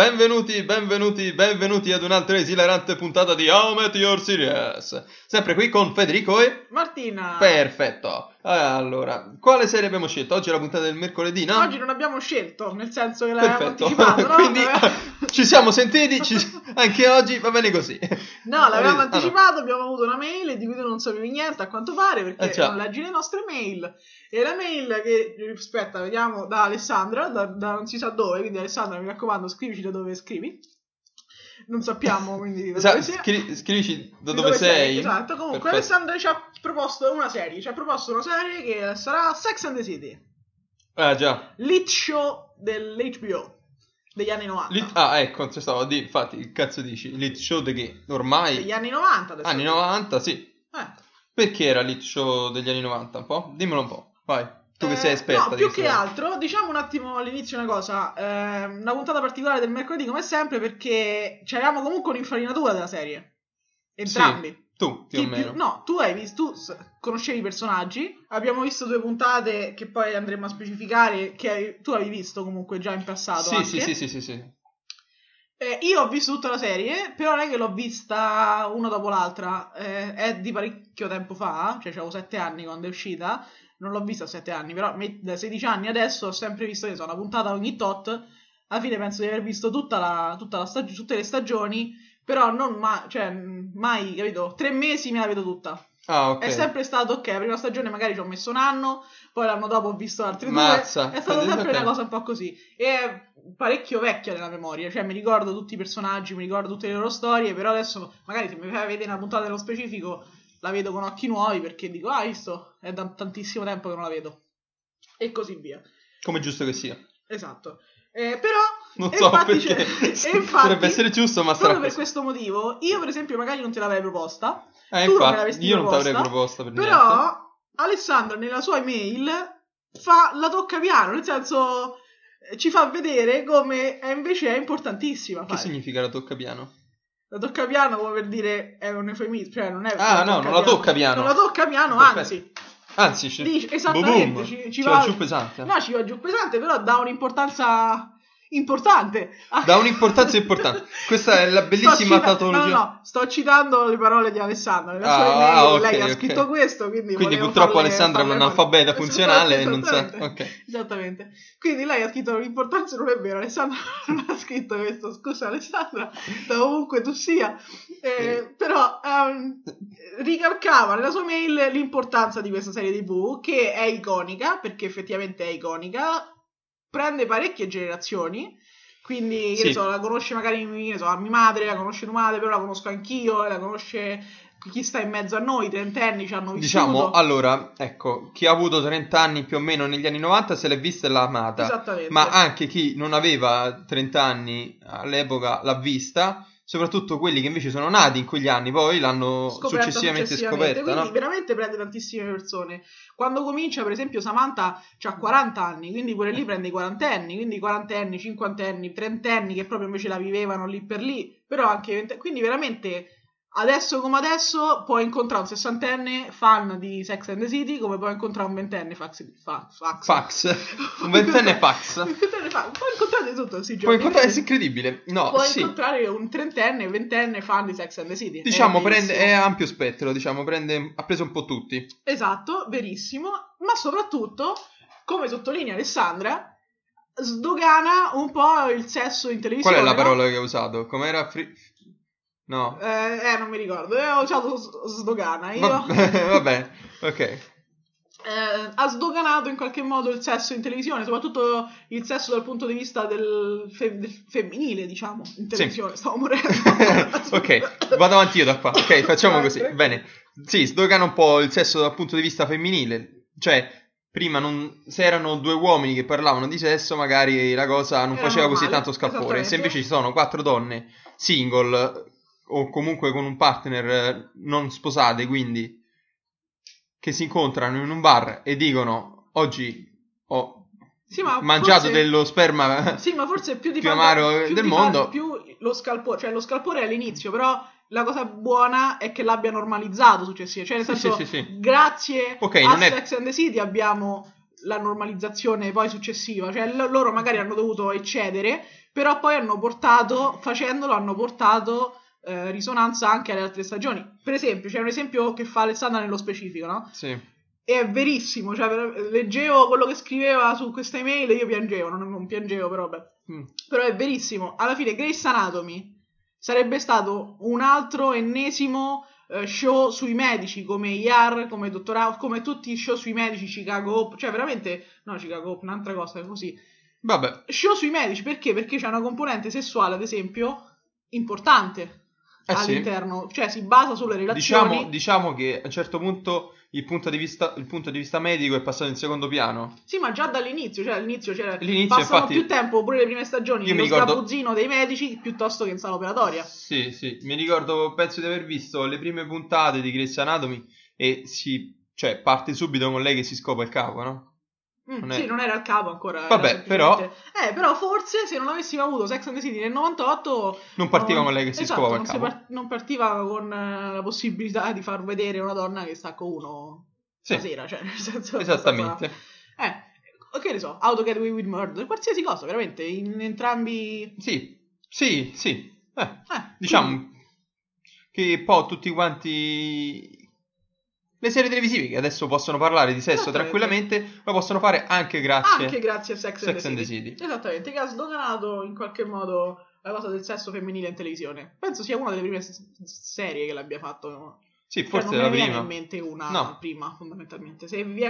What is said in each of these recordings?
benvenuti ad un'altra esilarante puntata di How I Met Your Series. Sempre qui con Federico e Martina. Perfetto. Allora, quale serie abbiamo scelto? Oggi è la puntata del mercoledì, no? Oggi non abbiamo scelto, nel senso che l'avevamo Perfetto. anticipato, no? Quindi ci siamo sentiti, anche oggi va bene così. No, l'avevamo anticipato, abbiamo avuto una mail di cui tu non sapevi niente a quanto pare, perché non leggi le nostre mail. E la mail che, aspetta, vediamo, da Alessandra, da non si sa dove, quindi Alessandra, mi raccomando, scrivici da dove scrivi. Non sappiamo, quindi da dove sia. Scrivici da dove sei. Esatto, comunque perfetto. Alessandra ci ha proposto una serie, che sarà Sex and the City. Ah, già. L'hit show dell'HBO degli anni 90. Ecco, stavo a dire, infatti, che cazzo dici? L'hit show di che? Ormai? Degli anni 90. Anni 90, sì. Perché era l'hit show degli anni 90? Un po'? Dimmelo un po', vai. Tu che sei esperta. No, più che altro, diciamo un attimo all'inizio una cosa. Una puntata particolare del mercoledì, come sempre, perché c'avevamo comunque un'infarinatura della serie. Entrambi. Sì, tu, più o meno. Tu hai visto, tu conoscevi i personaggi. Abbiamo visto 2 puntate che poi andremo a specificare, che tu avevi visto comunque già in passato. Sì. Io ho visto tutta la serie, però non è che l'ho vista una dopo l'altra. È di parecchio tempo fa, cioè avevo 7 anni quando è uscita. Non l'ho vista a 7 anni, però da 16 anni adesso ho sempre visto che una puntata ogni tot. Alla fine penso di aver visto tutte le stagioni, però non mai, capito? 3 mesi me la vedo tutta. Ah, ok. È sempre stato ok, la prima stagione magari ci ho messo un anno, poi l'anno dopo ho visto altre 2. Mazza. È stata sempre una cosa un po' così. E è parecchio vecchia nella memoria, cioè mi ricordo tutti i personaggi, mi ricordo tutte le loro storie, però adesso magari se mi fai vedere una puntata nello specifico la vedo con occhi nuovi perché dico, visto, è da tantissimo tempo che non la vedo. E così via. Come giusto che sia. Esatto. Però non so perché dovrebbe essere giusto, ma sarà proprio per questo motivo io per esempio magari non te l'avrei proposta, tu infatti, non me l'avresti io proposta, non te l'avrei proposta per però niente. Alessandra nella sua email la tocca piano, nel senso ci fa vedere come invece è importantissima. Che significa la tocca piano? La tocca piano come per dire è un eufemismo, cioè non è non la tocca piano. Non la tocca piano, anzi esattamente ci va giù pesante. No, ci va giù pesante, però dà un'importanza importante. Da un'importanza importante. Questa è la bellissima tautologia. No, sto citando le parole di Alessandra. Nella sua email lei ha scritto questo, quindi purtroppo Alessandra è un analfabeta funzionale e non sa. Okay. Esattamente. Quindi lei ha scritto l'importanza, non è vero, Alessandra non ha scritto questo. Scusa Alessandra, da ovunque tu sia. Però ricalcava nella sua mail l'importanza di questa serie TV, che è iconica, perché effettivamente è iconica. Prende parecchie generazioni, quindi la conosce magari mia madre, la conosce tua madre, però la conosco anch'io, la conosce chi sta in mezzo a noi, 30enni ci hanno vissuto. Diciamo, allora, ecco, chi ha avuto 30 anni più o meno negli anni 90 se l'è vista e l'ha amata. Esattamente. Ma anche chi non aveva 30 anni all'epoca l'ha vista, soprattutto quelli che invece sono nati in quegli anni, poi l'hanno successivamente scoperta. Quindi veramente prende tantissime persone. Quando comincia, per esempio, Samantha c'ha 40 anni, quindi pure lì prende i 40enni, quindi 40enni, 50enni, 30enni che proprio invece la vivevano lì per lì, però anche quindi veramente adesso come adesso puoi incontrare un 60enne fan di Sex and the City come puoi incontrare un 20enne fax. Un 20enne fax. Puoi incontrare tutto, sì, puoi incontrare, è incredibile. No, puoi incontrare un 30enne, 20enne fan di Sex and the City. Diciamo è ampio spettro, diciamo, ha preso un po' tutti. Esatto, verissimo, ma soprattutto, come sottolinea Alessandra, sdogana un po' il sesso in televisione. Qual è la parola che ha usato? Com'era? No. Non mi ricordo. Ho usato sdogana. Vabbè, ok. Ha sdoganato in qualche modo il sesso in televisione, soprattutto il sesso dal punto di vista del femminile, diciamo, in televisione. Sì. Stavo morendo. Ok, vado avanti io da qua. Ok, facciamo così. Bene. Sì, sdogana un po' il sesso dal punto di vista femminile. Cioè, prima se erano 2 uomini che parlavano di sesso, magari la cosa non faceva così tanto scalpore. Se invece ci sono 4 donne single o comunque con un partner non sposate, quindi che si incontrano in un bar e dicono oggi ho mangiato dello sperma ma forse più amaro del mondo, più lo scalpore, cioè lo scalpore è all'inizio, però la cosa buona è che l'abbia normalizzato successivamente, cioè nel senso grazie a Sex and the City abbiamo la normalizzazione poi successiva, cioè loro magari hanno dovuto eccedere, però poi facendolo hanno portato risonanza anche alle altre stagioni. Per esempio, c'è un esempio che fa Alessandra nello specifico, no? Sì. E è verissimo, cioè leggevo quello che scriveva su questa email e io piangevo, non piangevo però vabbè. Però è verissimo, alla fine Grey's Anatomy sarebbe stato un altro ennesimo show sui medici come IAR, come Dottor House, come tutti i show sui medici, Chicago Hope, cioè veramente, no Chicago Hope, un'altra cosa, è così. Vabbè. Show sui medici, perché? Perché c'è una componente sessuale, ad esempio, importante all'interno, sì. cioè si basa sulle relazioni. Diciamo che a un certo punto il punto di vista medico è passato in secondo piano. Sì, ma già dall'inizio, cioè all'inizio L'inizio, passano infatti, più tempo, pure le prime stagioni, io mi nello ricordo sgabuzzino dei medici piuttosto che in sala operatoria. Sì, mi ricordo, penso di aver visto le prime puntate di Grey's Anatomy e cioè parte subito con lei che si scopa il capo, no? Sì, non era il capo ancora. Vabbè, però forse se non avessimo avuto Sex and the City nel 98 non partiva con lei che si scopava il capo. Non partiva con la possibilità di far vedere una donna che sta con uno stasera, cioè nel senso esattamente. Che ne so, How to Get Away with Murder, qualsiasi cosa, veramente, in entrambi. Sì. Diciamo che poi tutti quanti le serie televisive che adesso possono parlare di sesso tranquillamente lo possono fare anche grazie a Sex and the City. Esattamente, che ha sdoganato in qualche modo la cosa del sesso femminile in televisione. Penso sia una delle prime serie che l'abbia fatto. Sì, forse non la me ne prima. viene in mente una prima, fondamentalmente. Se vi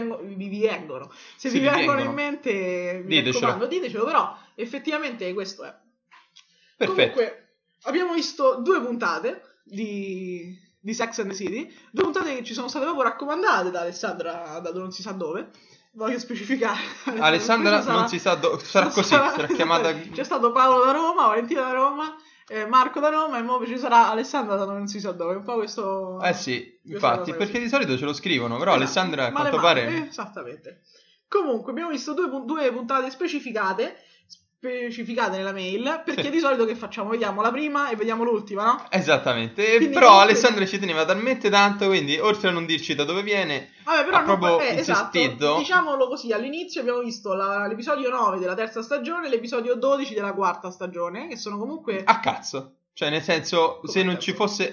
vengono in mente, mi raccomando, ditecelo, però effettivamente questo è. Perfetto. Comunque, abbiamo visto 2 puntate di Sex and the City, 2 puntate che ci sono state proprio raccomandate da Alessandra, da non si sa dove. Voglio specificare. Alessandra non si sa dove, sarà così, sarà chiamata. C'è stato Paolo da Roma, Valentina da Roma, Marco da Roma, e ora ci sarà Alessandra da non si sa dove. Un po' questo. Sì, infatti, perché di solito ce lo scrivono, però esatto. Alessandra a quanto pare. Esattamente. Comunque abbiamo visto 2 puntate specificate nella mail, perché di solito che facciamo? Vediamo la prima e vediamo l'ultima, no? Esattamente. Quindi però Alessandra ci teneva talmente tanto, quindi oltre a non dirci da dove viene, però ha proprio esatto, insistito. diciamolo così, all'inizio abbiamo visto l'episodio 9 della terza stagione e l'episodio 12 della quarta stagione, che sono comunque a cazzo, cioè nel senso, se non ci fosse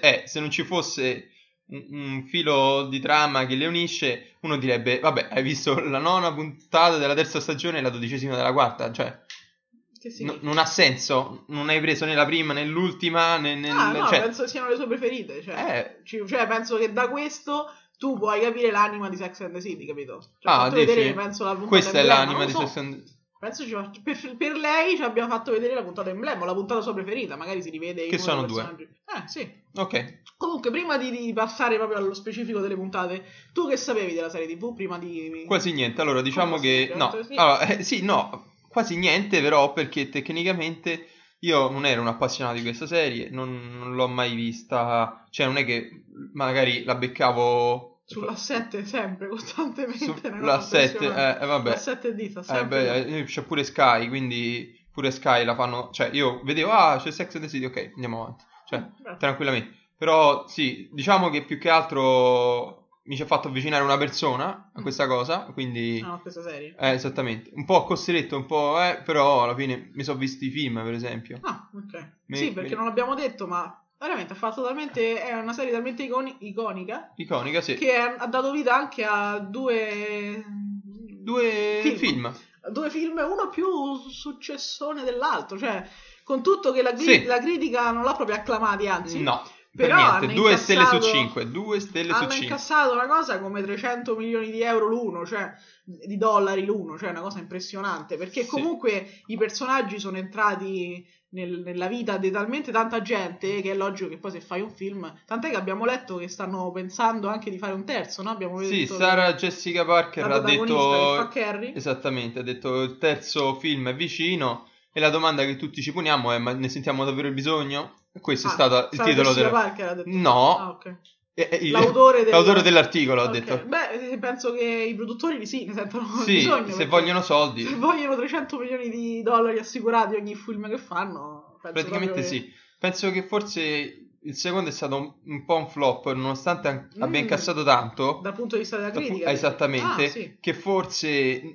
un filo di trama che le unisce, uno direbbe vabbè, hai visto la 9ª puntata della terza stagione e la 12ª della quarta, cioè non ha senso, non hai preso né la prima né l'ultima penso siano le sue preferite, cioè penso che da questo tu puoi capire l'anima di Sex and the City, capito? Cioè, vedere, penso, la puntata questa è l'anima di Sex and the City. Penso per lei ci abbiamo fatto vedere la puntata emblema, la puntata sua preferita, magari si rivede che sono 2. Sì. Ok. Comunque, prima di passare proprio allo specifico delle puntate, tu che sapevi della serie TV prima di. Quasi niente. Allora, diciamo che quasi niente, però, perché tecnicamente io non ero un appassionato di questa serie, non l'ho mai vista, cioè non è che magari la beccavo sulla 7 sempre, costantemente. Sulla 7, vabbè. La 7 dita, sempre. C'è pure Sky, quindi pure Sky la fanno, cioè io vedevo, c'è Sex and the City, ok, andiamo avanti, cioè, tranquillamente. Però sì, diciamo che più che altro mi ci ha fatto avvicinare una persona a questa cosa, quindi. A questa serie. Esattamente, un po' costretto, un po', però alla fine mi sono visti i film, per esempio. Ok. Perché non l'abbiamo detto, ma veramente è una serie talmente iconica. Iconica, sì. Che ha dato vita anche a 2 film. 2 film, uno più successone dell'altro, cioè con tutto che la critica non l'ha proprio acclamati, anzi. No. Però per niente, 2 stelle su 5. 2 stelle su 5. Hanno incassato una cosa come 300 milioni di euro l'uno, cioè di dollari l'uno, cioè una cosa impressionante, perché comunque i personaggi sono entrati nella vita di talmente tanta gente che è logico che poi se fai un film, tant'è che abbiamo letto che stanno pensando anche di fare un terzo, no? Abbiamo detto Sarah Jessica Parker ha detto che fa Carrie. Esattamente, ha detto il terzo film è vicino e la domanda che tutti ci poniamo è: ma ne sentiamo davvero il bisogno? Questo è stato il titolo della Parker ha detto. No. Okay. L'autore dell'articolo ha detto. Beh, penso che i produttori ne sentono bisogno. Se vogliono soldi. Se vogliono 300 milioni di dollari assicurati ogni film che fanno. Praticamente sì. Penso che forse il secondo è stato un po' un flop, nonostante abbia incassato tanto. Dal punto di vista della critica. Esattamente. Che forse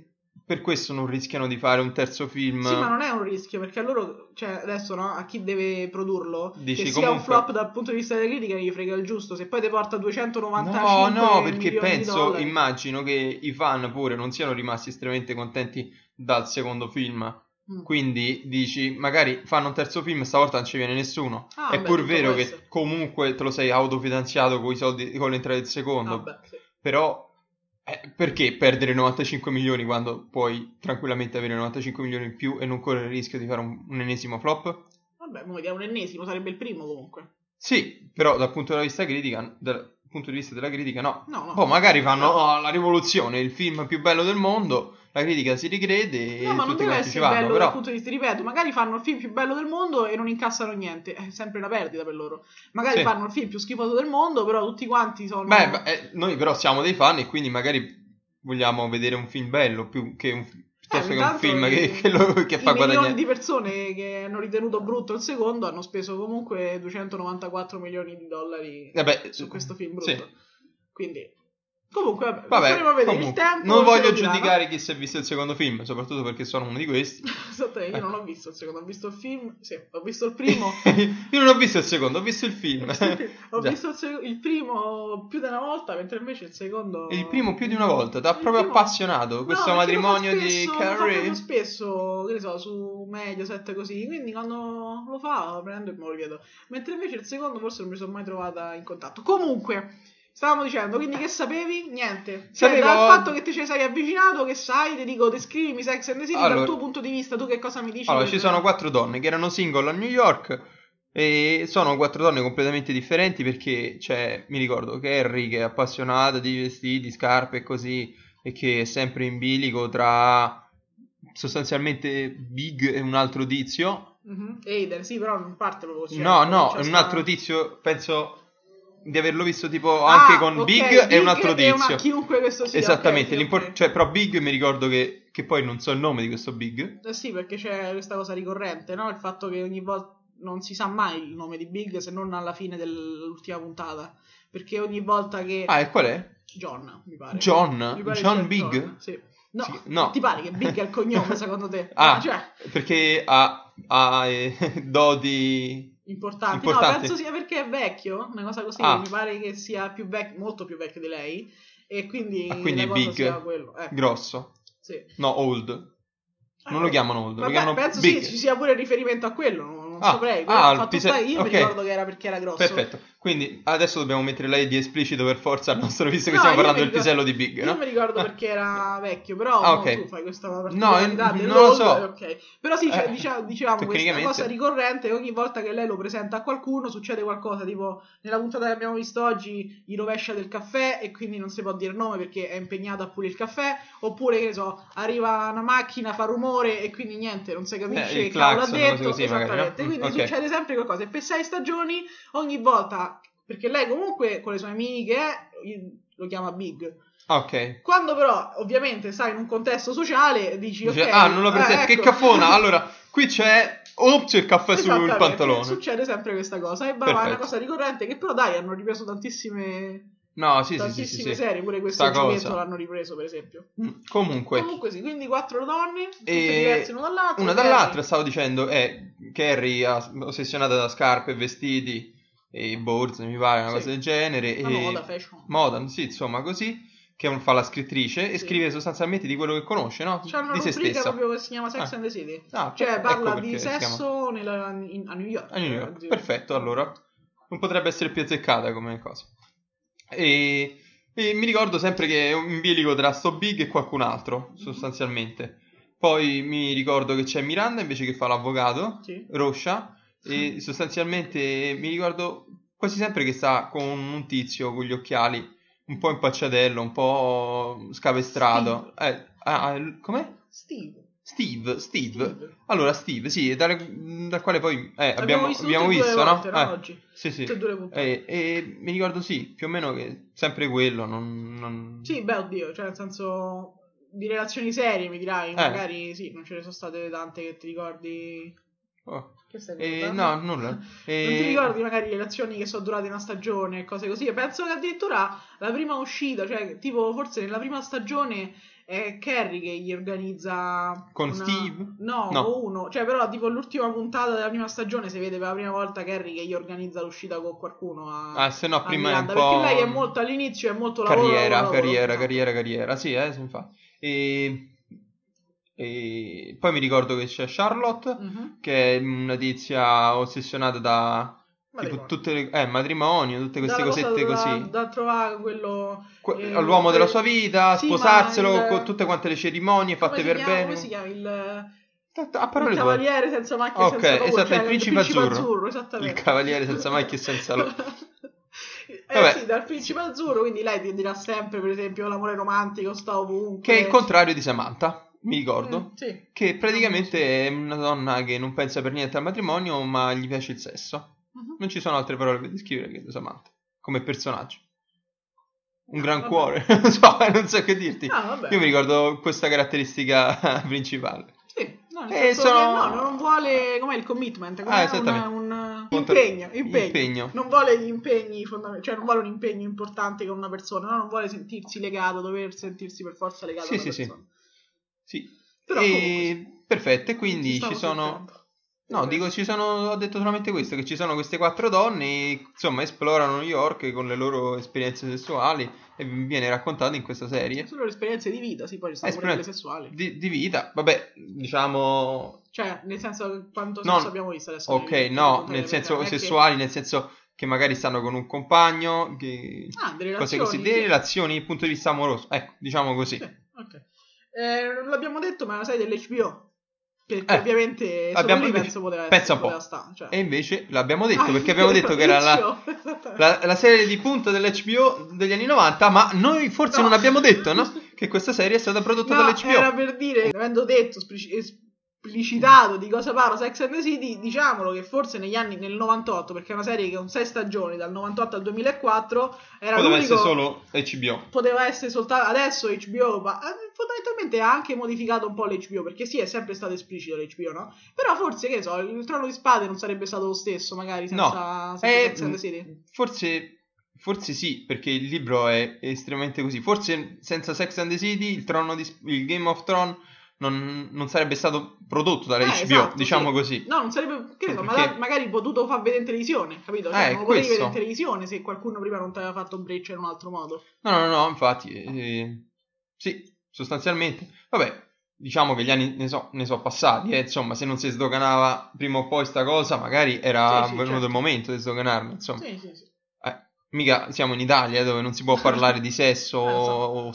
per questo non rischiano di fare un terzo film. Sì, ma non è un rischio, perché a loro, cioè adesso no, a chi deve produrlo, Dici, che sia comunque... un flop dal punto di vista della critica, gli frega il giusto. Se poi ti porta 295 No, perché milioni di penso, dollari. immagino che i fan pure non siano rimasti estremamente contenti dal secondo film. Quindi dici, magari fanno un terzo film e stavolta non ci viene nessuno. È pur vero che comunque te lo sei autofinanziato con i soldi, con l'entrata del secondo. Sì. Però perché perdere 95 milioni quando puoi tranquillamente avere 95 milioni in più e non correre il rischio di fare un ennesimo flop? Vabbè, mo vediamo un ennesimo, sarebbe il primo comunque. Sì, però dal punto di vista critica, punto di vista della critica no. No. Magari fanno la rivoluzione, il film più bello del mondo, la critica si ricrede e ma non tutti deve quanti essere ci vanno, bello però... dal punto di vista, ripeto, magari fanno il film più bello del mondo e non incassano niente, è sempre una perdita per loro. Magari fanno il film più schifoso del mondo, però tutti quanti sono... noi però siamo dei fan e quindi magari vogliamo vedere un film bello più che un film che fa guadagnare. Milioni di persone che hanno ritenuto brutto il secondo hanno speso comunque 294 milioni di dollari su questo film brutto. Sì. Quindi comunque faremo vedere il tempo. Non voglio giudicare chi si è visto il secondo film, soprattutto perché sono uno di questi. Io non ho visto il secondo, ho visto il film, sì, ho visto il primo. Io non ho visto il secondo, ho visto il film. Ho visto il primo più di una volta, mentre invece il secondo... Il primo più di una volta, ti ha proprio appassionato questo matrimonio di Carrie. Lo fa spesso, che ne so, su Mediaset così, quindi quando lo fa lo prendo e me lo rivedo. Mentre invece il secondo forse non mi sono mai trovata in contatto. Comunque... Stavamo dicendo, quindi che sapevi? Niente. Cioè, dal fatto che ti ci sei avvicinato, che sai, ti dico, descrivimi Sex and the City dal tuo punto di vista, tu che cosa mi dici? Allora, ci sono 4 donne che erano single a New York e sono 4 donne completamente differenti perché mi ricordo Carrie che è appassionata di vestiti, scarpe e così e che è sempre in bilico tra sostanzialmente Big e un altro tizio. Eider, sì, però non parte proprio. No, è un altro tizio, penso... di averlo visto tipo anche con Big e un altro tizio. Chiunque questo sia. Esattamente, cioè però Big mi ricordo che poi non so il nome di questo Big. Sì, perché c'è questa cosa ricorrente, no? Il fatto che ogni volta non si sa mai il nome di Big se non alla fine dell'ultima puntata. Perché ogni volta che... e qual è? John, mi pare. John Big? John, sì. No, ti pare che Big è il cognome secondo te? Perché ha doti... Importanti. No, penso sia perché è vecchio, una cosa così, mi pare che sia più vecchio, molto più vecchio di lei e quindi la cosa Big, sia quello. grosso. Sì. No, old. Non lo chiamano old, lo chiamano penso Big. Sì, ci sia pure riferimento a quello, non saprei. Io mi ricordo che era perché era grosso. Perfetto. Quindi adesso dobbiamo mettere lei di esplicito per forza al nostro, visto che stiamo parlando del pisello di Big, no? Io mi ricordo perché era vecchio, però tu fai questa particolarità non lo so. Okay. Però sì, dicevamo questa cosa ricorrente, ogni volta che lei lo presenta a qualcuno succede qualcosa, tipo nella puntata che abbiamo visto oggi gli rovescia del caffè e quindi non si può dire il nome perché è impegnato a pulire il caffè, oppure che ne so, arriva una macchina, fa rumore e quindi niente, non si capisce che cavolo ha detto, così, esattamente, magari, no? Quindi succede sempre qualcosa e per 6 stagioni ogni volta, perché lei comunque con le sue amiche lo chiama Big. Ok. Quando però ovviamente stai in un contesto sociale dici ok, non lo presento, ecco. Che caffona. Allora qui c'è il caffè sul pantalone. Succede sempre questa cosa e è una cosa ricorrente che però hanno ripreso tantissime serie, pure questo giovetto l'hanno ripreso per esempio. Comunque sì, quindi 4 donne tutte diverse una dall'altra. Stavo dicendo Carrie ossessionata da scarpe e vestiti e borse, mi pare, una cosa del genere. Moda, fashion. Moda, sì, insomma, così, che fa la scrittrice e scrive sostanzialmente di quello che conosce, no? C'è una di se rubrica stessa. proprio che si chiama Sex and the City. Cioè parla di sesso a New York. A New York, perfetto, allora. Non potrebbe essere più azzeccata come cosa. E mi ricordo sempre che è un bilico tra sto Big e qualcun altro, sostanzialmente. Poi mi ricordo che c'è Miranda invece che fa l'avvocato, Roscia. E sostanzialmente mi ricordo quasi sempre che sta con un tizio con gli occhiali un po' impacciatello, un po' scapestrato. Com'è? Steve. Allora Steve, sì, dal quale poi abbiamo visto, no? Oggi. Sì. E mi ricordo più o meno che sempre quello, non... Sì, oddio, cioè nel senso di relazioni serie mi dirai, magari sì, non ce ne sono state tante che ti ricordi. Che stai no, nulla. Non ti ricordi magari le relazioni che sono durate una stagione e cose così? E penso che addirittura la prima uscita, cioè tipo forse nella prima stagione è Carrie che gli organizza con Steve? No, uno, cioè però tipo l'ultima puntata della prima stagione si vede per la prima volta Carrie che gli organizza l'uscita con qualcuno se no prima Miranda, è un po'... perché lei è molto all'inizio, è molto lavoro, carriera, sì, infatti. E poi mi ricordo che c'è Charlotte, che è una tizia ossessionata da tipo tutte le matrimonio, tutte queste cosette così. Da trovare quello l'uomo della sua vita, sì, sposarselo con tutte quante le cerimonie fatte per bene. Come si chiama il cavaliere senza macchia e senza colore, esatto, cioè, il principe azzurro, esattamente. Il cavaliere senza macchia e senza sì, dal principe azzurro, quindi lei ti dirà sempre, per esempio, l'amore romantico sta ovunque. Che è il contrario di Samantha, mi ricordo, sì. che praticamente è una donna che non pensa per niente al matrimonio, ma gli piace il sesso. Non ci sono altre parole per descrivere che Samantha come personaggio. Un gran cuore, non so che dirti. Io mi ricordo questa caratteristica principale. Sì, non vuole, com'è il commitment, un impegno. Non vuole gli impegni fondamentali, cioè non vuole un impegno importante con una persona, no? Non vuole sentirsi legato, dover sentirsi per forza legato a una persona. Sì. Però perfetto, e quindi ci sono... No, dico, ho detto solamente questo, che ci sono queste 4 donne, insomma, esplorano New York con le loro esperienze sessuali e viene raccontato in questa serie. Sono le esperienze di vita, sì, poi ci sono pure quelle sessuali. Di vita, vabbè, diciamo... Cioè, nel senso, quanto sesso abbiamo visto adesso? Ok, nel senso sessuali, nel senso che magari stanno con un compagno, che... cose così, delle relazioni dal punto di vista amoroso, ecco, diciamo così. Sì, ok. Non l'abbiamo detto, ma è una serie dell'HBO. Perché ovviamente lì penso poteva stare, cioè. E invece l'abbiamo detto, perché abbiamo detto che era la serie di punta dell'HBO degli anni 90, ma noi forse non abbiamo detto, no? Che questa serie è stata prodotta dall'HBO. Era per dire, avendo detto esplicitato di cosa parla Sex and the City, diciamolo che forse negli anni, nel 98, perché è una serie che con 6 stagioni dal 98 al 2004 era poteva essere solo HBO, poteva essere soltanto adesso HBO, ma fondamentalmente ha anche modificato un po' l'HBO, perché sì, è sempre stato esplicito l'HBO, no? Però forse, che ne so, il Trono di Spade non sarebbe stato lo stesso magari senza Sex and the City. Forse sì, perché il libro è estremamente così. Forse senza Sex and the City il Game of Thrones non sarebbe stato prodotto dalle HBO, esatto, diciamo così. No, non sarebbe, che ne so, magari potuto far vedere in televisione, capito? Cioè, non lo potevi vedere in televisione se qualcuno prima non ti aveva fatto breccia in un altro modo. No, infatti, sì, sostanzialmente. Vabbè, diciamo che gli anni ne so passati, insomma, se non si sdoganava prima o poi sta cosa, magari era venuto il momento di sdoganarla, insomma. Sì. Mica siamo in Italia dove non si può parlare di sesso o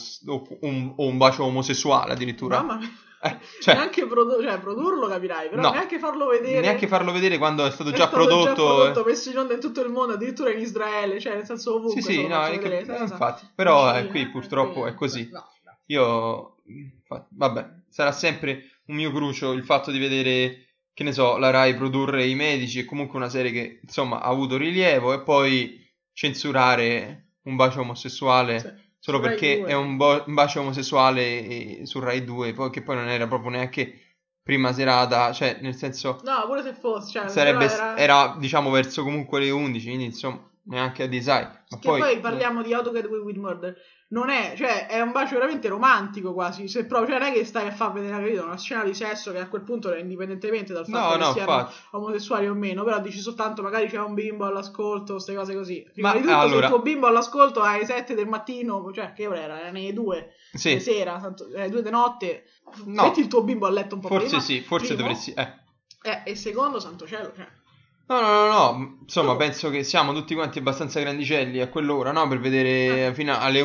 un bacio omosessuale addirittura. Mamma mia. Neanche produrlo capirai, però neanche farlo vedere quando è stato già prodotto, messo in onda in tutto il mondo, addirittura in Israele, cioè nel senso ovunque. Sì, infatti, però qui purtroppo è così. No. Io vabbè, sarà sempre un mio crucio il fatto di vedere, che ne so, la Rai produrre I Medici, è comunque una serie che insomma ha avuto rilievo, e poi censurare un bacio omosessuale solo perché è un bacio omosessuale su Rai 2, che poi non era proprio neanche prima serata, cioè nel senso, no, pure se fosse, cioè, era diciamo verso comunque le 11, quindi insomma neanche a design. Ma poi parliamo di How to Get Away with Murder, non è, cioè è un bacio veramente romantico quasi, se proprio, cioè non è che stai a far vedere una scena di sesso che a quel punto è indipendentemente dal fatto che siano omosessuali o meno, però dici soltanto magari c'è un bimbo all'ascolto, queste cose così. Prima di tutto, se il tuo bimbo all'ascolto alle 7 del mattino, cioè che ora era? Erano le 2 di sera, 2 di notte, metti il tuo bimbo a letto un po' prima. Forse dovresti e secondo, santo cielo, cioè No, insomma, penso che siamo tutti quanti abbastanza grandicelli a quell'ora, no? Per vedere fino alle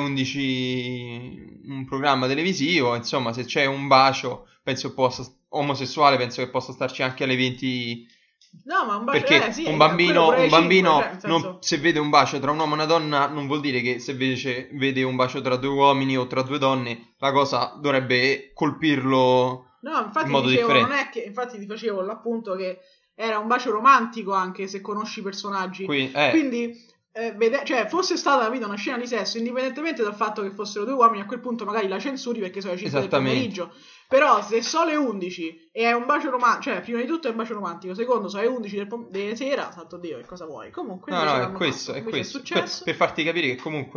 11 un programma televisivo, insomma, se c'è un bacio, omosessuale, penso che possa starci anche alle 20. No, ma un bacio, perché un bambino se vede un bacio tra un uomo e una donna, non vuol dire che se vede un bacio tra 2 uomini o tra 2 donne, la cosa dovrebbe colpirlo in modo differente. Non è che, infatti ti facevo l'appunto che era un bacio romantico anche se conosci i personaggi, quindi cioè fosse stata la vita una scena di sesso, indipendentemente dal fatto che fossero 2 uomini, a quel punto magari la censuri perché sono le 5 del pomeriggio, però se sono le 11 e è un bacio romantico, cioè prima di tutto è un bacio romantico, secondo sono le 11 della sera, santo Dio, che cosa vuoi? Comunque è questo, è successo per farti capire che comunque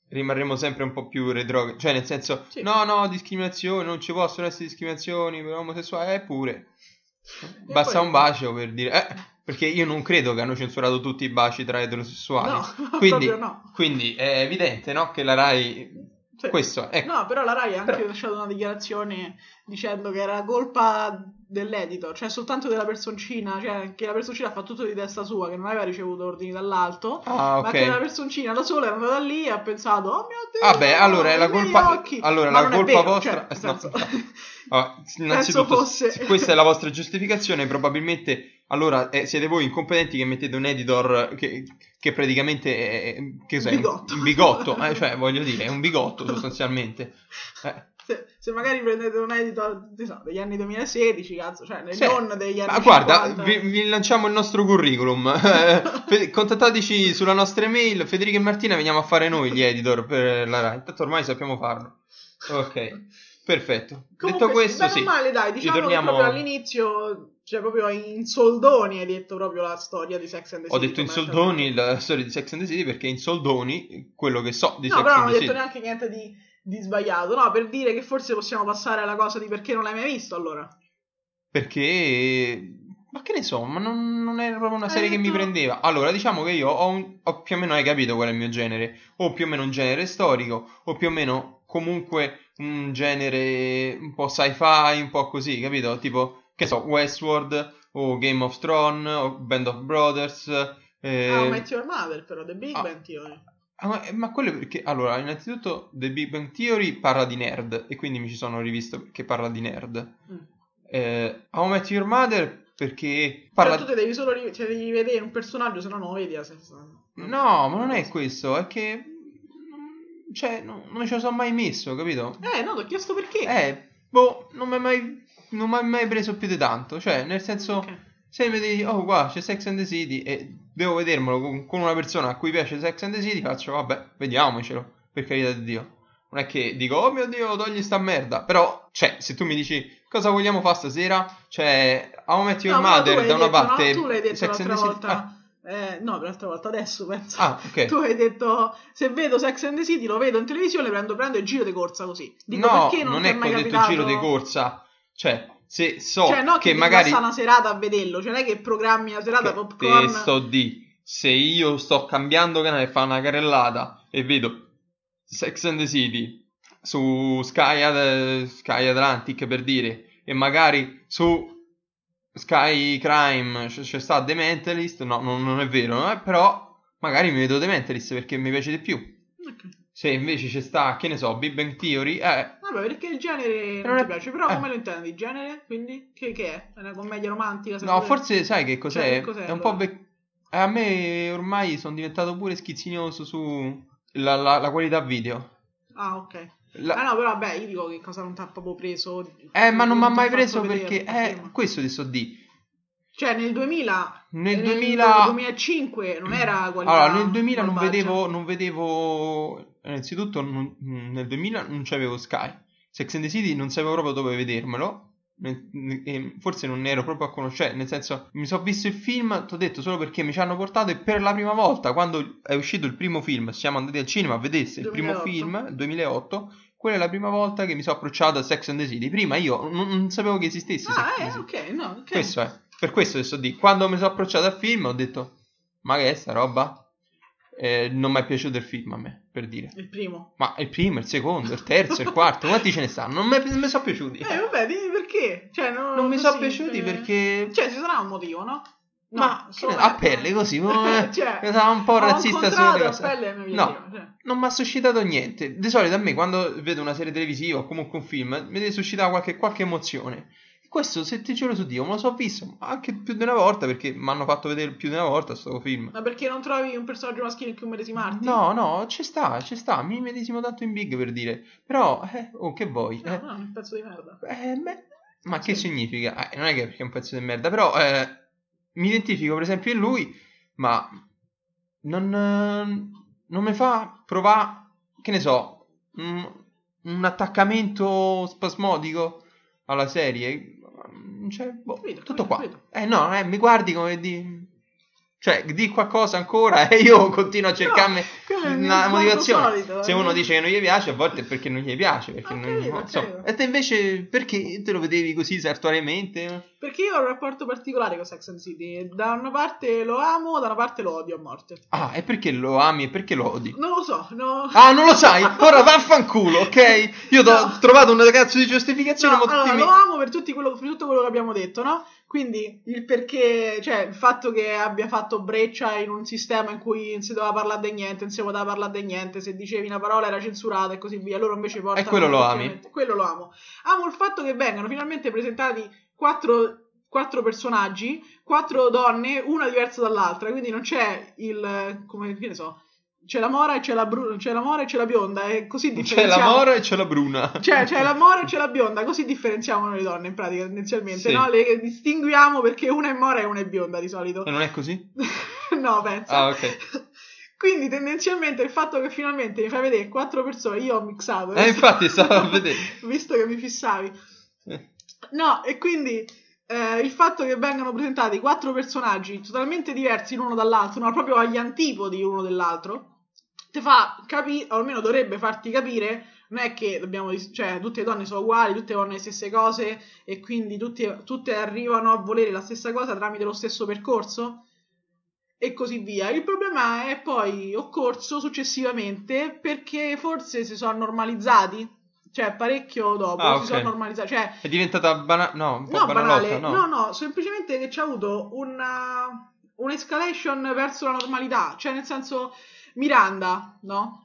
rimarremo sempre un po' più retro, cioè nel senso, Sì. no, discriminazioni, non ci possono essere discriminazioni per omosessuali, eppure basta poi- un bacio per dire, perché io non credo che hanno censurato tutti i baci tra eterosessuali, No, quindi, proprio no. quindi è evidente, no, che la Rai, Sì. questo, ecco. No, però la Rai ha anche Però- lasciato una dichiarazione dicendo che era colpa dell'editor, cioè soltanto della personcina, cioè che la personcina ha fatto tutto di testa sua, che non aveva ricevuto ordini dall'alto, Ah, ma che la ok. personcina da sola era andata lì e ha pensato, oh mio Dio, Vabbè, allora è la i miei colpa, occhi. allora Ma la non è colpa vero, vostra, cioè, nel no, senso, allora, penso innanzitutto, fosse... se questa è la vostra giustificazione, probabilmente allora siete voi incompetenti che mettete un editor che praticamente è, che cos'è? Bigotto. Un bigotto, cioè voglio dire, è un bigotto sostanzialmente. Se magari prendete un editor degli anni 2016, cazzo, cioè Sì. non degli anni Ma guarda, 50. vi lanciamo il nostro curriculum. Contattateci sulla nostra email. Federica e Martina veniamo a fare noi gli editor per la Rai. Tanto ormai sappiamo farlo. Ok, perfetto. Comunque, Detto questo, bene o sì. male, dai, diciamo ritorniamo... che proprio all'inizio, cioè proprio in soldoni hai detto proprio la storia di Sex and the Ho City. detto in soldoni la storia di Sex and the City perché in soldoni quello che so di No, Sex però and non the ho detto City. neanche niente di sbagliato, no, per dire che forse possiamo passare alla cosa di perché non l'hai mai visto, allora. Perché... Ma che ne so, ma non era proprio una Hai serie che mi detto- prendeva. Allora, diciamo che io ho più o meno hai capito qual è il mio genere. O più o meno un genere storico, o più o meno comunque un genere un po' sci-fi, un po' così, capito? Tipo, che so, Westworld, o Game of Thrones, o Band of Brothers. Ah, Met Your Mother, però, The Big ah, Bang Theory. ma quello perché... Allora, innanzitutto The Big Bang Theory parla di nerd, e quindi mi ci sono rivisto perché parla di nerd. How I Met Your Mother perché Cioè, tu parla... te devi solo cioè, devi vedere un personaggio, se no non lo vedi. No, ma non è questo, è che... Cioè, non ce lo sono mai messo, capito? No, ti ho chiesto perché. Non mi ha mai preso più di tanto. Cioè, nel senso, Ok. se mi dici, oh, qua c'è Sex and the City e devo vedermelo con una persona a cui piace Sex and the City, faccio, vabbè, vediamocelo, per carità di Dio. Non è che dico, oh mio Dio, togli sta merda. Però, cioè, se tu mi dici, cosa vogliamo fare stasera? Cioè, How I Met Your No, però tu Mother hai da una detto, no? parte, Tu l'hai detto Sex and l'altra the City... volta. No, l'altra volta adesso penso. ok. Tu hai detto se vedo Sex and the City lo vedo in televisione, prendo e giro di corsa così. Dico No, perché non non ti è è che mai ho detto capitato. giro di corsa. Cioè, se so Cioè, no, che ti magari... passa una serata a vederlo, cioè non è che programmi una serata Che popcorn. te sto di... Se io sto cambiando canale e fa una carrellata e vedo Sex and the City su Sky Atlantic per dire, e magari su Sky Crime c'è sta The Mentalist, no, non è vero, però magari mi vedo The Mentalist perché mi piace di più. Ok. Se invece c'è sta, che ne so, Big Bang Theory, Vabbè, perché il genere non non ti è- piace, però eh. come lo intendi? Genere? Quindi? Che è? È una commedia romantica? No, secondo te? forse sai che Cioè, cos'è? che cos'è È un po' allora? a me ormai sono diventato pure schizzinoso su la qualità video. Ah, ok. La- No, però vabbè, io dico che cosa non ti ha proprio preso. ma non mi ha mai ti ha preso fatto perché vedere prima. questo ti sto di. Cioè, nel 2000 Nel e 2000 2005 non era qualità allora, nel 2000 non malvagia. vedevo innanzitutto nel 2000 non c'avevo Sky. Sex and the City non sapevo proprio dove vedermelo. E forse non ne ero proprio a conoscenza, nel senso mi sono visto il film, ti ho detto solo perché mi ci hanno portato e per la prima volta quando è uscito il primo film, siamo andati al cinema a vedersi il primo 2008. film, 2008, quella è la prima volta che mi sono approcciato a Sex and the City. Prima io non sapevo che esistesse Sex and the City. Ok, no, ok. Questo è, per questo adesso di quando mi sono approcciato al film ho detto ma che è sta roba? Non mi è piaciuto il film a me, per dire. Il primo. Ma il primo, il secondo, il terzo, il quarto, quanti ce ne stanno? Non mi sono piaciuti. Vabbè, dimmi perché. Cioè, Non mi così, sono piaciuti perché... Cioè, ci sarà un motivo, no? No, Ma che solo ne- a pelle così, cioè, sarà un po' ho razzista incontrato sulle a cose. pelle mi No, piaceva, cioè. non mi ha suscitato niente. Di solito a me quando vedo una serie televisiva o comunque un film mi deve suscitare qualche emozione. Questo, se ti giuro su Dio, me lo so visto anche più di una volta perché mi hanno fatto vedere più di una volta sto film. Ma perché non trovi un personaggio maschile in cui medesimarti? No, ci sta, mi medesimo tanto in Big per dire. Però, che vuoi? No, no, è un pezzo di merda. Ma che Sì. significa? Non è che perché è un pezzo di merda, però mi identifico per esempio in lui, ma non mi fa provare, che ne so, un attaccamento spasmodico alla serie. Cioè, Capito, tutto qua. capito. No, mi guardi come di... Cioè, di qualcosa ancora e io continuo a cercarmi quello è il mio una sguardo motivazione. solito, Se uno dice che non gli piace, a volte è perché non gli piace. Perché non so. capito. E te invece, perché te lo vedevi così sartuariamente? Perché io ho un rapporto particolare con Sex and the City. Da una parte lo amo, da una parte lo odio a morte. Ah, e perché lo ami e perché lo odi? Non lo so, no. Ah, non lo sai? Ora vaffanculo, ok? Io ho trovato una cazzo di giustificazione. No, allora, lo amo per tutto quello che abbiamo detto, no? Quindi il perché, cioè il fatto che abbia fatto breccia in un sistema in cui non si doveva parlare di niente, non si poteva parlare di niente, se dicevi una parola era censurata e così via. Loro invece portano... E quello lo ami? Quello lo amo. Amo il fatto che vengano finalmente presentati quattro personaggi, 4 donne, una diversa dall'altra, quindi non c'è il... come che ne so... C'è la mora e c'è la mora e c'è la bionda, e così differenziamo. C'è la mora e c'è la bruna. Cioè, c'è la mora e c'è la bionda, così differenziamo noi donne, in pratica, tendenzialmente, sì. no? Le distinguiamo perché una è mora e una è bionda, di solito. E non è così? No, penso. Ah, ok. Quindi, tendenzialmente, il fatto che finalmente mi fai vedere 4 persone, io ho mixato. Infatti, stavo a vedere. Visto che mi fissavi. No, e quindi... il fatto che vengano presentati 4 personaggi totalmente diversi l'uno dall'altro, ma proprio agli antipodi uno dell'altro, ti fa capire, o almeno dovrebbe farti capire, non è che dobbiamo, cioè tutte le donne sono uguali, tutte vogliono le stesse cose e quindi tutte arrivano a volere la stessa cosa tramite lo stesso percorso e così via. Il problema è poi occorso successivamente perché forse si sono normalizzati. Cioè, parecchio dopo si sono normalizzati. Cioè, è diventata un po' banale. No, semplicemente che c'è avuto un'escalation verso la normalità. Cioè, nel senso, Miranda, no?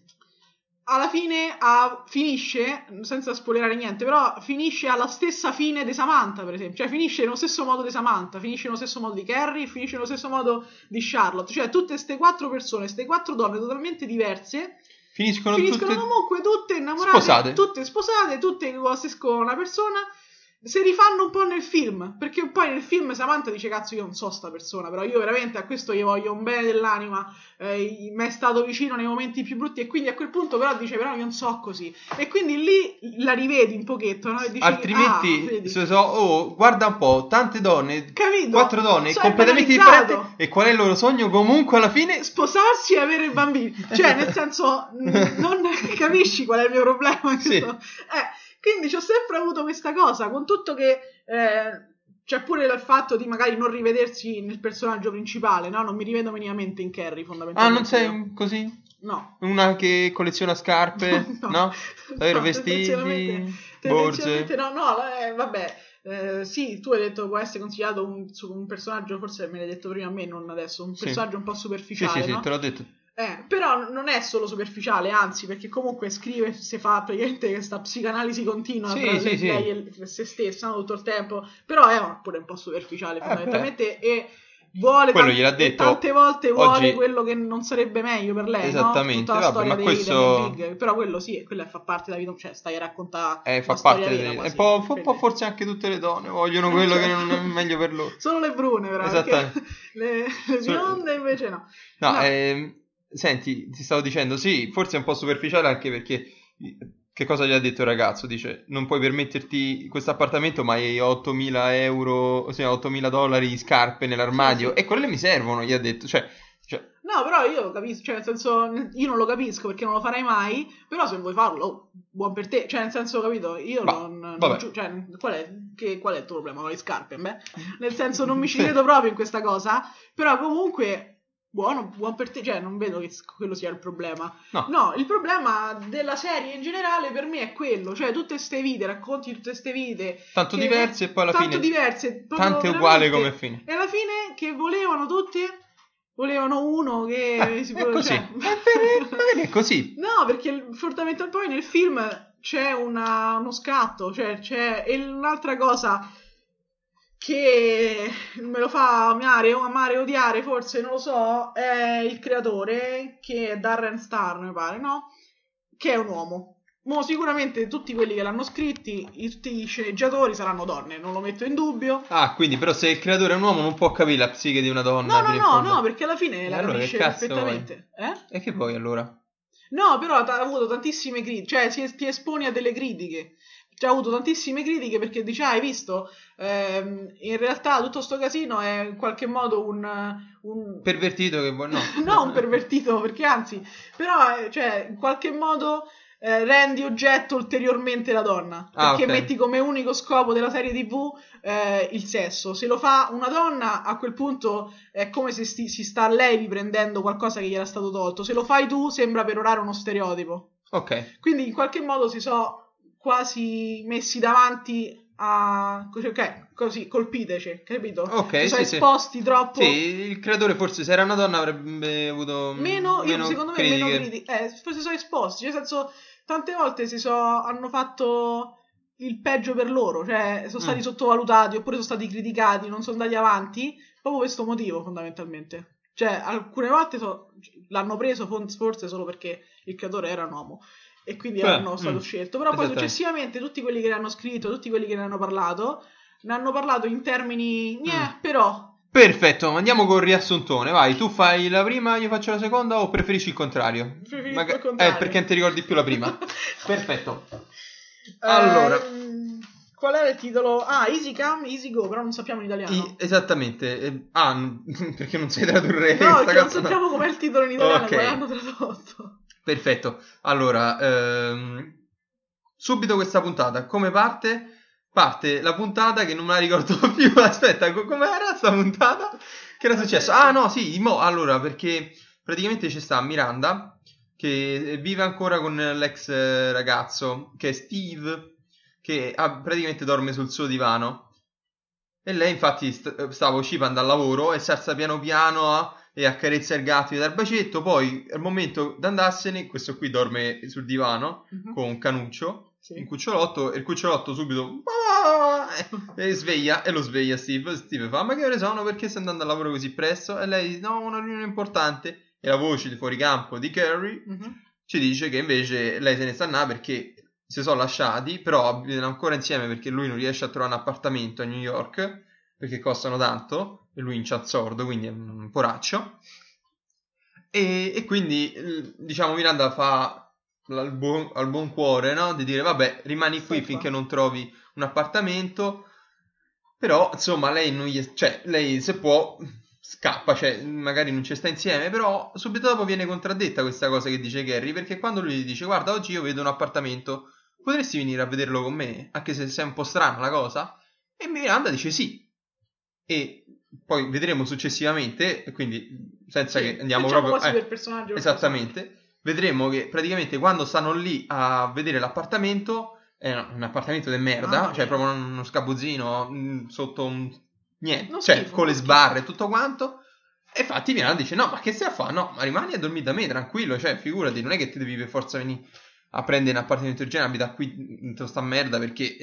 Alla fine finisce, senza spoilerare niente, però finisce alla stessa fine di Samantha, per esempio. Cioè, finisce nello stesso modo di Samantha, finisce nello stesso modo di Carrie, finisce nello stesso modo di Charlotte. Cioè, tutte queste 4 persone, queste 4 donne totalmente diverse... Finiscono comunque tutte innamorate, tutte sposate, tutte con una persona, si rifanno un po' nel film, perché poi nel film Samantha dice cazzo io non so sta persona, però io veramente a questo gli voglio un bene dell'anima, mi è stato vicino nei momenti più brutti e quindi a quel punto però dice però io non so così e quindi lì la rivedi un pochetto, no? E dici, altrimenti guarda un po', tante donne, capito? 4 donne completamente differenti e qual è il loro sogno comunque alla fine? Sposarsi e avere bambini, cioè nel senso non capisci qual è il mio problema? Sì. Quindi ho sempre avuto questa cosa, con tutto che c'è pure il fatto di magari non rivedersi nel personaggio principale, no? Non mi rivedo minimamente in Carrie, fondamentalmente. Ah, non sei così? No. Una che colleziona scarpe? No? Davvero vestiti? Borse? Vabbè. Sì, tu hai detto può essere consigliato un personaggio, forse me l'hai detto prima a me, non adesso, un personaggio un po' superficiale, sì, no? te l'ho detto. Però non è solo superficiale, anzi, perché comunque scrive, si fa praticamente questa psicanalisi continua tra lei e se stessa, no, tutto il tempo, però è pure un po' superficiale fondamentalmente e vuole tante volte vuole quello che non sarebbe meglio per lei, esattamente, no? Tutta la storia ma questo... dei Big, però quello sì, quella fa parte della vita, cioè stai a raccontare fa parte e un po' forse anche tutte le donne vogliono quello che non è meglio per loro, solo le brune però, esattamente. le bionde invece no. Senti, ti stavo dicendo, sì, forse è un po' superficiale anche perché che cosa gli ha detto il ragazzo? Dice, non puoi permetterti questo appartamento ma hai 8.000 euro, cioè 8.000 dollari di scarpe nell'armadio e quelle mi servono, gli ha detto, cioè... No, però io lo capisco, cioè nel senso, io non lo capisco perché non lo farei mai, però se vuoi farlo, buon per te, cioè nel senso, capito, io cioè, qual è il tuo problema con le scarpe? Beh, nel senso non mi ci vedo proprio in questa cosa, però comunque... Buon per te, cioè non vedo che quello sia il problema. No, il problema della serie in generale per me è quello, cioè tutte ste vite, racconti tutte ste vite tanto diverse e poi alla fine diverse, tante uguali come fine. E alla fine che volevano uno che si può, così. Magari è così. No, perché fondamentalmente poi nel film c'è uno scatto, cioè c'è un'altra cosa che me lo fa amare o odiare, forse, non lo so, è il creatore, che è Darren Star, mi pare, no? Che è un uomo. Sicuramente tutti quelli che l'hanno scritti, tutti gli sceneggiatori saranno donne, non lo metto in dubbio. Ah, quindi però se il creatore è un uomo non può capire la psiche di una donna. No, perché alla fine la capisce perfettamente. E che vuoi allora? No, però ha avuto tantissime critiche, cioè ti esponi a delle critiche. già avuto tantissime critiche perché dice, hai visto, in realtà tutto sto casino è in qualche modo un pervertito che vuoi, no. no, un pervertito, perché anzi, però, cioè, in qualche modo rendi oggetto ulteriormente la donna, perché ok. metti come unico scopo della serie TV il sesso. Se lo fa una donna, a quel punto è come se si sta a lei riprendendo qualcosa che gli era stato tolto. Se lo fai tu, sembra perorare uno stereotipo. Ok. Quindi in qualche modo si sono quasi messi davanti a ok, così colpiteci, capito? Ok, Si sono sì, esposti troppo. sì, il creatore forse se era una donna avrebbe avuto Meno, secondo me critiche. meno critiche, forse sono esposti, cioè nel senso tante volte hanno fatto il peggio per loro, cioè sono stati sottovalutati oppure sono stati criticati, non sono andati avanti, proprio per questo motivo fondamentalmente. Cioè alcune volte l'hanno preso forse solo perché il creatore era un uomo e quindi erano stato scelto, però poi successivamente tutti quelli che ne hanno scritto, tutti quelli che ne hanno parlato in termini però. Perfetto, andiamo con il riassuntone. Vai, tu fai la prima, io faccio la seconda o preferisci il contrario? Preferisco il contrario. Perché non ti ricordi più la prima. Perfetto. Allora, qual era il titolo? Easy Come, Easy Go, però non sappiamo in italiano. Esattamente. Perché non sai tradurre no, questa perché cosa? Non sappiamo com'è il titolo in italiano, Ok. come l'hanno tradotto. Perfetto. Allora, subito questa puntata, come parte? Parte la puntata che non me la ricordo più. Aspetta, com'era sta puntata? Che era successo? Ah, no, sì, allora, perché praticamente c'è sta Miranda che vive ancora con l'ex ragazzo, che è Steve, che praticamente dorme sul suo divano. E lei infatti stava uscendo dal lavoro e si alza piano piano e accarezza il gatto e dà il bacetto. Poi al momento di andarsene, questo qui dorme sul divano con un canuccio. Sì. Un cucciolotto, e il cucciolotto subito e sveglia, e lo sveglia Steve fa: ma che ore sono, perché stai andando al lavoro così presto? E lei: no, una riunione importante. E la voce di fuoricampo di Carrie ci dice che invece lei se ne sta a andare perché si sono lasciati, però abitano ancora insieme perché lui non riesce a trovare un appartamento a New York perché costano tanto e lui in chat sordo, quindi è un poraccio. E quindi diciamo Miranda fa al buon cuore, no? Di dire vabbè, rimani qui finché non trovi un appartamento, però insomma lei non lei se può scappa, cioè magari non ci sta insieme, però subito dopo viene contraddetta questa cosa che dice Carrie, perché quando lui gli dice guarda, oggi io vedo un appartamento, potresti venire a vederlo con me, anche se sei un po' strana la cosa? E Miranda dice sì, e poi vedremo successivamente, quindi senza che andiamo proprio per personaggio esattamente, vedremo che praticamente quando stanno lì a vedere l'appartamento è un appartamento di merda, cioè proprio uno sgabuzzino sotto un niente, cioè schifo, con le sbarre e tutto quanto. E infatti Miranda dice no, ma che stai a fare? No, ma rimani a dormire da me tranquillo, cioè figurati, non è che ti devi per forza venire a prendere un appartamento del genere, abita qui in sta merda, perché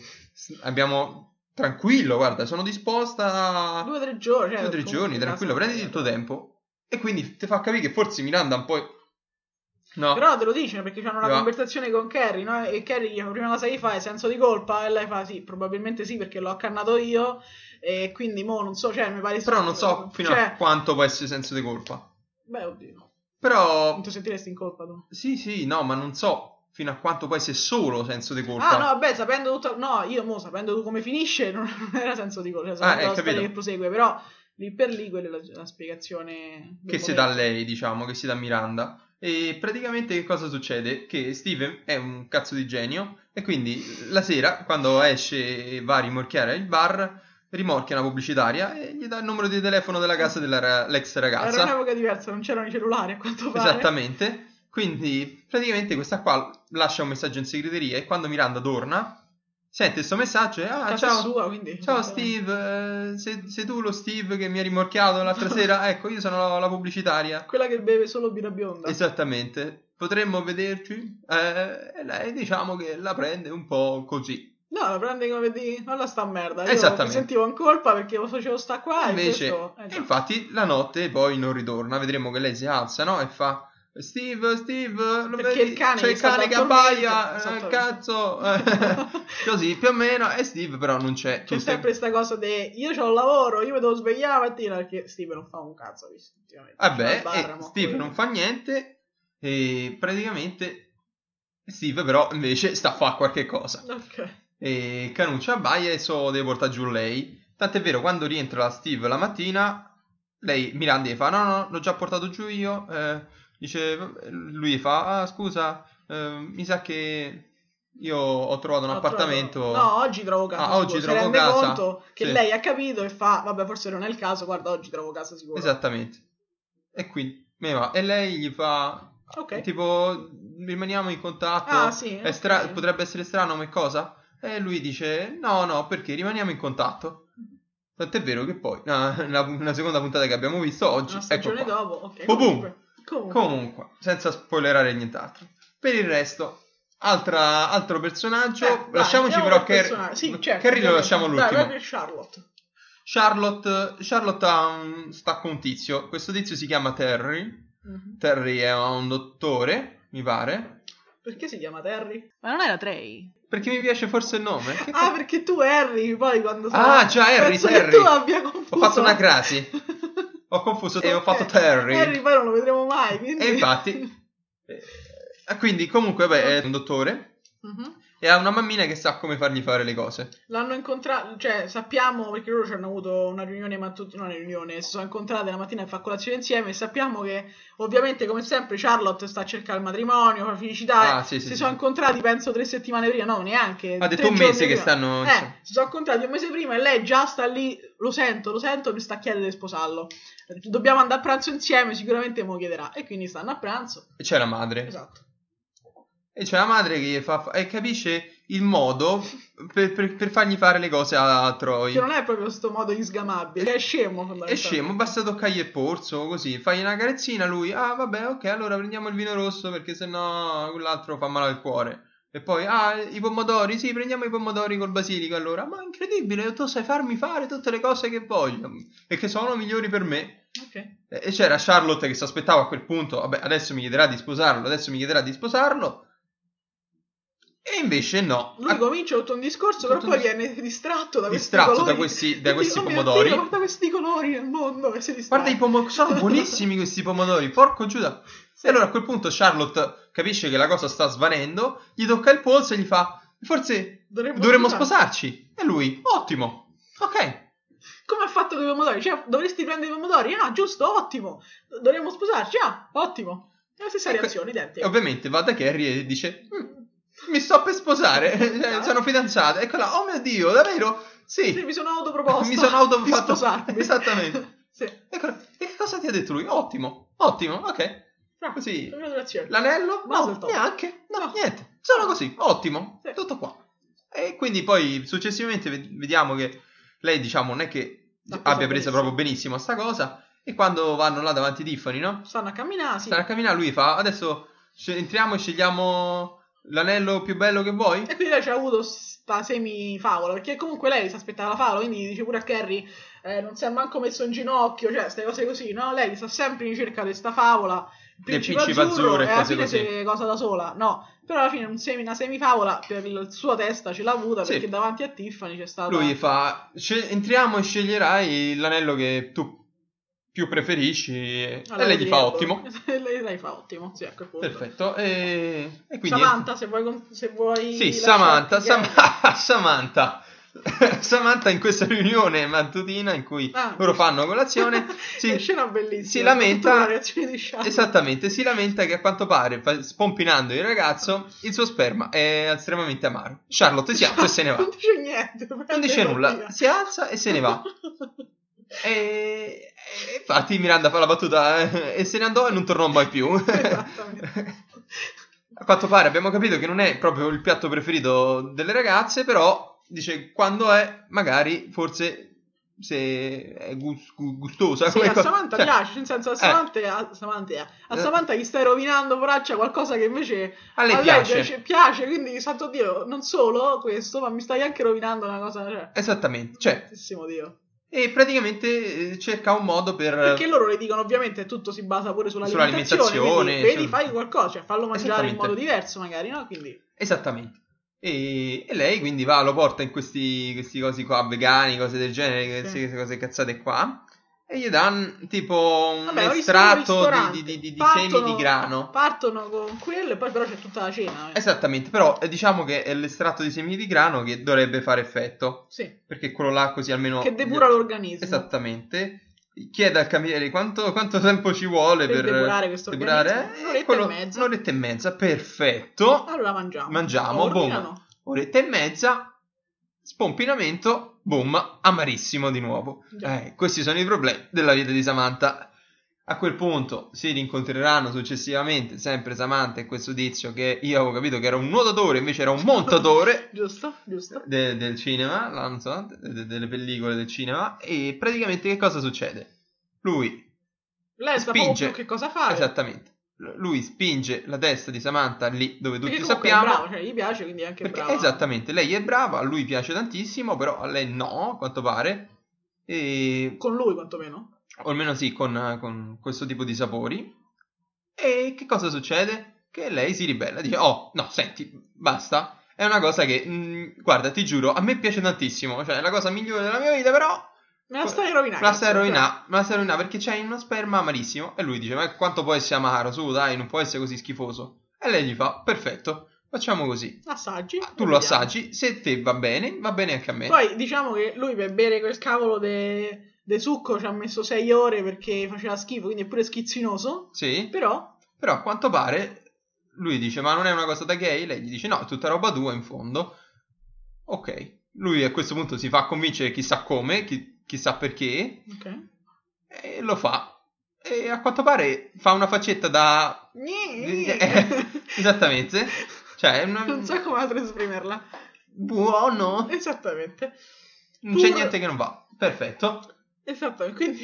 abbiamo tranquillo, guarda, sono disposta 2 o 3 giorni, 2 o 3 giorni, tranquillo, prenditi il tuo tempo. E quindi ti fa capire che forse Miranda un po'... No. Però te lo dice perché c'hanno una conversazione con Carrie, no? E Carrie la prima cosa che fa è senso di colpa, e lei fa sì, probabilmente sì, perché l'ho accannato io, e quindi mo non so, cioè mi pare... Però non so fino a quanto può essere senso di colpa. Beh, oddio. Però... Non ti sentiresti in colpa tu? Sì, no, ma non so fino a quanto può essere solo senso di colpa. No, vabbè, sapendo tutto... No, io mo, sapendo come finisce, non era senso di colpa, cioè sapendo la storia che prosegue, però lì per lì quella è la spiegazione... Che si dà a lei, diciamo, che si dà a Miranda. E praticamente che cosa succede? Che Steven è un cazzo di genio e quindi la sera, quando esce e va a rimorchiare il bar, rimorchia una pubblicitaria e gli dà il numero di telefono della casa dell'ex ragazza. Era un'epoca diversa, non c'erano i cellulari a quanto pare. Esattamente. Quindi praticamente questa qua lascia un messaggio in segreteria e quando Miranda torna sente questo messaggio e ciao, sua, quindi, ciao Steve, sei tu lo Steve che mi ha rimorchiato l'altra sera? Ecco, io sono la pubblicitaria. Quella che beve solo birra bionda. Esattamente. Potremmo vederci? E lei diciamo che la prende un po' così. No, la prende come di... non la sta merda. Io mi sentivo in colpa perché lo facevo sta qua invece, e questo... infatti la notte poi non ritorna. Vedremo che lei si alza, no? E fa... Steve, lo perché vedi? Il cane c'è il cane che abbaia, cazzo, così più o meno. E Steve però non c'è. C'è sempre questa cosa di io c'ho un lavoro, io mi devo svegliare la mattina perché Steve non fa un cazzo. Vabbè, Steve non fa niente e praticamente Steve però invece sta a fare qualche cosa. Ok. E Canuccia abbaia e deve portare giù lei. Tant'è vero, quando rientra la Steve la mattina, Miranda gli fa no, l'ho già portato giù io. Lui gli fa scusa, mi sa che io ho trovato un appartamento. No, oggi trovo casa. Oggi trovo rende casa. Conto che sì. Lei ha capito e fa vabbè, forse non è il caso, guarda, oggi trovo casa sicuro. Esattamente. E quindi me va. E lei gli fa tipo rimaniamo in contatto. Sì, potrebbe essere strano come cosa? E lui dice no, perché rimaniamo in contatto. Tant'è vero che poi una seconda puntata che abbiamo visto oggi, una stagione ecco qua. dopo, ok. Comunque, senza spoilerare nient'altro. Per il resto, altro personaggio. Lasciamoci però Carrie. Sì, certo, Carrie lo lasciamo all'ultimo. Dai, Charlotte sta con un tizio. Questo tizio si chiama Terry. Mm-hmm. Terry è un dottore, mi pare. Perché si chiama Terry? Ma non era Trey? Perché mi piace forse il nome. Perché tu Harry, poi quando già Harry. Che tu abbia confuso. Ho fatto una crasi. Ho confuso e ho fatto Terry. Harry poi non lo vedremo mai. Quindi... E infatti. Quindi comunque è un dottore. Mm-hmm. E ha una mammina che sa come fargli fare le cose. L'hanno incontrato, cioè sappiamo, perché loro ci hanno avuto una riunione mattutina, non una riunione, si sono incontrate la mattina a fare colazione insieme e sappiamo che ovviamente come sempre Charlotte sta a cercare il matrimonio, la felicità. Sì, sono incontrati penso 3 settimane prima, no neanche. Ha detto un mese che stanno... Si sono incontrati un mese prima e lei già sta lì, lo sento, mi sta chiedendo di sposarlo. Dobbiamo andare a pranzo insieme, sicuramente me lo chiederà. E quindi stanno a pranzo. E c'è la madre. Esatto. E c'è la madre che gli fa e capisce il modo per fargli fare le cose a Troy. Che non è proprio sto modo insgamabile, è scemo fondamentalmente. È scemo, basta toccargli il polso, così, fagli una carezzina, lui, vabbè, ok, allora prendiamo il vino rosso perché sennò quell'altro fa male al cuore. E poi, i pomodori, sì, prendiamo i pomodori col basilico allora. Ma incredibile, tu sai farmi fare tutte le cose che voglio e che sono migliori per me. Ok. E c'era Charlotte che si aspettava a quel punto, vabbè, adesso mi chiederà di sposarlo. E invece no. Lui comincia tutto un discorso, però poi viene distratto da questi pomodori. Dio, guarda questi colori nel mondo e si distrae. Guarda i pomodori, sono buonissimi questi pomodori, porco Giuda. Sì. E allora a quel punto Charlotte capisce che la cosa sta svanendo, gli tocca il polso e gli fa forse dovremmo sposarci. E lui, ottimo, ok. Come ha fatto con i pomodori? Cioè, dovresti prendere i pomodori? Giusto, ottimo. Dovremmo sposarci? Ottimo. È la stessa reazione, identica. Ovviamente va da Carrie e dice... mi sto per sposare, sono fidanzata. Eccola, oh mio Dio, davvero? Sì, mi sono autoproposto. Mi sono di sposarmi. Esattamente. Sì. Eccola. E che cosa ti ha detto lui? Ottimo, ok. Così. L'anello? No, neanche. No, niente. Sono così, ottimo. Sì. Tutto qua. E quindi poi successivamente vediamo che lei, diciamo, non è che abbia preso proprio benissimo sta cosa. E quando vanno là davanti a Tiffany, no? Stanno a camminare, sì. Lui fa, adesso entriamo e scegliamo... l'anello più bello che vuoi? E quindi lei ci ha avuto sta semifavola, perché comunque lei si aspettava la favola, quindi dice pure a Carrie non si è manco messo in ginocchio, cioè queste cose così, no? Lei sta sempre in ricerca di sta favola, il principe azzurro, e alla fine si cosa da sola, no? Però alla fine una semifavola per la sua testa ce l'ha avuta, perché davanti a Tiffany c'è stata... Lui fa, entriamo e sceglierai l'anello che tu più preferisci e lei gli fa ottimo. Lei fa ottimo, sì, ecco. Perfetto. E quindi Samantha, se vuoi sì, Samantha in questa riunione mattutina in cui loro fanno colazione scena bellissima, si lamenta la reazione di Charlotte. Esattamente, si lamenta che a quanto pare spompinando il ragazzo il suo sperma è estremamente amaro. Charlotte si alza e se ne va. Non dice niente, non dice nulla, si alza e se ne va. E infatti Miranda fa la battuta e se ne andò e non tornò mai più. Esattamente. A quanto pare abbiamo capito che non è proprio il piatto preferito delle ragazze, però dice quando è magari forse se è gustosa. Sì, a Samantha piace, nel senso a Samantha gli stai rovinando poraccia qualcosa che invece a lei piace, quindi santo Dio, non solo questo, ma mi stai anche rovinando una cosa, esattamente, cioè Dio. E praticamente cerca un modo perché loro le dicono ovviamente tutto si basa pure sull'alimentazione, vedi fai qualcosa, cioè fallo mangiare in modo diverso magari, no? Quindi esattamente. E lei quindi lo porta in questi cosi qua vegani, cose del genere, queste cose cazzate qua. e gli danno tipo un Vabbè, estratto di semi di grano. Partono con quello e poi però c'è tutta la cena. Esattamente, però diciamo che è l'estratto di semi di grano che dovrebbe fare effetto. Sì. Perché quello là così almeno... Che depura l'organismo. Esattamente. Chiede al cameriere quanto tempo ci vuole per depurare questo organismo. Un'oretta e mezza, perfetto. Allora Mangiamo, boom. Oretta e mezza, spompinamento, boom, amarissimo di nuovo. Questi sono i problemi della vita di Samantha. A quel punto si rincontreranno successivamente sempre Samantha e questo tizio che io avevo capito che era un nuotatore, invece era un montatore. giusto. Del cinema, non so, delle pellicole del cinema. E praticamente che cosa succede? Lei sa proprio più che cosa fare. Esattamente. Lui spinge la testa di Samantha lì dove tutti perché sappiamo. È bravo, cioè gli piace, quindi è anche brava. Esattamente, lei è brava, a lui piace tantissimo, però a lei no, a quanto pare. E... Con lui quantomeno. O almeno sì, con questo tipo di sapori. E che cosa succede? Che lei si ribella, dice, oh, no, senti, basta. È una cosa che, guarda, ti giuro, a me piace tantissimo. Cioè, è la cosa migliore della mia vita, però... Me la stai rovinando. Me la stai rovinando perché c'hai uno sperma amarissimo. E lui dice, ma quanto può essere amaro? Su, dai, non può essere così schifoso. E lei gli fa, perfetto, facciamo così. Assaggi. Tu lo assaggi, se te va bene anche a me. Poi diciamo che lui per bere quel cavolo de succo ci ha messo 6 ore perché faceva schifo, quindi è pure schizzinoso. Sì. Però a quanto pare lui dice, ma non è una cosa da gay? Lei gli dice, no, è tutta roba tua in fondo. Ok. Lui a questo punto si fa convincere chissà come, chissà perché. Ok. E lo fa. E a quanto pare fa una faccetta da... Esattamente. Cioè, non so come altro esprimerla. Buono. Esattamente. Non c'è niente che non va. Perfetto. Esattamente. Quindi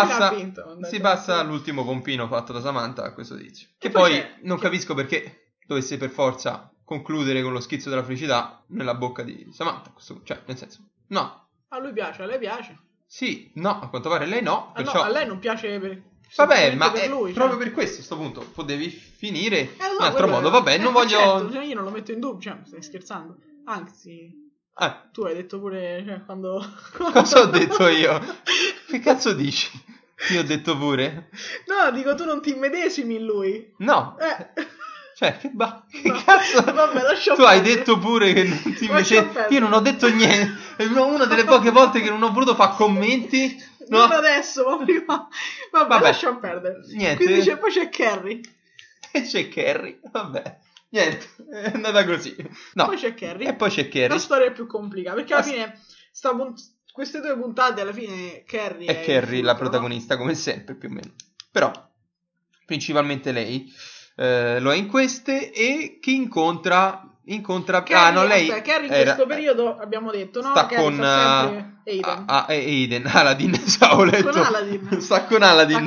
si passa all'ultimo pompino fatto da Samantha a questo tizio. Che poi non capisco perché dovesse per forza concludere con lo schizzo della felicità nella bocca di Samantha. Cioè, nel senso, no. A lui piace, a lei piace. Sì, no, a quanto pare lei no. Perciò... no, a lei non piace vabbè, ma per lui, proprio per questo a sto punto potevi finire in altro modo. Vabbè, non voglio... Certo, cioè io non lo metto in dubbio, cioè, stai scherzando. Anzi, tu hai detto pure, cioè, quando... Cosa ho detto io? Che cazzo dici? Io ho detto pure? No, dico, tu non ti immedesimi in lui. No. Cioè, che cazzo? Vabbè, lascia tu hai detto pure che non ti immedesimi. Io non ho detto niente. È una delle poche volte che non ho voluto fare commenti. No? Non adesso, ma prima. Vabbè. Lascia perdere. Niente. Quindi poi c'è Carrie. E c'è Carrie, vabbè. Niente, è andata così. No. Poi c'è Carrie. E poi c'è Carrie. La storia è più complicata, perché alla fine queste 2 puntate alla fine Carrie è Carrie la protagonista, no? Come sempre, più o meno. Però principalmente lei lo è in queste e chi incontra Carrie, lei Carrie in questo periodo abbiamo detto, no? Sta Carrie con Aiden. Aiden, Aladdin, stavo letto. Con Aladdin. Sta con Aladdin.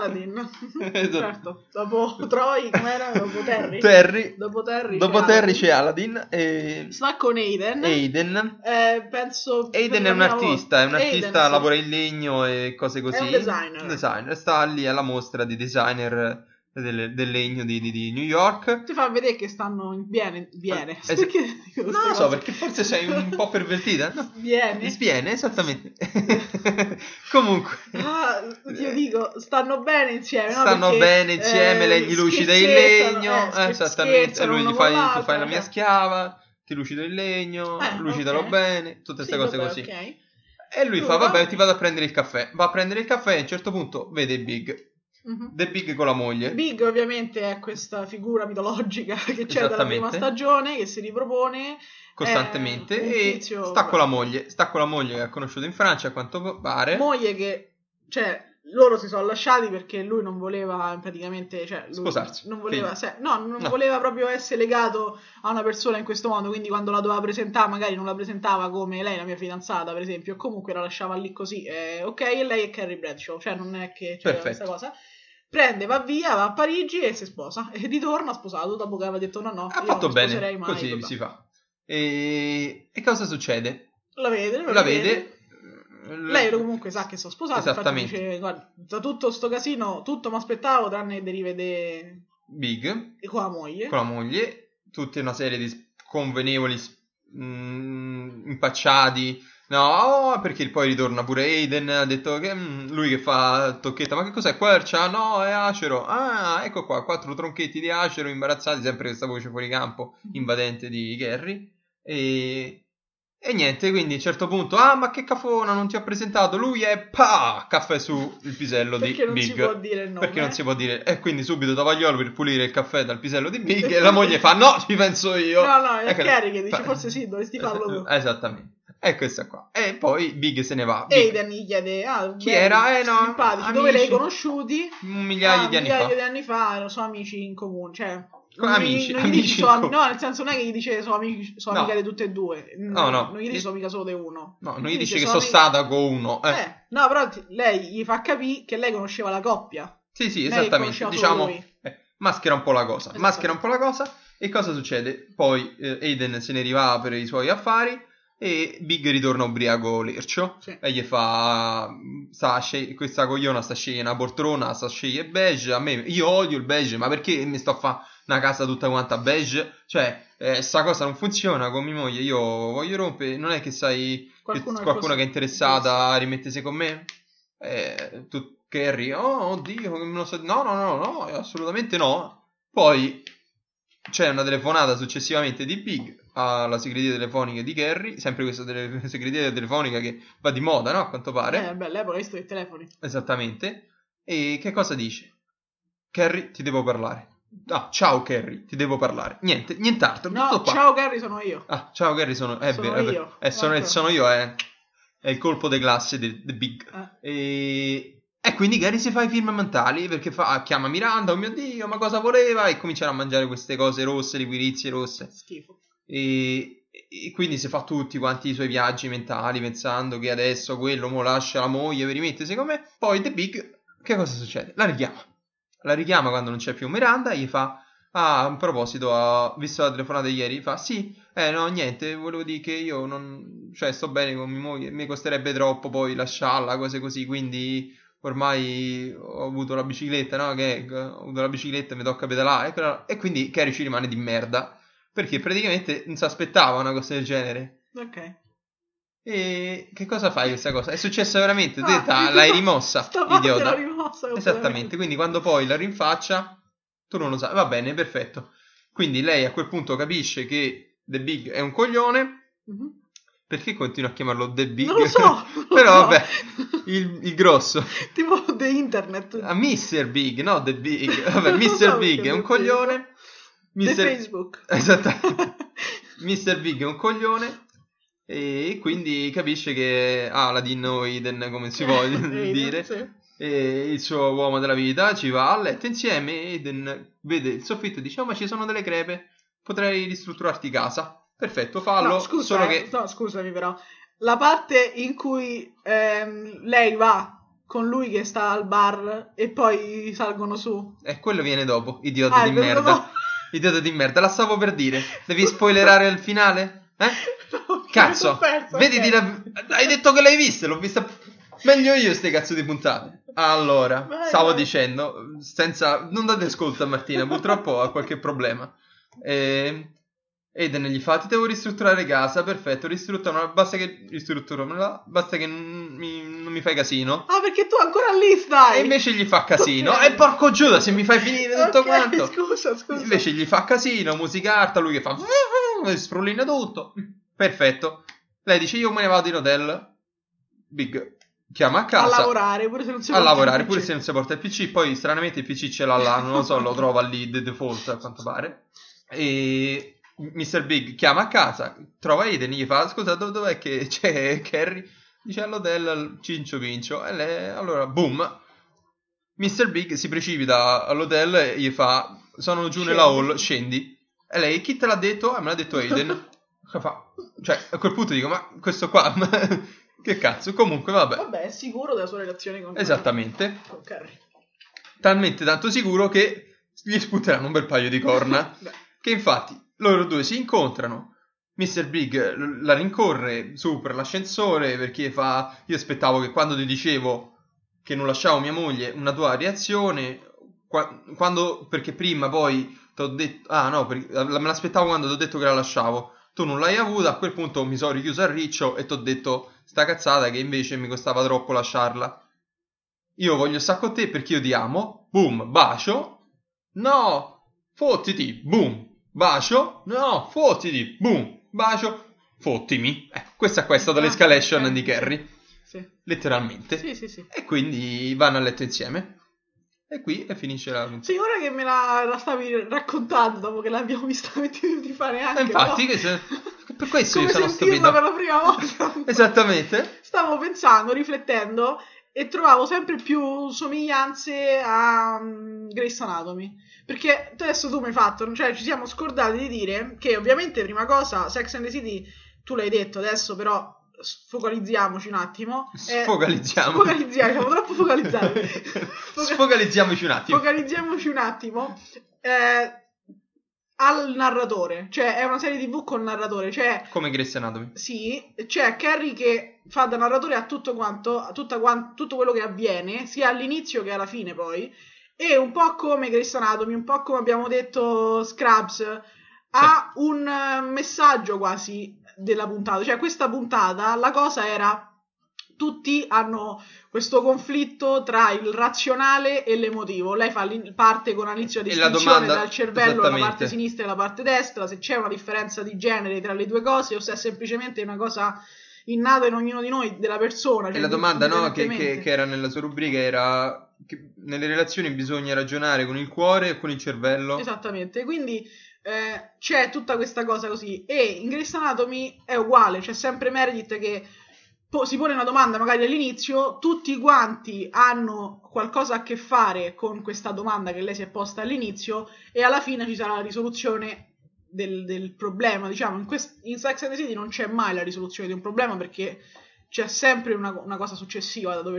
Esatto. Certo. Dopo Troy, com'era? Dopo Terry. Dopo Terry c'è Aladdin. E... sta con Aiden. Penso. Aiden è un artista, lavora in legno e cose così. È un designer. Sta lì alla mostra di designer del legno di New York. Ti fa vedere che stanno viene. Non lo so, perché forse sei un po' pervertita, no? Sviene, esattamente. Comunque io dico, stanno bene insieme, no? Stanno bene insieme, lei gli lucida il legno, esattamente, lui gli fai, tu fai la mia schiava, ti lucido il legno, lucidalo bene, tutte queste cose così. Okay. E lui fa, vabbè, ti vado a prendere il caffè. Va a prendere il caffè e a un certo punto vede Big. The Big con la moglie. Big ovviamente è questa figura mitologica che c'è dalla prima stagione, che si ripropone costantemente e sta con la moglie che ha conosciuto in Francia, a quanto pare. Moglie che, cioè, loro si sono lasciati perché lui non voleva praticamente, cioè, lui sposarsi. Non voleva, voleva proprio essere legato a una persona in questo modo, quindi quando la doveva presentare magari non la presentava come lei, la mia fidanzata per esempio, comunque la lasciava lì così, ok, e lei è Carrie Bradshaw, cioè non è che c'è questa cosa. Prende, va via, va a Parigi e si sposa. E ritorna sposato dopo che aveva detto no, ha fatto non bene, sposerei mai. Così si fa. E cosa succede? La vede. Lei comunque sa che sono sposato. Esattamente. Dice, guarda, da tutto sto casino, tutto mi aspettavo tranne derive de Big. E con la moglie. Tutta una serie di convenevoli impacciati No, perché poi ritorna pure Aiden, ha detto che lui che fa tocchetta, ma che cos'è quercia? No, è acero. Ah, ecco qua, 4 tronchetti di acero imbarazzati, sempre questa voce fuori campo invadente di Gary. E niente, quindi a un certo punto, ma che cafona, non ti ho presentato, lui è caffè su il pisello di Perché non Big. si può dire il nome. Perché non si può dire, e quindi subito tovagliolo per pulire il caffè dal pisello di Big e la moglie fa, no, ci penso io. No, è Ecco, Carrie che dice, forse sì, dovresti farlo tu. Esattamente. E questa qua. E poi Big se ne va. Aiden gli chiede, chi era? No, simpatici, amici. dove li hai conosciuti? Un migliaio di anni fa. Migliaio di anni fa, erano sono amici in comune, cioè... Amici no, nel senso non è che gli dice sono amica di tutte e due. No. Non gli dice sono amica solo di uno. No, non gli dice che sono stata con uno. No, però lei gli fa capire che lei conosceva la coppia. Sì, esattamente. Diciamo, maschera un po' la cosa. E cosa succede? Poi Aiden se ne riva per i suoi affari e Big ritorna ubriaco lercio. Sì. E gli fa questa cogliona sta scegliendo una poltrona, sta scegliendo beige. Io odio il beige, ma perché mi sto a fare una casa tutta quanta beige? Cioè, sta cosa non funziona con mia moglie. Io voglio rompere. Non è che sai qualcuno che è interessata a rimettersi con me? Tu, Carrie, oddio, no, assolutamente no. Poi c'è una telefonata successivamente di Big alla segreteria telefonica di Carrie, sempre questa segreteria telefonica che va di moda, no? A quanto pare. All'epoca hai visto i telefoni. Esattamente. E che cosa dice? Carrie, ti devo parlare. Ciao Carrie, ti devo parlare. Nient'altro. No, ciao Carrie, sono io. Ciao Carrie, sono io. Sono io, è il colpo di classe di Big. E quindi Gary si fa i film mentali perché chiama Miranda, oh mio Dio, ma cosa voleva? E cominciano a mangiare queste cose rosse, liquirizie rosse. Schifo. E quindi si fa tutti quanti i suoi viaggi mentali pensando che adesso quello mo lascia la moglie per rimettersi con me. Poi The Big, che cosa succede? La richiama quando non c'è più Miranda e gli fa, a proposito, visto la telefonata di ieri, fa, sì, no, niente, volevo dire che io non, cioè sto bene con mia moglie, mi costerebbe troppo poi lasciarla, cose così, quindi ormai ho avuto la bicicletta, no? Ho avuto la bicicletta, mi tocca pedalare. E quindi Carrie ci rimane di merda. Perché praticamente non si aspettava una cosa del genere. Ok. E che cosa fai questa cosa? È successa veramente? L'hai rimossa, idiota. L'ho rimossa. Esattamente. Quindi quando poi la rinfaccia, tu non lo sai. Va bene, perfetto. Quindi lei a quel punto capisce che The Big è un coglione. Mm-hmm. Perché continua a chiamarlo The Big? Non lo so. Però vabbè, il grosso. Tipo The Internet. Mr. Big, no The Big. Vabbè, Mr. Big è un coglione. The Facebook. Esattamente. Mr. Big è un coglione. E quindi capisce che Ladino Aiden, come si vuole dire, sì. E il suo uomo della vita ci va a letto insieme. Aiden vede il soffitto e dice, ma ci sono delle crepe, potrei ristrutturarti casa. Perfetto, fallo. Scusami però. La parte in cui lei va con lui che sta al bar e poi salgono su. E quello viene dopo, idiota di merda. Idiota di merda, la stavo per dire. Devi spoilerare il finale? No, cazzo, vediti hai detto che l'hai vista, l'ho vista meglio io ste cazzo di puntate. Allora, stavo dicendo, non date ascolto a Martina, purtroppo ha qualche problema. Aiden gli fa, ti devo ristrutturare casa, perfetto, basta che non mi fai casino. Perché tu ancora lì stai. E invece gli fa casino. E porco Giuda, se mi fai finire tutto quanto. Scusa. Invece gli fa casino, musicarta, lui che fa sprullina tutto. Perfetto. Lei dice, io me ne vado in hotel. Big chiama a casa. A lavorare, pure se non si porta il PC. Poi stranamente il PC ce l'ha là, non lo so, lo trova lì, the default a quanto pare. E Mr. Big chiama a casa, trova Aiden, gli fa, scusa, dov'è che c'è Carrie? Dice all'hotel al Cincio Pincio. E lei, allora, boom, Mr. Big si precipita all'hotel e gli fa, sono giù nella hall, scendi. E lei, chi te l'ha detto? Me l'ha detto Aiden. Cioè, a quel punto dico, ma questo qua, che cazzo? Comunque, vabbè, è sicuro della sua relazione con esattamente. Con Carrie. Talmente tanto sicuro che gli sputeranno un bel paio di corna. Che infatti loro due si incontrano. Mr. Big la rincorre su per l'ascensore perché fa, io aspettavo che quando ti dicevo che non lasciavo mia moglie una tua reazione, perché prima poi ti ho detto, me l'aspettavo quando ti ho detto che la lasciavo, tu non l'hai avuta, a quel punto mi sono richiuso al riccio e ti ho detto sta cazzata che invece mi costava troppo lasciarla. Io voglio stare con te perché io ti amo, boom, bacio, no, fottiti, boom, bacio, no, fottiti, boom, bacio, fottimi. Questa qua è stata l'escalation ok, di Carrie, sì. letteralmente. Sì. E quindi vanno a letto insieme. E qui finisce la puntata. Sì, ora che me la stavi raccontando, dopo che l'abbiamo vista 20 minuti fa neanche. Infatti, no? per questo io Come sono sentirla stupito. per la prima volta. Esattamente. Stavo pensando, riflettendo, e trovavo sempre più somiglianze a Grey's Anatomy. Perché adesso tu mi hai fatto, cioè ci siamo scordati di dire che ovviamente prima cosa Sex and the City, tu l'hai detto adesso, però sfocalizziamoci un attimo. Siamo troppo focalizzati. Sfocalizziamoci un attimo. Focalizziamoci un attimo. Al narratore, cioè è una serie TV con narratore, cioè come Grey's Anatomy. Sì, c'è Carrie che fa da narratore a tutto quello che avviene, sia all'inizio che alla fine poi, e un po' come Grey's Anatomy, un po' come abbiamo detto Scrubs, ha un messaggio quasi della puntata, cioè questa puntata la cosa era tutti hanno questo conflitto tra il razionale e l'emotivo. Lei parte con all'inizio distinzione tra il cervello, la parte sinistra e la parte destra, se c'è una differenza di genere tra le due cose o se è semplicemente una cosa innata in ognuno di noi, della persona. E la domanda che era nella sua rubrica era che nelle relazioni bisogna ragionare con il cuore e con il cervello. Esattamente, quindi c'è tutta questa cosa così. E in Grey's Anatomy è uguale, c'è sempre Meredith che si pone una domanda magari all'inizio, tutti quanti hanno qualcosa a che fare con questa domanda che lei si è posta all'inizio e alla fine ci sarà la risoluzione del problema. Diciamo, in Sex and the City non c'è mai la risoluzione di un problema perché c'è sempre una cosa successiva da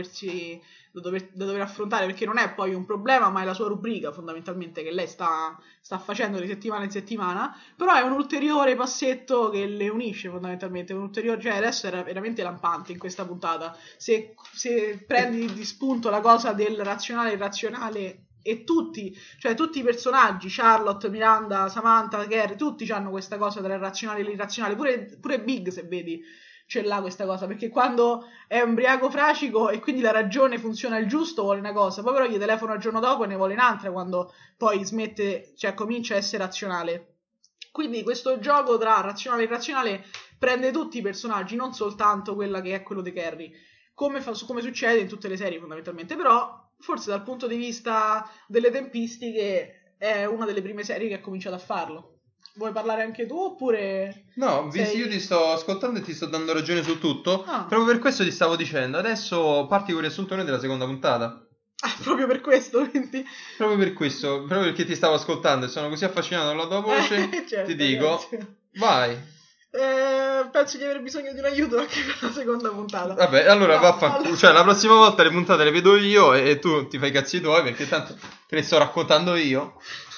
dover affrontare, perché non è poi un problema ma è la sua rubrica fondamentalmente che lei sta facendo di settimana in settimana, però è un ulteriore passetto che le unisce fondamentalmente, un ulteriore, cioè adesso era veramente lampante in questa puntata, se prendi di spunto la cosa del razionale e irrazionale e tutti i personaggi, Charlotte, Miranda, Samantha, Carrie, tutti hanno questa cosa tra il razionale e l'irrazionale, pure Big, se vedi c'è là questa cosa, perché quando è ubriaco fracico e quindi la ragione funziona il giusto vuole una cosa, poi però gli telefona il giorno dopo e ne vuole un'altra quando poi smette, cioè comincia a essere razionale. Quindi questo gioco tra razionale e irrazionale prende tutti i personaggi, non soltanto quella che è quello di Carrie, come succede in tutte le serie fondamentalmente, però forse dal punto di vista delle tempistiche è una delle prime serie che ha cominciato a farlo. Vuoi parlare anche tu oppure... No, io ti sto ascoltando e ti sto dando ragione su tutto. Proprio per questo ti stavo dicendo. Adesso parti con il riassuntone della seconda puntata. Proprio per questo, quindi... Proprio per questo, proprio perché ti stavo ascoltando e sono così affascinato dalla tua voce, certo, ti dico, grazie. Vai. Penso di aver bisogno di un aiuto anche per la seconda puntata. Vabbè, allora vaffanculo. Cioè, la prossima volta le puntate le vedo io e tu ti fai i cazzi tuoi perché tanto te ne sto raccontando io.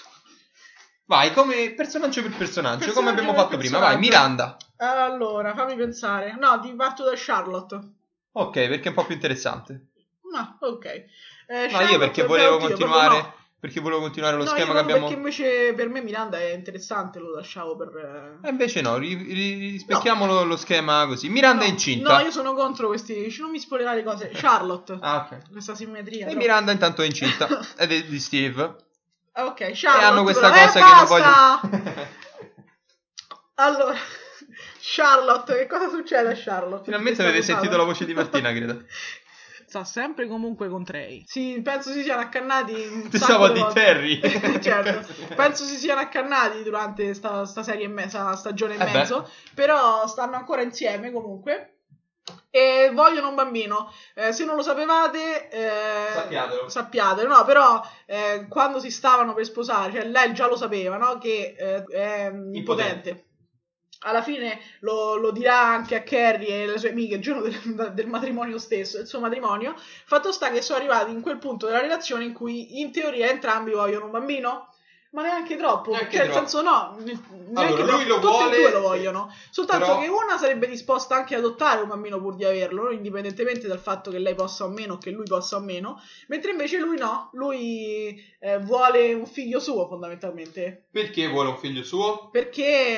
Vai, come personaggio per personaggio, come abbiamo fatto prima. Vai, Miranda. Allora, fammi pensare. No, ti parto da Charlotte. Ok, perché è un po' più interessante. No, ok. No, io perché volevo continuare... No. Perché volevo continuare lo schema che abbiamo... perché invece per me Miranda è interessante, lo lasciavo per... invece no, rispecchiamolo lo schema così. Miranda è incinta. No, io sono contro questi... Non mi spoilerare le cose. Charlotte. Ok. Questa simmetria. E Miranda intanto è incinta. Ed è di Steve. Ok, Charlotte. E hanno questa cosa che non voglio... Allora, Charlotte, che cosa succede a Charlotte? Finalmente avete sentito la voce di Martina, credo. Sta sempre comunque con Trey. Sì, penso si siano accannati. Pensavo di Terry. Certo. Penso si siano accannati durante sta serie stagione e mezzo. Però stanno ancora insieme comunque. E vogliono un bambino. Se non lo sapevate, sappiatelo. No, però quando si stavano per sposare, cioè lei già lo sapeva, no? Che è impotente. Alla fine lo dirà anche a Carrie e alle sue amiche il giorno del matrimonio stesso, del suo matrimonio. Fatto sta che sono arrivati in quel punto della relazione in cui in teoria entrambi vogliono un bambino. Ma neanche troppo, nel senso no, allora, lui lo tutti vuole, e due lo vogliono, soltanto però... che una sarebbe disposta anche ad adottare un bambino pur di averlo, indipendentemente dal fatto che lei possa o meno, che lui possa o meno, mentre invece lui no, lui vuole un figlio suo fondamentalmente. Perché vuole un figlio suo? Perché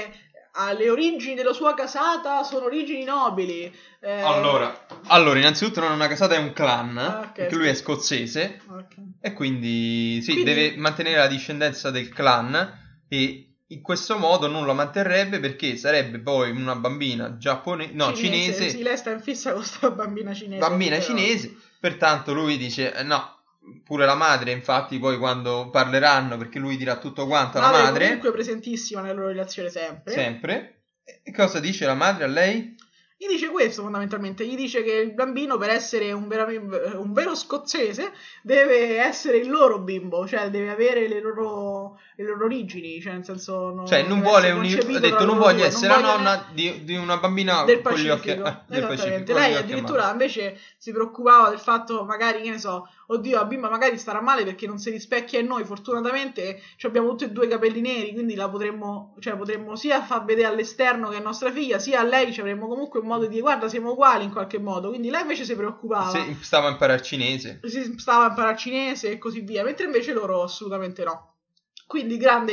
le origini della sua casata sono origini nobili. Allora, innanzitutto non è una casata, è un clan, Ok, perché lui è scozzese Ok. e quindi sì, Quindi- deve mantenere la discendenza del clan e in questo modo non la manterrebbe perché sarebbe poi una bambina cinese, Sì, lei sta in fissa con questa bambina cinese. bambina però. cinese, pertanto lui dice no, pure la madre, infatti poi quando parleranno, perché lui dirà tutto quanto alla madre, comunque presentissima nella loro relazione sempre. sempre. E cosa dice la madre a lei? Gli dice questo fondamentalmente, gli dice che il bambino per essere un vero scozzese deve essere il loro bimbo, cioè deve avere le loro origini, cioè nel senso non vuole concepito ha detto tra non loro voglio due, essere non la voglio nonna di una bambina del con gli occhi Pacifico, del Pacifico, esattamente. con gli Lei occhi addirittura amari. invece si preoccupava del fatto magari, che ne so, oddio la bimba magari starà male perché non si rispecchia in noi, fortunatamente abbiamo tutti e due i capelli neri, quindi la potremmo sia far vedere all'esterno che è nostra figlia, sia a lei ci avremmo comunque un modo di dire guarda siamo uguali in qualche modo, quindi lei invece si preoccupava, Stava a imparare cinese. si stava a imparare cinese e così via, mentre invece loro assolutamente no. Quindi grande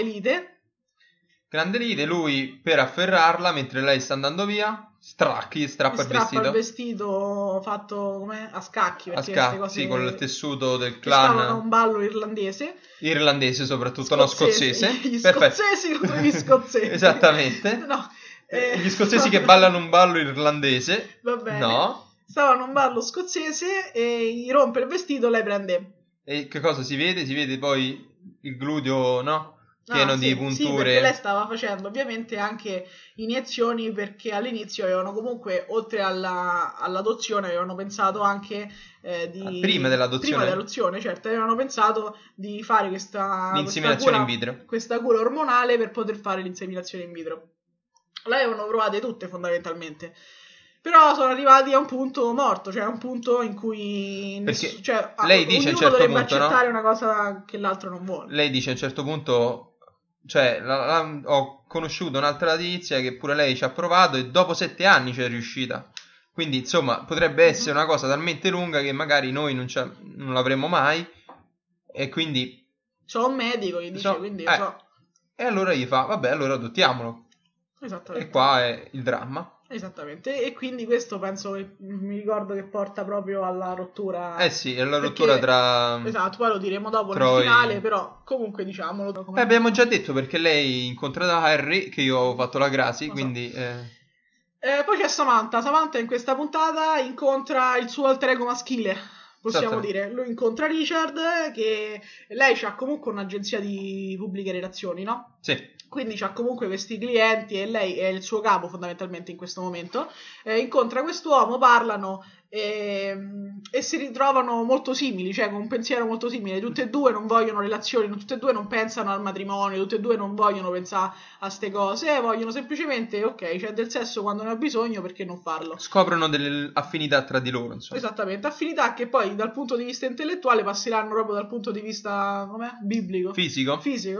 lite, lui per afferrarla mentre lei sta andando via, strappa il vestito fatto come a scacchi, a perché scacchi, queste sì, cose con il tessuto del che stavano a clan un ballo irlandese, soprattutto, no scozzese. Gli Perfetto. scozzesi contro gli scozzesi. Esattamente. No, Gli scozzesi che ballano un ballo irlandese. Va bene. No. Stavano a un ballo scozzese e gli rompe il vestito, lei prende. E che cosa si vede? Si vede poi il gluteo, no? Pieno di Sì, punture. perché lei stava facendo ovviamente anche iniezioni perché all'inizio avevano comunque, oltre all'adozione, avevano pensato anche Prima dell'adozione, certo, avevano pensato di fare l'inseminazione in vitro. questa cura ormonale per poter fare l'inseminazione in vitro. L'avevano provate tutte fondamentalmente. Però sono arrivati a un punto morto, cioè a un punto in cui lei dice a un certo dovrebbe punto, accettare no? una cosa che l'altro non vuole. Lei dice a un certo punto, cioè ho conosciuto un'altra tizia che pure lei ci ha provato e dopo 7 anni ci è riuscita. Quindi insomma potrebbe essere una cosa talmente lunga che magari noi non l'avremo mai e quindi... C'ho un medico che dice, quindi E allora gli fa, vabbè, allora adottiamolo. Esattamente. E qua è il dramma. Esattamente, e quindi questo penso che mi ricordo che porta proprio alla rottura. Sì, alla rottura tra... Esatto, poi lo diremo dopo nel finale, però comunque diciamolo. Abbiamo già detto perché lei incontra da Harry, che io ho fatto la Grazi, quindi... poi c'è Samantha in questa puntata incontra il suo alter ego maschile, possiamo dire. Lui incontra Richard, che lei ha comunque un'agenzia di pubbliche relazioni, no? Sì. Quindi c'ha comunque questi clienti e lei è il suo capo fondamentalmente in questo momento. Incontra quest'uomo, parlano e si ritrovano molto simili, cioè con un pensiero molto simile. Tutte e due non vogliono relazioni, tutte e due non pensano al matrimonio, tutte e due non vogliono pensare a ste cose, vogliono semplicemente, ok, c'è del sesso quando ne ho bisogno, perché non farlo? Scoprono delle affinità tra di loro, insomma. Esattamente, affinità che poi dal punto di vista intellettuale passeranno proprio dal punto di vista, biblico? Fisico.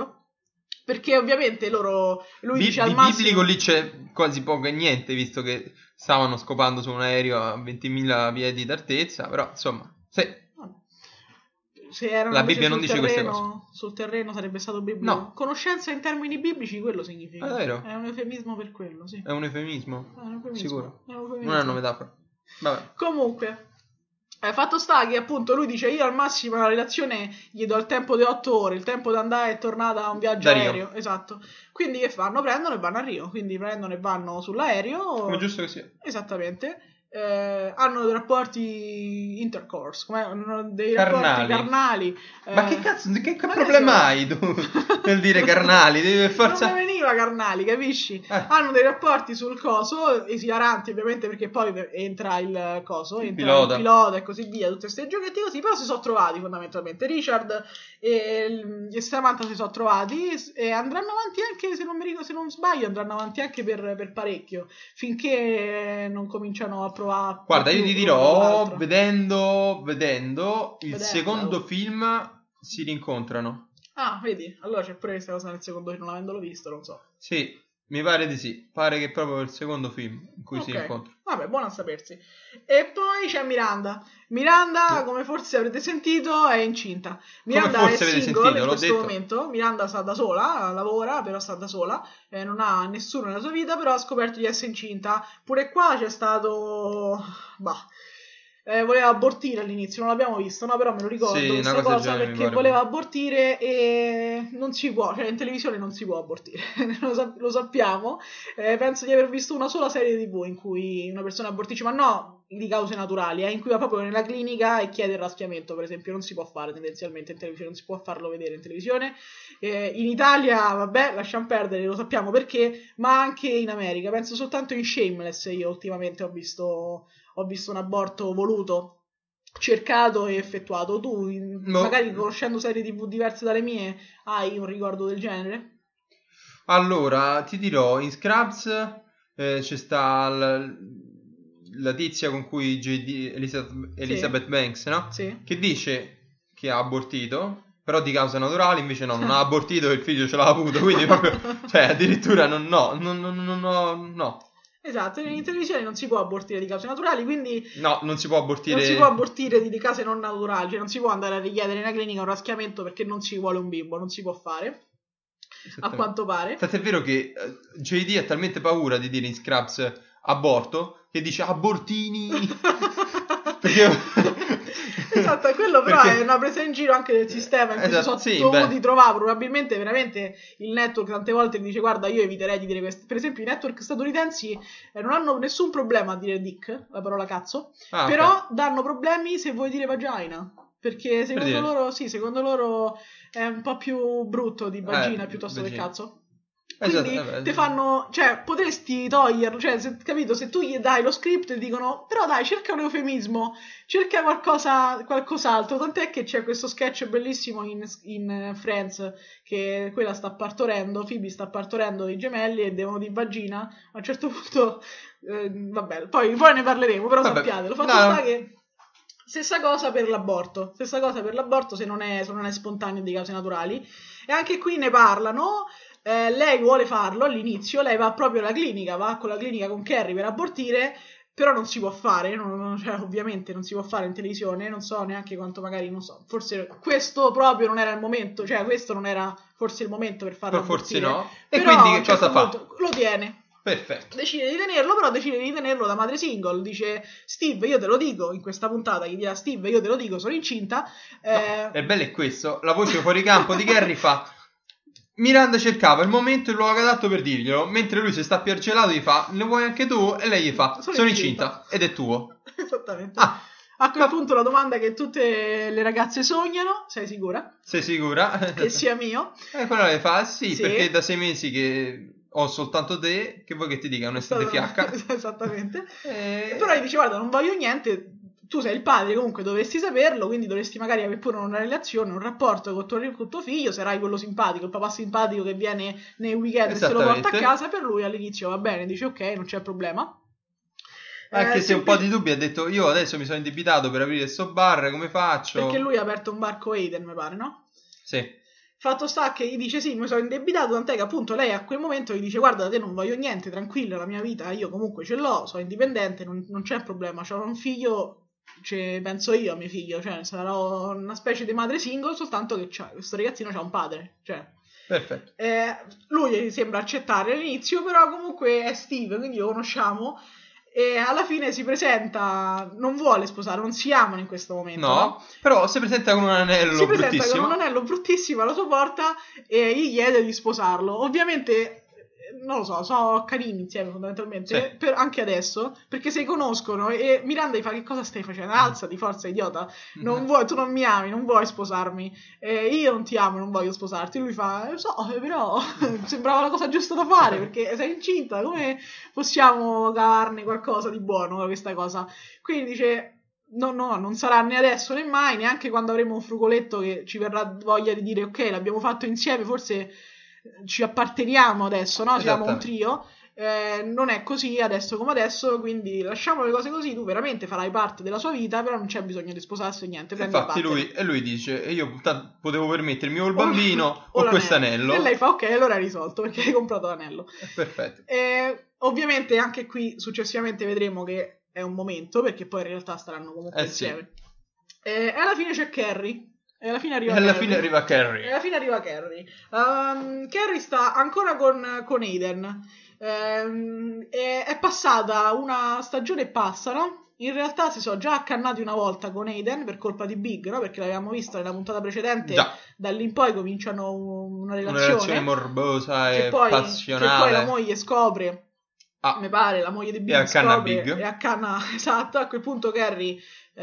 Perché ovviamente lui dice al massimo... Biblico lì c'è quasi poco e niente, visto che stavano scopando su un aereo a 20.000 piedi d'altezza, però insomma, sì. Se erano la Bibbia non dice queste cose. Sul terreno sarebbe stato biblico. No. Conoscenza in termini biblici, quello significa. È vero. È un eufemismo per quello, sì. È un eufemismo? Sicuro. È un eufemismo. Non è una metafora. Vabbè. Comunque, fatto sta che appunto lui dice io al massimo la relazione gli do il tempo di 8 ore, il tempo di andare e tornare da un viaggio aereo. Esatto. Quindi che fanno? Prendono e vanno a Rio. Quindi prendono e vanno sull'aereo. Come giusto che sia. Esattamente. Hanno dei rapporti intercourse, dei carnali. Rapporti carnali. Ma che cazzo, che problema hai tu nel dire carnali? Devi forza... Non mi veniva carnali, capisci? Hanno dei rapporti sul coso, esilaranti ovviamente perché poi entra il coso, il pilota e così via, tutte queste giochetti così, però si sono trovati fondamentalmente. Richard e Samantha si sono trovati e andranno avanti anche, se non sbaglio, andranno avanti anche per parecchio, finché non cominciano a provare. Guarda, io ti dirò, vedendo il secondo film si rincontrano. Ah, vedi? Allora c'è pure questa cosa nel secondo film, non avendolo visto, non so. Sì, Mi pare di sì, pare che è proprio il secondo film in cui si incontrano. Vabbè, buono a sapersi. E poi c'è Miranda. Miranda, come forse avrete sentito, è incinta. Miranda è single in questo momento. Miranda sta da sola, lavora, però sta da sola, non ha nessuno nella sua vita, però ha scoperto di essere incinta. Pure qua c'è stato... voleva abortire all'inizio, non l'abbiamo visto, no? Però me lo ricordo questa cosa perché voleva abortire e non si può, cioè in televisione non si può abortire, lo sappiamo. Penso di aver visto una sola serie TV in cui una persona abortisce, ma no di cause naturali, in cui va proprio nella clinica e chiede il raschiamento, per esempio. Non si può fare tendenzialmente in televisione, non si può farlo vedere in televisione. In Italia, vabbè, lasciamo perdere, lo sappiamo perché, ma anche in America. Penso soltanto in Shameless io ultimamente ho visto un aborto voluto, cercato e effettuato. Tu, magari conoscendo serie TV diverse dalle mie, hai un ricordo del genere? Allora, ti dirò, in Scrubs c'è sta la tizia con cui Elizabeth Banks, no? Sì. Che dice che ha abortito, però di causa naturale, invece no, non ha abortito e il figlio ce l'ha avuto, quindi proprio, cioè addirittura no. Esatto, in televisione non si può abortire di cause naturali, quindi... No, non si può abortire... Non si può abortire di cause non naturali, cioè non si può andare a richiedere in una clinica un raschiamento perché non si vuole un bimbo, non si può fare, a quanto pare. Tant'è vero che JD ha talmente paura di dire in Scrubs aborto, che dice abortini! Perché... Esatto, quello però è una presa in giro anche del sistema in cui si sono dovuti trovare. Probabilmente veramente il network tante volte dice guarda, io eviterei di dire questo. Per esempio i network statunitensi non hanno nessun problema a dire dick, la parola cazzo, però danno problemi se vuoi dire vagina, perché secondo loro è un po' più brutto di vagina piuttosto che cazzo. Quindi te fanno, cioè potresti toglierlo, cioè capito, se tu gli dai lo script e dicono però dai cerca un eufemismo, cerca qualcos'altro, tant'è che c'è questo sketch bellissimo in Friends che quella sta partorendo, Phoebe sta partorendo dei gemelli e devono di vagina a un certo punto, vabbè poi ne parleremo, però sappiatelo, fatto sta che stessa cosa per l'aborto se non è spontaneo di cause naturali, e anche qui ne parlano. Lei vuole farlo all'inizio, lei va proprio alla clinica, va con la clinica con Carrie per abortire, però non si può fare, cioè, ovviamente non si può fare in televisione, non so neanche quanto magari, non so, forse questo proprio non era il momento, cioè questo non era forse il momento per farlo abortire. Forse no, e però, quindi che cosa fa? Lo tiene. Perfetto. Decide di tenerlo, però decide di tenerlo da madre single, dice Steve io te lo dico, in questa puntata gli dirà Steve io te lo dico, sono incinta. No, il bello è questo, la voce fuori campo di Carrie fa... Miranda cercava il momento e il luogo adatto per dirglielo, mentre lui si sta più gelato gli fa ne vuoi anche tu? E lei gli fa sono incinta ed è tuo. Esattamente. A quel punto la domanda che tutte le ragazze sognano, sei sicura? Sei sicura? Che sia mio? E quello le fa sì, perché da 6 mesi che ho soltanto te, che vuoi che ti dica, non è fiacca. Esattamente. Però gli dice guarda non voglio niente, tu sei il padre, comunque dovresti saperlo, quindi dovresti magari avere pure una relazione, un rapporto con tuo figlio, sarai quello simpatico, il papà simpatico che viene nei weekend e se lo porta a casa. Per lui all'inizio va bene, dice ok, non c'è problema. Anche se un po' di dubbi, ha detto io adesso mi sono indebitato per aprire sto bar, come faccio? Perché lui ha aperto un bar con Aiden, mi pare, no? Sì. Fatto sta che gli dice sì, mi sono indebitato, tant'è che appunto lei a quel momento gli dice guarda te non voglio niente, tranquilla, la mia vita io comunque ce l'ho, sono indipendente, non c'è problema, c'ho un figlio, penso io a mio figlio, cioè sarò una specie di madre single, soltanto che questo ragazzino c'ha un padre, cioè. Perfetto. Lui sembra accettare all'inizio, però comunque è Steve, quindi lo conosciamo. E alla fine si presenta, non vuole sposare, non si amano in questo momento. No? Però si presenta con un anello bruttissimo. Si presenta con un anello bruttissimo alla sua porta e gli chiede di sposarlo. Ovviamente, non lo so, sono carini insieme fondamentalmente, sì. Anche adesso, perché si conoscono e Miranda gli fa che cosa stai facendo? Alzati, forza idiota, tu non mi ami, non vuoi sposarmi, io non ti amo, non voglio sposarti. Lui fa, lo so, però sembrava la cosa giusta da fare perché sei incinta, come possiamo cavarne qualcosa di buono da questa cosa? Quindi dice no, non sarà né adesso né mai, neanche quando avremo un frugoletto che ci verrà voglia di dire ok, l'abbiamo fatto insieme, forse ci apparteniamo adesso, no? Siamo un trio. non è così adesso come adesso, quindi lasciamo le cose così, tu veramente farai parte della sua vita, però non c'è bisogno di sposarsi o niente. Infatti lui dice, io potevo permettermi o il bambino o questo anello. E lei fa ok, allora è risolto perché hai comprato l'anello. Perfetto. Ovviamente anche qui successivamente vedremo che è un momento, perché poi in realtà staranno comunque insieme. Sì. E alla fine c'è Carrie. E alla fine arriva Carrie. Carrie sta ancora con Aiden. È passata una stagione e passa, no? In realtà si sono già accannati una volta con Aiden per colpa di Big, no? Perché l'avevamo visto nella puntata precedente. Già. Da lì in poi cominciano una relazione morbosa e passionale. Che poi la moglie scopre. Mi pare la moglie di Big scopre e accanna. Esatto. A quel punto Carrie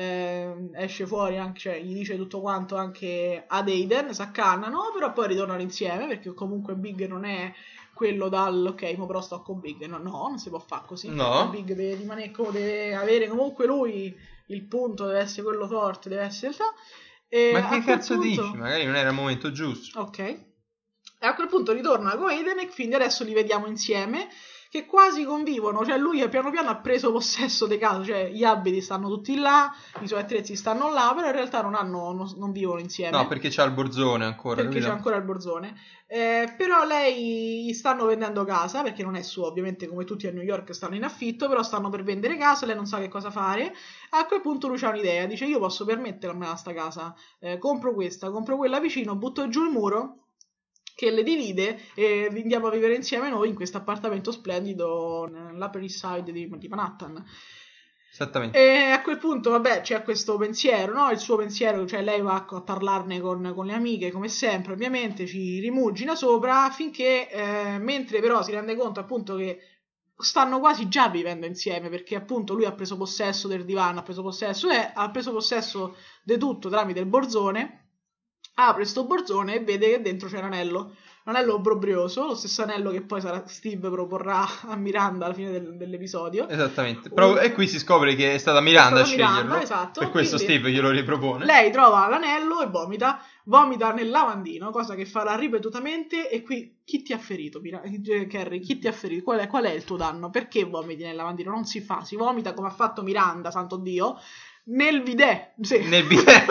esce fuori, anche, cioè gli dice tutto quanto anche ad Aiden, si accannano, però poi ritornano insieme perché comunque Big non è quello ok, mo però sto con Big, no, non si può fare così. No. Big deve rimanere, deve avere comunque lui il punto, deve essere quello forte, deve essere ma che cazzo dici? Magari non era il momento giusto. Ok. E a quel punto ritorna con Aiden e quindi adesso li vediamo insieme, che quasi convivono, cioè lui piano piano ha preso possesso di casa, cioè gli abiti stanno tutti là, i suoi attrezzi stanno là, però in realtà non vivono insieme. No, perché c'ha il borzone ancora. Perché c'è ancora il borzone. Però lei stanno vendendo casa, perché non è sua, ovviamente come tutti a New York stanno in affitto, però stanno per vendere casa, lei non sa che cosa fare. A quel punto lui c'ha un'idea, dice io posso permettermela sta casa, compro questa, compro quella vicino, butto giù il muro che le divide e andiamo a vivere insieme noi in questo appartamento splendido nell'Upper East Side di Manhattan. Esattamente. E a quel punto, vabbè, c'è questo pensiero, no? Il suo pensiero, cioè lei va a parlarne con le amiche, come sempre, ovviamente, ci rimugina sopra, finché, mentre però si rende conto appunto che stanno quasi già vivendo insieme, perché appunto lui ha preso possesso del divano, ha preso possesso di tutto tramite il borzone. Apre sto borzone e vede che dentro c'è un anello obbrobrioso, lo stesso anello che poi Steve proporrà a Miranda alla fine dell'episodio. Esattamente. E qui si scopre che è stata Miranda a sceglierlo. Esatto. Per questo Steve glielo ripropone. Lei trova l'anello e vomita nel lavandino, cosa che farà ripetutamente. E qui chi ti ha ferito, Carrie? Chi ti ha ferito? Qual è il tuo danno? Perché vomiti nel lavandino? Non si fa, si vomita come ha fatto Miranda, santo Dio. Nel bidet, sì. Nel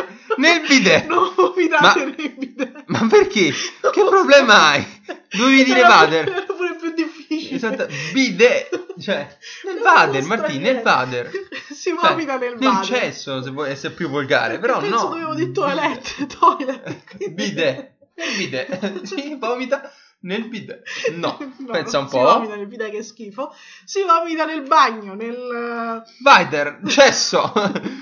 bidet. Non vomitate nel bidet. Ma perché? Che problema hai? Dovevi dire vader. Era pure più difficile. Esatto, bidet. Cioè, nel vader, Martì, nel vader. Si vomita nel vader. Nel cesso, se vuoi essere più volgare, però penso no. dovevo dire toilet. Bidet. Nel bidet. Si vomita nel bidet. No, pensa un po'. Si vomita nel bidet, che schifo. Si vomita nel bagno, nel Vader, cesso,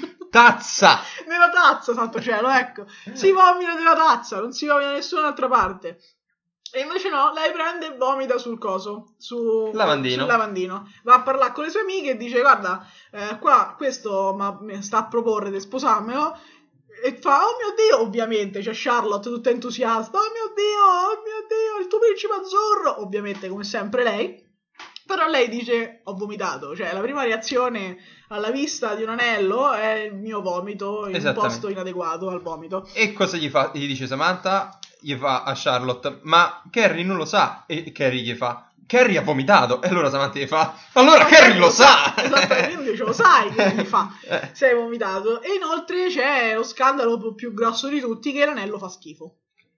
tazza. Nella tazza, santo cielo, ecco. Si vomita nella tazza, non si vomita da nessun'altra parte. E invece no, lei prende e vomita sul coso, sul lavandino. Va a parlare con le sue amiche e dice guarda, qua questo mi sta a proporre di sposarmelo. E fa, oh mio Dio, ovviamente c'è Charlotte tutta entusiasta, oh mio Dio, il tuo principe azzurro, ovviamente come sempre lei, però lei dice ho vomitato, cioè la prima reazione alla vista di un anello è il mio vomito in un posto inadeguato al vomito. E cosa gli dice Samantha? Gli fa a Charlotte, ma Carrie non lo sa, e Carrie gli fa Carrie ha vomitato, e allora Samantha gli fa allora Carrie lo sa! Esattamente, io dicevo, sai che gli fa, sei vomitato. E inoltre c'è lo scandalo più grosso di tutti, che l'anello fa schifo.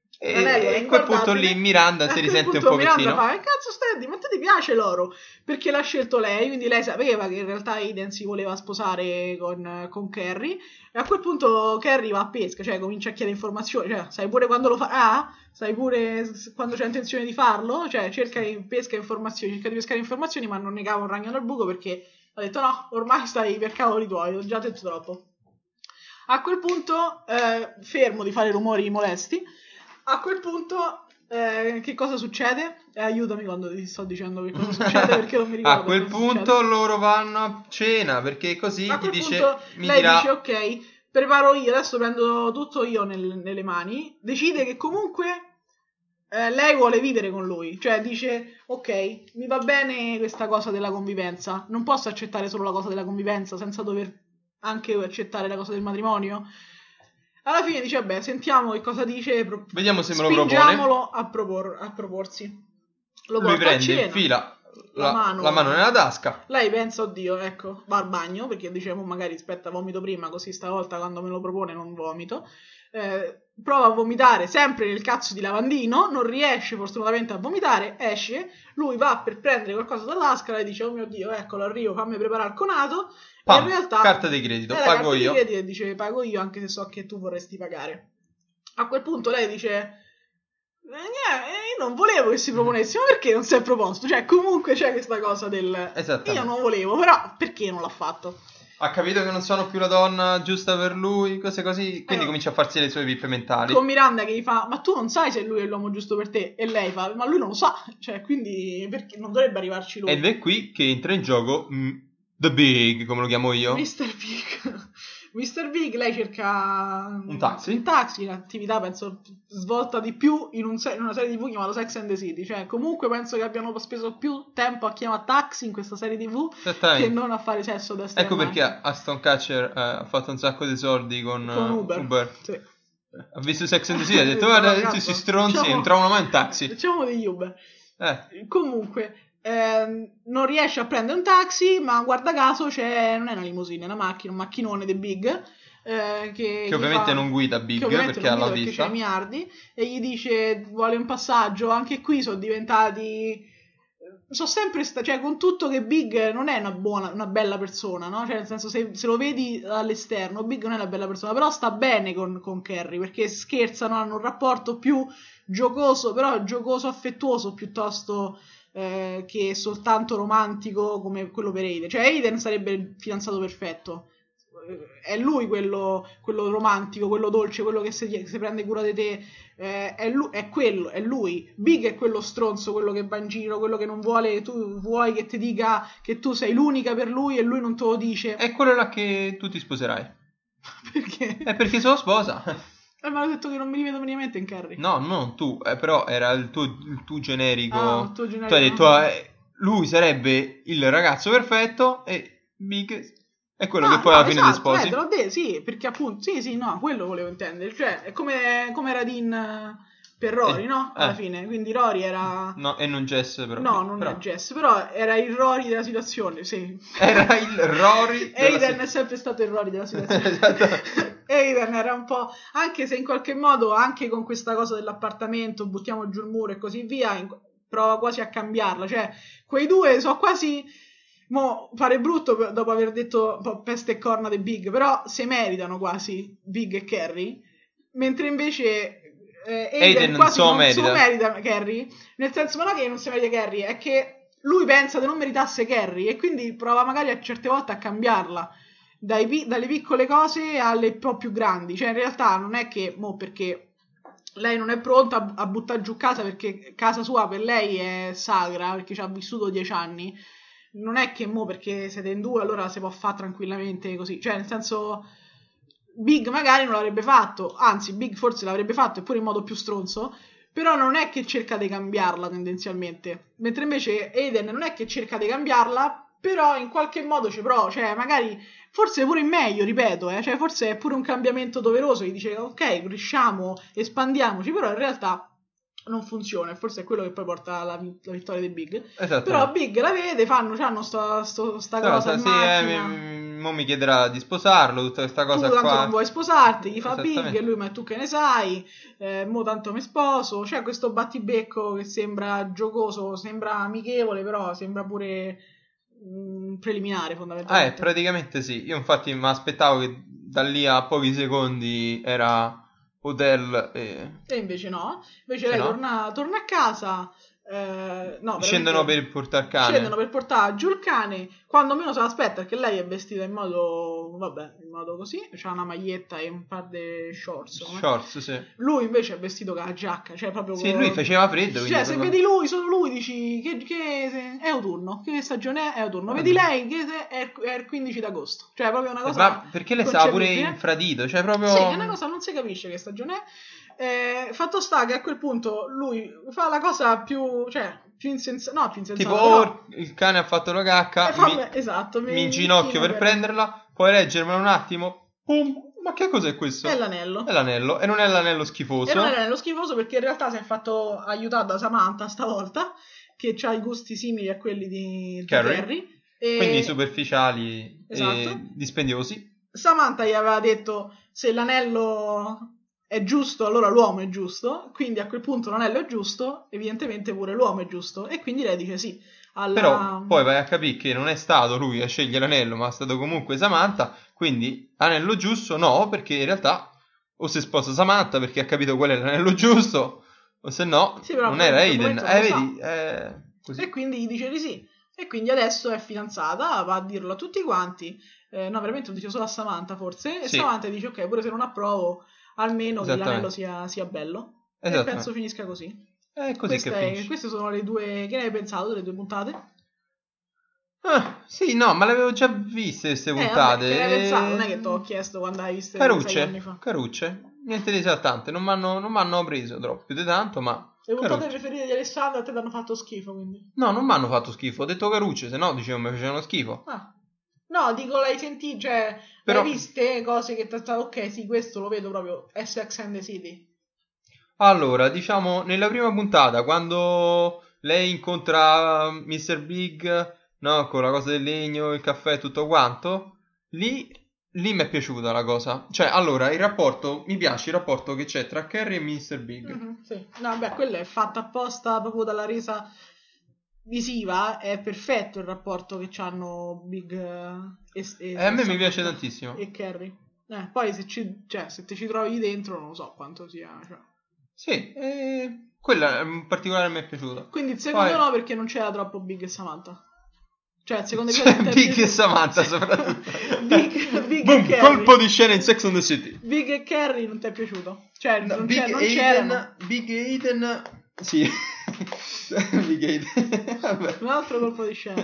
E a quel punto lì Miranda si risente un pochettino. Miranda fa, che cazzo stai a dire? Ma te ti piace l'oro? Perché l'ha scelto lei, quindi lei sapeva che in realtà Aiden si voleva sposare con Carrie. E a quel punto Carrie va a pesca, cioè comincia a chiedere informazioni, cioè sai pure quando lo fa, sai pure quando c'è intenzione di farlo, cioè cerca di pescare informazioni, ma non ne cava un ragno dal buco perché ha detto no, ormai stai per cavoli tuoi, ho già detto troppo. A quel punto, fermo di fare rumori molesti, a quel punto che cosa succede? Aiutami quando ti sto dicendo che cosa succede perché non mi ricordo. A quel punto loro vanno a cena perché così a gli dice punto, mi lei dirà... dice ok, preparo io, adesso prendo tutto io nelle mani, decide che comunque lei vuole vivere con lui, cioè dice ok, mi va bene questa cosa della convivenza, non posso accettare solo la cosa della convivenza senza dover anche accettare la cosa del matrimonio. Alla fine dice vabbè, sentiamo che cosa dice, vediamo se me lo propone. Spingiamolo a proporsi. Lui prende in fila la mano nella tasca. Lei pensa, oddio, ecco, va al bagno, perché dicevo magari aspetta, vomito prima, così stavolta quando me lo propone non vomito. Prova a vomitare sempre nel cazzo di lavandino, non riesce fortunatamente a vomitare, esce, lui va per prendere qualcosa dall'asca e dice, oh mio Dio, eccolo, arrivo, fammi preparare il conato. E in realtà carta di credito, pago io. Carta di credito, dice, pago io, anche se so che tu vorresti pagare. A quel punto lei dice... io non volevo che si proponesse, ma perché non si è proposto? Cioè, comunque c'è questa cosa del io non volevo, però perché non l'ha fatto? Ha capito che non sono più la donna giusta per lui, cose così, quindi comincia a farsi le sue pippe mentali. Con Miranda che gli fa, ma tu non sai se lui è l'uomo giusto per te? E lei fa, ma lui non lo sa, cioè, quindi perché non dovrebbe arrivarci lui? Ed è qui che entra in gioco The Big, come lo chiamo io. Mr. Big. Mr. Big, lei cerca un taxi, un'attività penso svolta di più in una serie TV chiamata Sex and the City, cioè comunque penso che abbiano speso più tempo a chiamare taxi in questa serie TV che non a fare sesso da ecco perché Aston Kutcher ha fatto un sacco di soldi con Uber. Sì. Ha visto Sex and the City, ha detto guarda tutti si stronzi, entravano mai in taxi, facciamo degli Uber. Comunque non riesce a prendere un taxi, ma guarda caso non è una limousine, è una macchina, un macchinone The Big che ovviamente non guida Big perché ha l'autista, c'è i miliardi, e gli dice vuole un passaggio. Anche qui sono diventati sempre cioè con tutto che Big non è una bella persona, no? Cioè nel senso se lo vedi dall'esterno Big non è una bella persona, però sta bene con Carrie perché scherzano, hanno un rapporto più giocoso, però giocoso affettuoso piuttosto che soltanto romantico come quello per Aiden. Cioè Aiden sarebbe il fidanzato perfetto, è lui quello romantico, quello dolce, quello che si prende cura di te, è lui. Big è quello stronzo, quello che va in giro, quello che non vuole, tu vuoi che ti dica che tu sei l'unica per lui e lui non te lo dice. È quello là che tu ti sposerai. Perché? È perché se lo sposa. Mi hanno detto che non mi rivedo minimamente in Carrie. No, non tu, però era il tuo generico. Il tuo generico. Tu hai detto lui sarebbe il ragazzo perfetto e Big è quello che poi alla fine ti sposi. Te l'ho detto, sì, perché appunto sì, no, quello volevo intendere. Cioè, è come Radin per Rory, no? Alla fine, quindi Rory era... No, e non Jess però. No, non è Jess, però era il Rory della situazione, sì. Era il Rory Aiden è sempre stato il Rory della situazione. Esatto. Aiden era un po'... Anche se in qualche modo, anche con questa cosa dell'appartamento, buttiamo giù il muro e così via, prova quasi a cambiarla. Cioè, quei due sono quasi... Mo pare brutto dopo aver detto peste e corna dei Big, però se meritano quasi Big e Carrie, mentre invece... Aiden quasi non merita Carrie, nel senso, ma non che non si merita Carrie, è che lui pensa che non meritasse Carrie e quindi prova magari a certe volte a cambiarla dalle piccole cose alle po' più grandi. Cioè in realtà non è che perché lei non è pronta a buttare giù casa, perché casa sua per lei è sacra, perché ci ha vissuto 10 anni, non è che perché siete in due allora si può fare tranquillamente così. Cioè nel senso, Big magari non l'avrebbe fatto, anzi Big forse l'avrebbe fatto eppure in modo più stronzo, però non è che cerca di cambiarla tendenzialmente, mentre invece Aiden non è che cerca di cambiarla, però in qualche modo ci prova, cioè magari forse pure in meglio, ripeto, cioè forse è pure un cambiamento doveroso, gli dice ok, cresciamo, espandiamoci, però in realtà non funziona, e forse è quello che poi porta alla vittoria dei Big. Però Big la vede, c'hanno sta cosa in macchina. Mo mi chiederà di sposarlo, tutta questa cosa tu qua. tanto non vuoi sposarti, gli fa Big e lui ma tu che ne sai, mo tanto mi sposo. C'è questo battibecco che sembra giocoso, sembra amichevole, però sembra pure preliminare fondamentalmente. Praticamente sì, io infatti mi aspettavo che da lì a pochi secondi era hotel e invece no, invece lei torna a casa. Scendono per portare il cane. Scendono per portare giù il cane. Quando meno se l'aspetta, perché lei è vestita in modo così. C'ha una maglietta e un par di shorts. Sì. Lui invece è vestito con la giacca. Cioè proprio sì, lui faceva freddo. Cioè, se vedi lui, solo lui dici che è autunno. Che stagione è autunno. Vedi lei che è il 15 d'agosto. Cioè, proprio una cosa. Ma perché lei stava pure infradito? Cioè, proprio. Sì, è una cosa, non si capisce che stagione è. Fatto sta che a quel punto lui fa la cosa più insensata, tipo però... il cane ha fatto la cacca, mi inginocchio per prenderla, puoi leggermela un attimo, pum, ma che cos'è questo? È l'anello, e non è l'anello schifoso, perché in realtà si è fatto aiutare da Samantha stavolta, che ha i gusti simili a quelli di Carrie. Carrie. Quindi superficiali Esatto. e dispendiosi. Samantha gli aveva detto se l'anello è giusto, allora l'uomo è giusto, quindi a quel punto l'anello è giusto, evidentemente pure l'uomo è giusto, e quindi lei dice sì. Però poi vai a capire che non è stato lui a scegliere l'anello, ma è stato comunque Samantha, quindi anello giusto no, perché in realtà o si sposa Samantha perché ha capito qual è l'anello giusto, o se no Sì, però non poi in era quel Aiden. momento non lo Vedi, così. E quindi gli dice di sì. E quindi adesso è fidanzata, va a dirlo a tutti quanti. No, veramente lo dice solo a Samantha forse. E Sì. Samantha dice ok, pure se non approvo, almeno che l'anello sia bello. E Esattamente. penso finisca così. È così che finisce. Queste sono le due. Che ne hai pensato delle due puntate? Sì, no, ma le avevo già viste queste puntate. Vabbè, che ne hai pensato? Non è che ti ho chiesto quando hai visto 6 anni fa. Carucce, niente di esaltante, non m'hanno preso troppo più di tanto, ma Le puntate carucce. preferite di Alessandra a te ti hanno fatto schifo, quindi. No, non mi hanno fatto schifo, ho detto carucce, se no dicevo mi facevano schifo. Ah. No, dico, l'hai sentito, cioè, Però- hai viste cose che ti stanno, ok, sì, questo lo vedo proprio, Sex and the City. Allora, diciamo, nella prima puntata, quando lei incontra Mr. Big, no, con la cosa del legno, il caffè e tutto quanto, lì mi è piaciuta la cosa. Cioè, allora, mi piace il rapporto che c'è tra Carrie e Mr. Big. Mhm, sì. No, beh, quella è fatta apposta proprio dalla resa visiva, è perfetto il rapporto che hanno Big A me mi piace tantissimo. e Carrie. Poi se te ci trovi dentro non lo so quanto sia. Cioè. Sì, quella in particolare mi è piaciuta. Quindi il secondo Poi- no perché non c'era troppo Big e Samantha. Cioè il secondo C'è episodio Big e Samantha soprattutto. Big Boom, e Carrie. colpo di scena in Sex and the City. Big e Carrie non ti è piaciuto? Cioè No, non Big c'erano. Big Aiden, sì. Big Aiden. Vabbè. Un altro colpo di scena.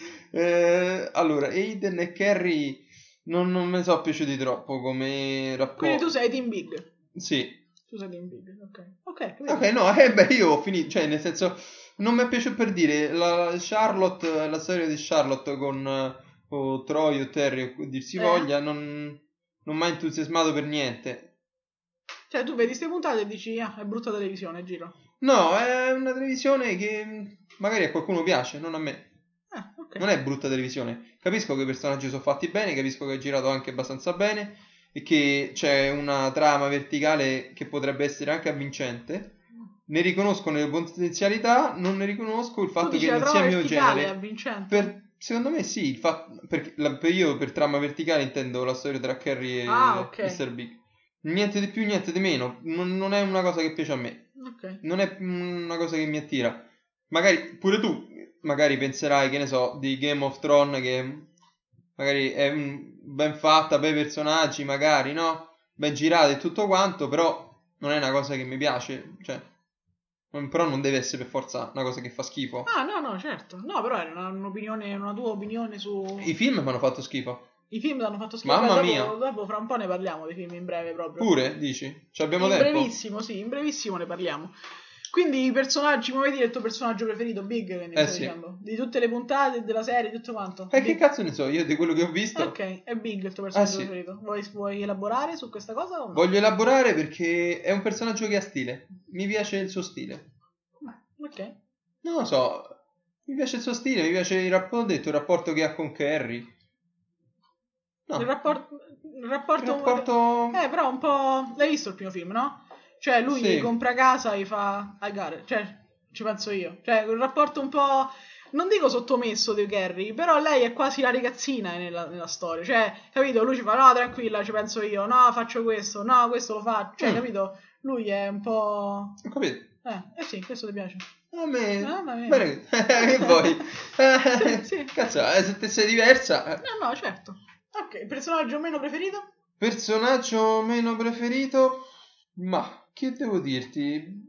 Allora, Aiden e Carrie non mi sono piaciuti troppo come rapporto. Quindi tu sei Team Big. Sì. Tu sei Team Big, ok. Ok, no, beh, io ho finito, cioè, nel senso, non mi è piaciuto per dire, la storia di Charlotte con Troy o Terry, o dir si voglia, non mi ha entusiasmato per niente. Cioè tu vedi queste puntate e dici, è brutta televisione, giro. No, è una televisione che magari a qualcuno piace, non a me. Ok. Non è brutta televisione. Capisco che i personaggi sono fatti bene, capisco che è girato anche abbastanza bene e che c'è una trama verticale che potrebbe essere anche avvincente. Ne riconosco le potenzialità, non ne riconosco il fatto che non sia il mio genere. È avvincente. Secondo me sì, perché io per trama verticale intendo la storia tra Carrie e ok. Mr. Big. Niente di più, niente di meno. Non è una cosa che piace a me. Ok. Non è una cosa che mi attira. Magari pure tu penserai, che ne so, di Game of Thrones, che magari è ben fatta, bei personaggi, magari, no? Ben girata e tutto quanto, però non è una cosa che mi piace, cioè, però non deve essere per forza una cosa che fa schifo. No, certo. No, però è un'opinione, una tua opinione su... I film mi hanno fatto schifo. I film ti hanno fatto schifo. Mamma mia. Dopo fra un po' ne parliamo dei film in breve proprio. Pure, dici? Ci abbiamo tempo? In brevissimo ne parliamo. Quindi i personaggi, come vedi, è il tuo personaggio preferito, Big, che ne stai dicendo? Di tutte le puntate della serie, tutto quanto? Che cazzo ne so io di quello che ho visto? Ok, è Big il tuo personaggio preferito. Vuoi elaborare su questa cosa o no? Voglio elaborare perché è un personaggio che ha stile. Mi piace il suo stile. Ok. Non lo so. Mi piace il suo stile, mi piace il rapporto che ha con Carrie. No. Il rapporto... però un po'... L'hai visto il primo film, no? Cioè lui gli compra casa e fa I got it. Cioè ci penso io. Cioè un rapporto un po'... Non dico sottomesso di Carrie, però lei è quasi la ragazzina nella storia. Cioè, capito? Lui ci fa, no, tranquilla, ci penso io. No, faccio questo. No, questo lo faccio. Cioè, capito? Lui è un po'... Ho capito. Sì, questo ti piace. A me. Bene, che vuoi? Sì. Cazzo, se te sei diversa. No, certo. Ok, personaggio meno preferito? Personaggio meno preferito? Ma, che devo dirti?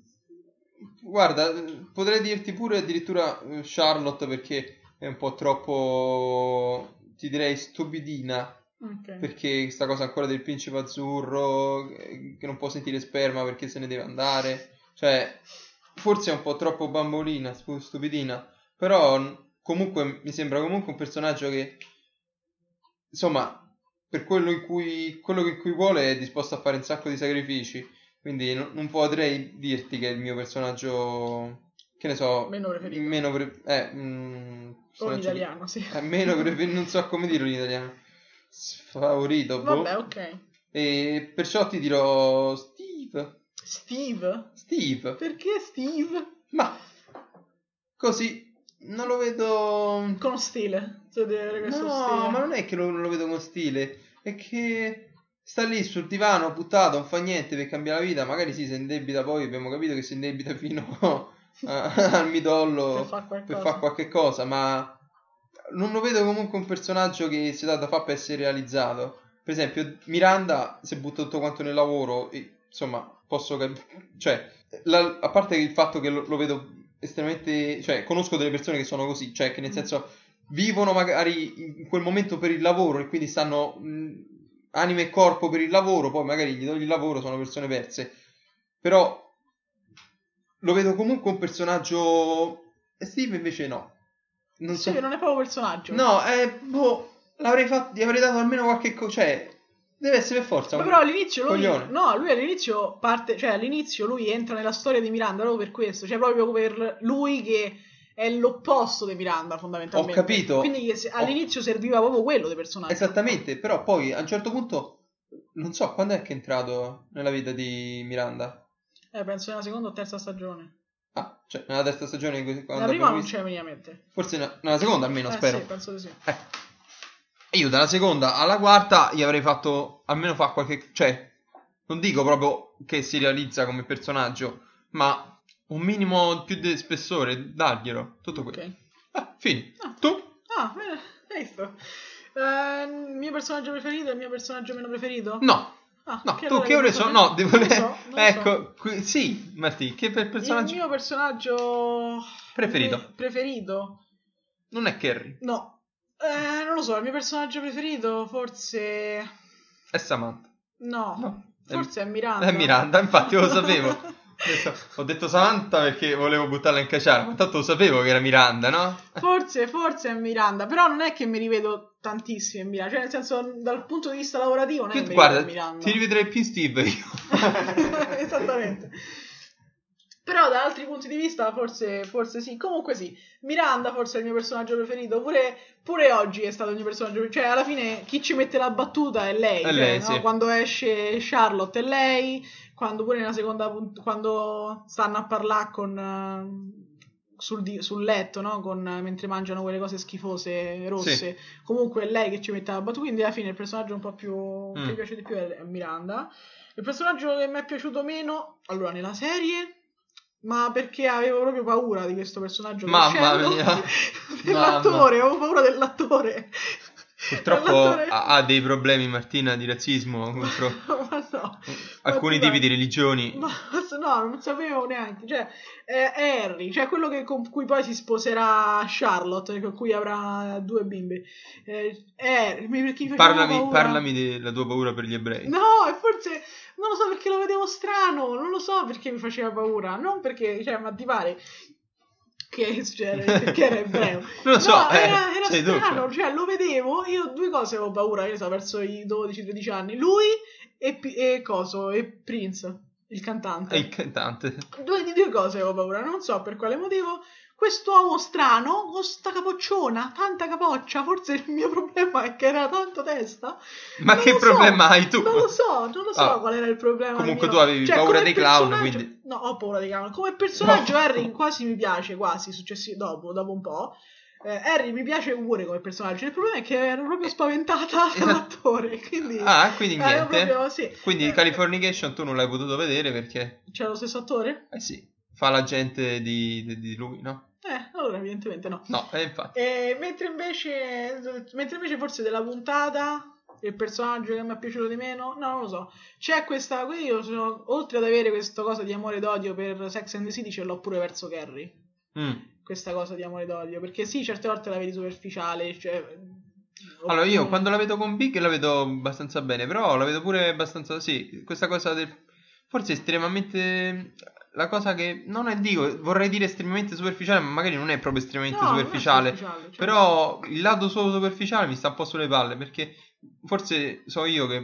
Guarda, potrei dirti pure addirittura Charlotte perché è un po' troppo, ti direi, stupidina. Okay. Perché sta cosa ancora del principe azzurro che non può sentire sperma perché se ne deve andare. Cioè, forse è un po' troppo bambolina, stupidina. Però comunque mi sembra comunque un personaggio che, insomma, per quello in cui vuole è disposto a fare un sacco di sacrifici. Quindi non potrei dirti che è il mio personaggio che ne so, Meno preferito. O in italiano, sì. Meno preferito, non so come dirlo in italiano. Favorito, boh. Vabbè, ok. E perciò ti dirò Steve. Steve? Perché Steve? Ma così non lo vedo con stile. No, ma non è che non lo vedo con stile, è che sta lì sul divano buttato, non fa niente per cambiare la vita. Magari sì, si indebita, poi abbiamo capito che si indebita fino al midollo per fare qualche cosa, ma non lo vedo comunque un personaggio che si dà da fare per essere realizzato. Per esempio Miranda si butta tutto quanto nel lavoro e, insomma, posso cioè a parte il fatto che lo vedo estremamente, cioè conosco delle persone che sono così, cioè che nel senso vivono magari in quel momento per il lavoro e quindi stanno anima e corpo per il lavoro, poi magari gli togli il lavoro, sono persone perse. Però lo vedo comunque un personaggio. E Steve invece no. Non so. Non è proprio un personaggio. No, gli avrei dato almeno qualche cioè deve essere per forza. Ma però all'inizio lui all'inizio parte, cioè all'inizio lui entra nella storia di Miranda proprio per questo, cioè proprio per lui che è l'opposto di Miranda fondamentalmente. Ho capito. Quindi all'inizio serviva proprio quello dei personaggi. Esattamente, però poi a un certo punto non so quando è che è entrato nella vita di Miranda. Penso nella seconda o terza stagione. Ah, cioè nella terza stagione la prima non c'è minimamente. Forse nella seconda almeno, spero. Sì, penso di sì. Io dalla seconda alla quarta gli avrei fatto almeno fare qualche, cioè non dico proprio che si realizza come personaggio, ma un minimo più di spessore, darglielo, tutto quello. Fine. Tu? Hai visto? Mio personaggio preferito e il mio personaggio meno preferito? No, tu che ore sono? No, devo ecco, sì, Martì, che personaggio? Il mio personaggio preferito non è Carrie. No. Non lo so, il mio personaggio preferito forse è Samantha. No. Forse è Miranda. È Miranda, infatti lo sapevo. Ho detto Samantha perché volevo buttarla in caciara, ma tanto lo sapevo che era Miranda, no? Forse è Miranda, però non è che mi rivedo tantissimo in Miranda, cioè nel senso dal punto di vista lavorativo non è che mi rivedo in Miranda. Ti rivedrei più Steve io. Esattamente. Però da altri punti di vista forse sì. Comunque sì, Miranda forse è il mio personaggio preferito. Pure oggi è stato il mio personaggio preferito. Cioè alla fine chi ci mette la battuta è lei. Lei, no? Sì. Quando esce Charlotte è lei. Quando pure nella seconda quando stanno a parlare sul letto, no? Mentre mangiano quelle cose schifose rosse. Sì. Comunque è lei che ci mette la battuta. Quindi alla fine il personaggio un po' più che mi piace di più è Miranda. Il personaggio che mi è piaciuto meno, allora nella serie, ma perché avevo proprio paura di questo personaggio. Mamma mia. Dell'attore, avevo paura dell'attore. Purtroppo ha dei problemi Martina di razzismo contro alcuni tipi di religioni. No, non sapevo neanche. Cioè, è Harry, cioè quello con cui poi si sposerà Charlotte, con cui avrà 2 bimbe. Parlami della tua paura per gli ebrei. No, e forse non lo so perché lo vedevo strano, non lo so perché mi faceva paura, non perché, cioè, ma ti pare che succede perché era ebreo? Non lo so, era strano, cioè lo vedevo, io 2 cose avevo paura, io so, verso i 12-13 anni, lui e Prince, il cantante. Il cantante. 2 cose avevo paura, non so per quale motivo. Quest'uomo strano, con sta capocciona, tanta capoccia, forse il mio problema è che era tanto testa. Ma che problema hai tu? Non lo so qual era il problema. Comunque tu avevi paura dei clown, quindi. No, ho paura dei clown. Come personaggio Harry quasi mi piace, dopo un po'. Harry mi piace pure come personaggio. Il problema è che ero proprio spaventata dall'attore. Quindi niente. Proprio, sì. Quindi Californication tu non l'hai potuto vedere perché. C'è lo stesso attore? Sì. Fa l'agente di lui, no? Allora evidentemente no. No, infatti. Mentre invece forse della puntata il personaggio che mi è piaciuto di meno, no, non lo so. C'è questa, io oltre ad avere questa cosa di amore ed odio per Sex and the City, ce l'ho pure verso Carrie. Questa cosa di amore ed odio, perché sì, certe volte la vedi superficiale, cioè. Allora io quando la vedo con Big la vedo abbastanza bene, però la vedo pure abbastanza, sì, questa cosa forse estremamente. La cosa che non è, vorrei dire estremamente superficiale, ma magari non è proprio estremamente superficiale. Certo. Però il lato solo superficiale mi sta un po' sulle palle, perché forse so io che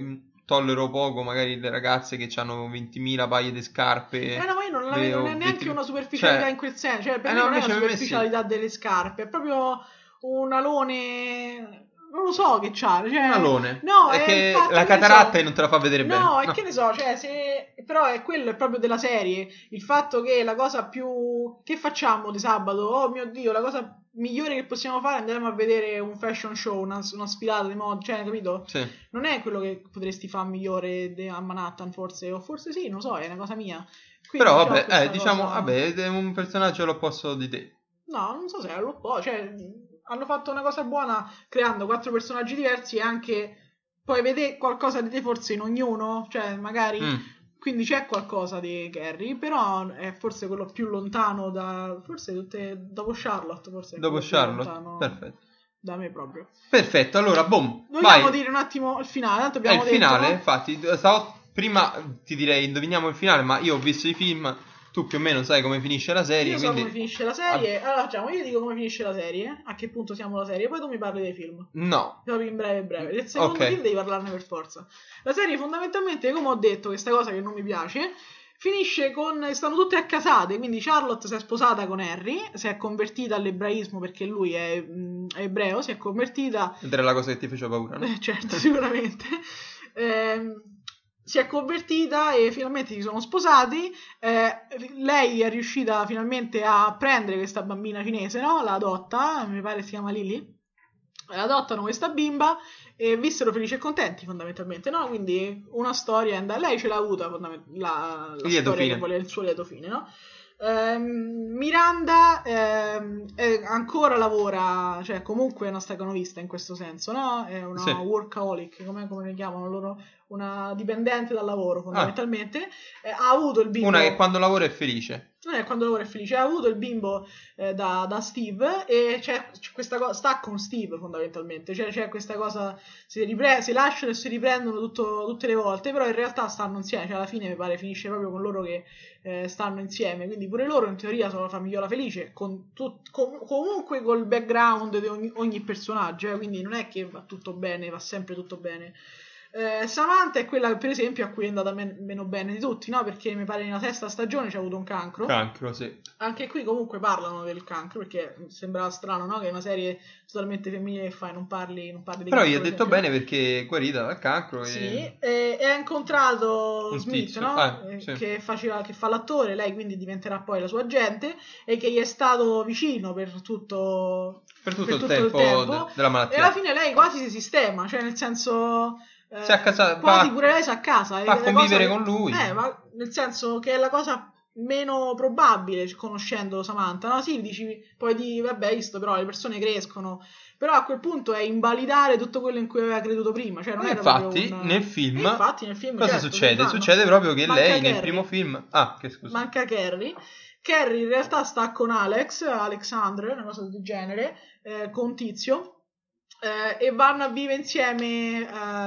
tollero poco magari le ragazze che hanno 20.000 paia di scarpe. No, ma io non la vedo, non è neanche una superficialità in quel senso, cioè per me non è una superficialità delle scarpe, è proprio un alone, non lo so che c'ha, cioè, un alone. No, è che la cataratta e non te la fa vedere bene. No, e che ne so, cioè, però è quello è proprio della serie, il fatto che la cosa più, che facciamo di sabato, oh mio Dio, la cosa migliore che possiamo fare è andare a vedere un fashion show, una sfilata di moda, cioè, capito? Sì. Non è quello che potresti fare migliore a Manhattan, forse, o forse sì, non so, è una cosa mia. Quindi, però vabbè, diciamo, vabbè, è un personaggio all'opposto di te. No, non so se è all'opposto, cioè, hanno fatto una cosa buona creando 4 personaggi diversi e anche poi vedere qualcosa di te forse in ognuno, cioè, magari... Quindi c'è qualcosa di Carrie, però è forse quello più lontano da... Forse dopo Charlotte, forse. Dopo Charlotte, perfetto. Da me proprio. Perfetto, allora, boom. Vogliamo dire un attimo il finale, tanto abbiamo detto... il finale, no? Infatti, prima ti direi indoviniamo il finale, ma io ho visto i film... Tu più o meno sai come finisce la serie. Io so come finisce la serie. Allora facciamo, io dico come finisce la serie, a che punto siamo la serie, poi tu mi parli dei film. No. Proprio in breve. Del secondo film devi parlarne per forza. La serie fondamentalmente, come ho detto, questa cosa che non mi piace, finisce con... stanno tutte accasate, quindi Charlotte si è sposata con Harry, si è convertita all'ebraismo perché lui è ebreo, si è convertita... Ed era la cosa che ti faceva paura, no? Certo, sicuramente. Si è convertita e finalmente si sono sposati. Lei è riuscita finalmente a prendere questa bambina cinese, no? La adotta, mi pare si chiama Lily. Adottano questa bimba e vissero felici e contenti fondamentalmente, no? Quindi una storia, lei ce l'ha avuta la storia che vuole il suo lieto fine, no? Miranda ancora lavora, cioè comunque è una stacanovista in questo senso, no? È una workaholic, come le chiamano loro, una dipendente dal lavoro fondamentalmente. Ha avuto il bimbo, una che quando lavora è felice. Non è quando lavora è felice, ha avuto il bimbo da Steve e c'è questa cosa, sta con Steve fondamentalmente, cioè c'è questa cosa, si lasciano e si riprendono tutte le volte, però in realtà stanno insieme, cioè alla fine mi pare finisce proprio con loro che stanno insieme, quindi pure loro in teoria sono la famigliola felice, comunque col background di ogni personaggio, quindi non è che va tutto bene, va sempre tutto bene. Samantha è quella per esempio a cui è andata meno bene di tutti, no? Perché mi pare nella 6ª stagione c'è avuto un cancro. Sì. Anche qui comunque parlano del cancro, perché sembrava strano, no? Che è una serie totalmente femminile che fai, non parli di però cancro. Gli ha detto bene perché è guarita dal cancro. Sì, e ha incontrato Smith, tizio, no? Sì. Che fa l'attore, lei quindi diventerà poi la sua agente e che gli è stato vicino per tutto il tempo della malattia. E alla fine lei quasi si sistema, cioè nel senso... quasi pure lei si a casa fa convivere con lui, ma nel senso che è la cosa meno probabile conoscendo Samantha, no? Sì, dici poi vabbè, visto, però le persone crescono, però a quel punto è invalidare tutto quello in cui aveva creduto prima, cioè non era infatti nel film cosa succede? Succede proprio che lei nel primo film manca Carrie in realtà sta con Alexandre, una cosa del genere, con Tizio. E vanno a vivere insieme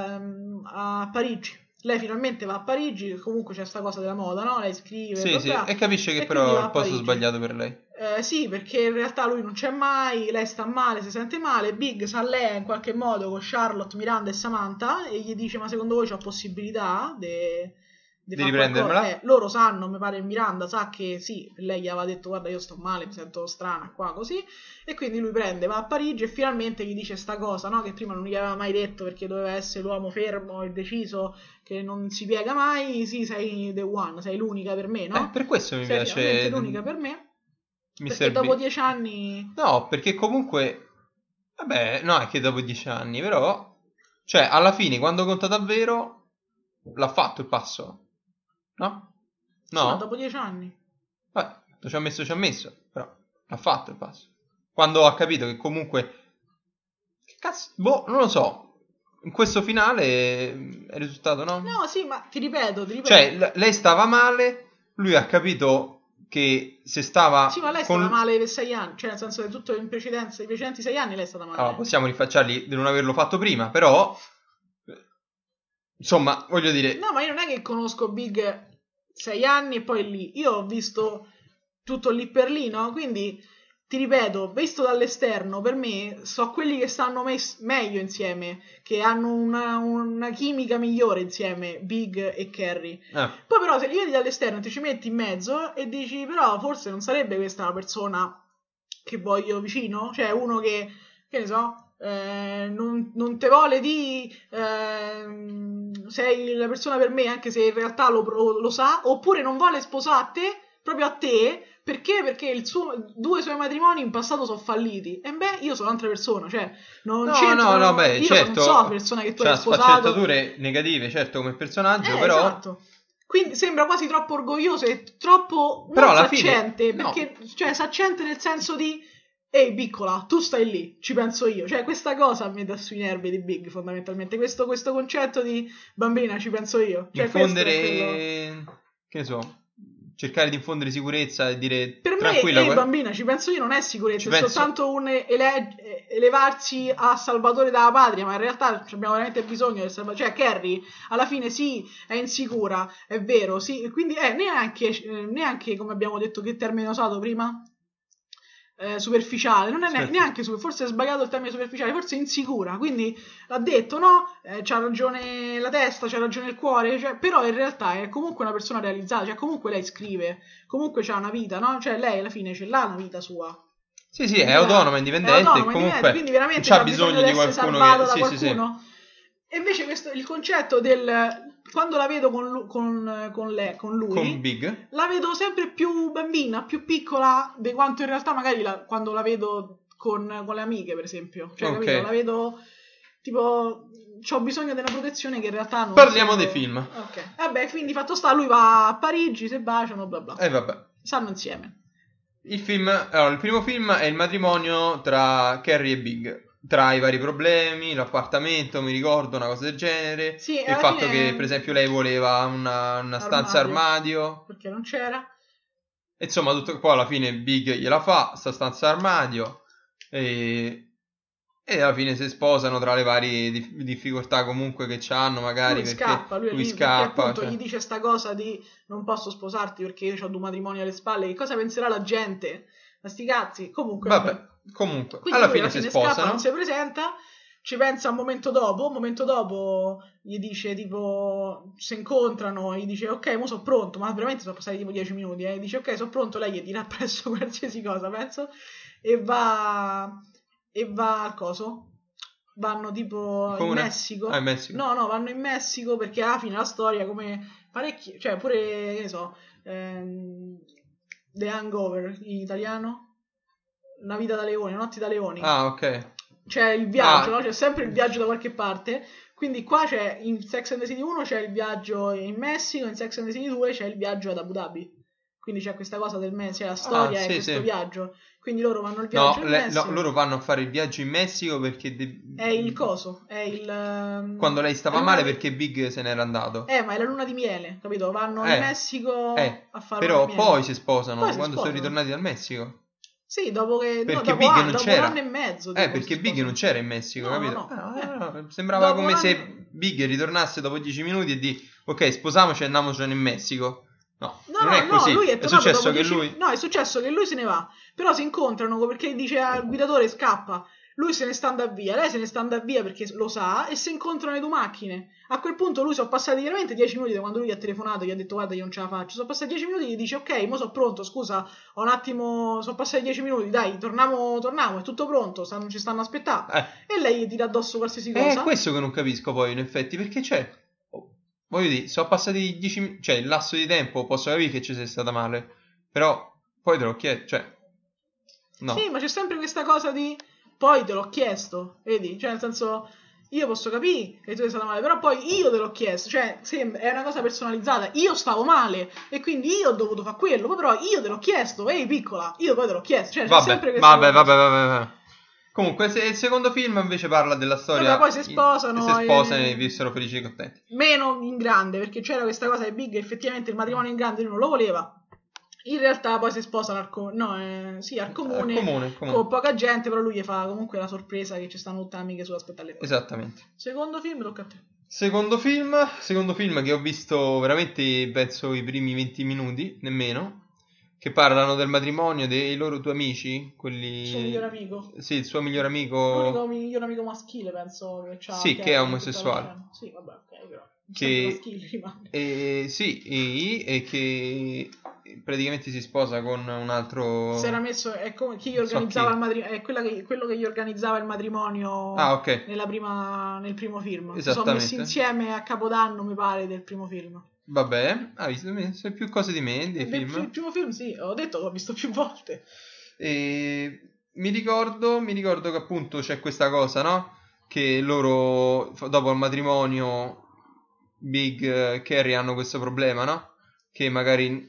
a Parigi. Lei finalmente va a Parigi, comunque c'è sta cosa della moda, no? Lei scrive e capisce che però è il posto sbagliato per lei. Sì, perché in realtà lui non c'è mai, lei sta male, si sente male, Big sa lei in qualche modo con Charlotte, Miranda e Samantha e gli dice ma secondo voi c'ho possibilità di riprendermela? Loro sanno, mi pare Miranda sa che sì, lei gli aveva detto guarda io sto male, mi sento strana qua così, e quindi lui va a Parigi e finalmente gli dice sta cosa, no? Che prima non gli aveva mai detto perché doveva essere l'uomo fermo e deciso che non si piega mai. Sì, sei the one, sei l'unica per me, no? Per questo mi piace, sei l'unica per me, perché dopo 10 anni no, perché comunque vabbè, no, è che dopo 10 anni però, cioè alla fine quando conta davvero l'ha fatto il passo. No? Sì, ma dopo 10 anni. Vabbè, ci ha messo, però ha fatto il passo. Quando ha capito che comunque che cazzo, non lo so. In questo finale è risultato, no? No, sì, ma ti ripeto. Cioè, lei stava male, lui ha capito che se stava... Sì, ma lei stava male per 6 anni, cioè nel senso che tutto in precedenza, i precedenti 6 anni lei è stata male. Allora, possiamo rifacciarli di non averlo fatto prima, però... Insomma, voglio dire... No, ma io non è che conosco Big 6 anni e poi lì. Io ho visto tutto lì per lì, no? Quindi ti ripeto, visto dall'esterno, per me so quelli che stanno meglio insieme, che hanno una chimica migliore insieme, Big e Carrie. Poi però se li vedi dall'esterno ti ci metti in mezzo e dici però forse non sarebbe questa la persona che voglio vicino? Cioè uno che ne so, non te vuole sei la persona per me anche se in realtà lo sa, oppure non vuole sposarti proprio a te. Perché? Perché due suoi matrimoni in passato sono falliti. E beh, io sono un'altra persona, cioè non c'entro. No, beh, io certo, non so la persona che tu hai sposato. Sfaccettature negative, certo, come personaggio, però. Esatto. Quindi sembra quasi troppo orgoglioso e troppo però non alla saccente. fine, perché, cioè, saccente nel senso di ehi piccola, tu stai lì, ci penso io. Cioè, questa cosa mi dà sui nervi di Big, fondamentalmente. Questo concetto di bambina, ci penso io. Cioè, infondere, che ne so, cercare di infondere sicurezza e dire per tranquilla, me, bambina, ci penso io, non è sicurezza, è soltanto un elevarsi a salvatore dalla patria, ma in realtà abbiamo veramente bisogno del salvatore. Cioè, Carrie alla fine sì, è insicura, è vero, sì, quindi neanche come abbiamo detto, che termine ho usato prima? Superficiale, non è neanche forse è sbagliato il termine superficiale, forse insicura, quindi l'ha detto, no? C'ha ragione la testa, c'ha ragione il cuore, cioè, però in realtà è comunque una persona realizzata, cioè comunque lei scrive, comunque c'ha una vita, no? Cioè lei alla fine ce l'ha una vita sua. Sì, è autonoma, indipendente, comunque quindi veramente c'ha bisogno di qualcuno che... da qualcuno. E invece il concetto del... Quando la vedo con lui, con Big, la vedo sempre più bambina, più piccola di quanto in realtà magari quando la vedo con le amiche, per esempio. Cioè, capito? La vedo tipo... C'ho bisogno della protezione che in realtà non... Parliamo dei film. Ok. Vabbè, quindi fatto sta, lui va a Parigi, si baciano, bla bla. E vabbè. Stanno insieme. Il primo film è il matrimonio tra Carrie e Big. Tra i vari problemi, l'appartamento, mi ricordo, una cosa del genere. Sì, il fatto che, per esempio, lei voleva una stanza armadio. Perché non c'era. Insomma, tutto qua alla fine Big gliela fa, sta stanza armadio. E alla fine si sposano tra le varie difficoltà comunque che c'hanno, magari. Lui scappa, lui scappa. Perché appunto gli dice sta cosa di non posso sposarti perché io ho due matrimoni alle spalle. Che cosa penserà la gente? Ma sti cazzi. Comunque, vabbè. Comunque, alla fine si sposano. Scappa, non si presenta, ci pensa un momento dopo gli dice tipo, si incontrano, gli dice ok, mo sono pronto, ma veramente sono passati tipo 10 minuti, dice ok, sono pronto, lei gli dirà presso qualsiasi cosa, penso, e va al coso. Vanno tipo in Messico. In Messico. No, vanno in Messico perché alla fine la storia come parecchi, cioè pure, che ne so, The Hangover in italiano. Una vita da leone, notti da leoni. Ah, ok. C'è il viaggio, no? C'è sempre il viaggio da qualche parte. Quindi qua c'è, in Sex and the City 1 c'è il viaggio in Messico, in Sex and the City 2 c'è il viaggio ad Abu Dhabi. Quindi c'è questa cosa del Messico, c'è la storia e questo viaggio. Quindi loro vanno al viaggio in Messico. No, loro vanno a fare il viaggio in Messico perché... È il coso, è il... Quando lei stava male perché Big se n'era andato. Ma è la luna di miele, capito? Vanno in Messico a fare però poi si sposano quando sono ritornati dal Messico. Sì, dopo che... Perché Big non c'era. Un anno e mezzo. Perché Big non c'era in Messico, capito? No. Sembrava dopo come se Big ritornasse dopo 10 minuti e di ok, sposiamoci e andiamocene in Messico. No, non è così. Lui è successo che lui... No, è successo che lui se ne va. Però si incontrano perché dice al guidatore scappa. Lui se ne sta andando via, lei se ne sta andando via perché lo sa e si incontrano le due macchine. A quel punto lui sono passati veramente 10 minuti da quando lui gli ha telefonato, gli ha detto guarda io non ce la faccio. Sono passati 10 minuti e gli dice ok, mo sono pronto, scusa, ho un attimo, sono passati 10 minuti, dai, torniamo, è tutto pronto, ci stanno aspettando. E lei gli tira addosso qualsiasi cosa. È questo che non capisco poi in effetti, perché voglio dire, sono passati 10 minuti, cioè il lasso di tempo, posso capire che ci sia stata male, però poi te lo chiedo, cioè... No. Sì, ma c'è sempre questa cosa di... Poi te l'ho chiesto, vedi? Cioè, nel senso, io posso capire che tu sei stata male, però poi io te l'ho chiesto, cioè, è una cosa personalizzata. Io stavo male e quindi io ho dovuto fare quello, poi però io te l'ho chiesto, ehi piccola, io poi te l'ho chiesto. Cioè, c'è sempre questa vabbè. Comunque, il secondo film invece parla della storia. Poi si sposano e vissero felici e contenti. Meno in grande, perché c'era questa cosa di Big, effettivamente il matrimonio in grande lui non lo voleva. In realtà poi si sposano al comune con poca gente, però lui gli fa comunque la sorpresa che ci stanno tutte amiche su aspettare. Esattamente. Secondo film, tocca a te. Secondo film che ho visto veramente penso i primi 20 minuti, nemmeno. che parlano del matrimonio dei loro due amici, quelli... Il suo migliore amico. Sì, il suo migliore amico... L'unico miglior amico maschile, penso che c'ha. Sì, che è omosessuale. Sì, vabbè, ok, però. Che... Maschile rimane. e che praticamente si sposa con un altro... Si era messo, è come chi gli organizzava il matrimonio, è quello che gli organizzava il matrimonio ok. Nel primo film. Si Esattamente. sono messi insieme a Capodanno, mi pare, del primo film. Vabbè, hai visto, sai più cose di me, dei film. Il primo film, sì, ho detto che l'ho visto più volte. E mi ricordo che appunto c'è questa cosa, no? Che loro, dopo il matrimonio, Big e Carrie hanno questo problema, no? Che magari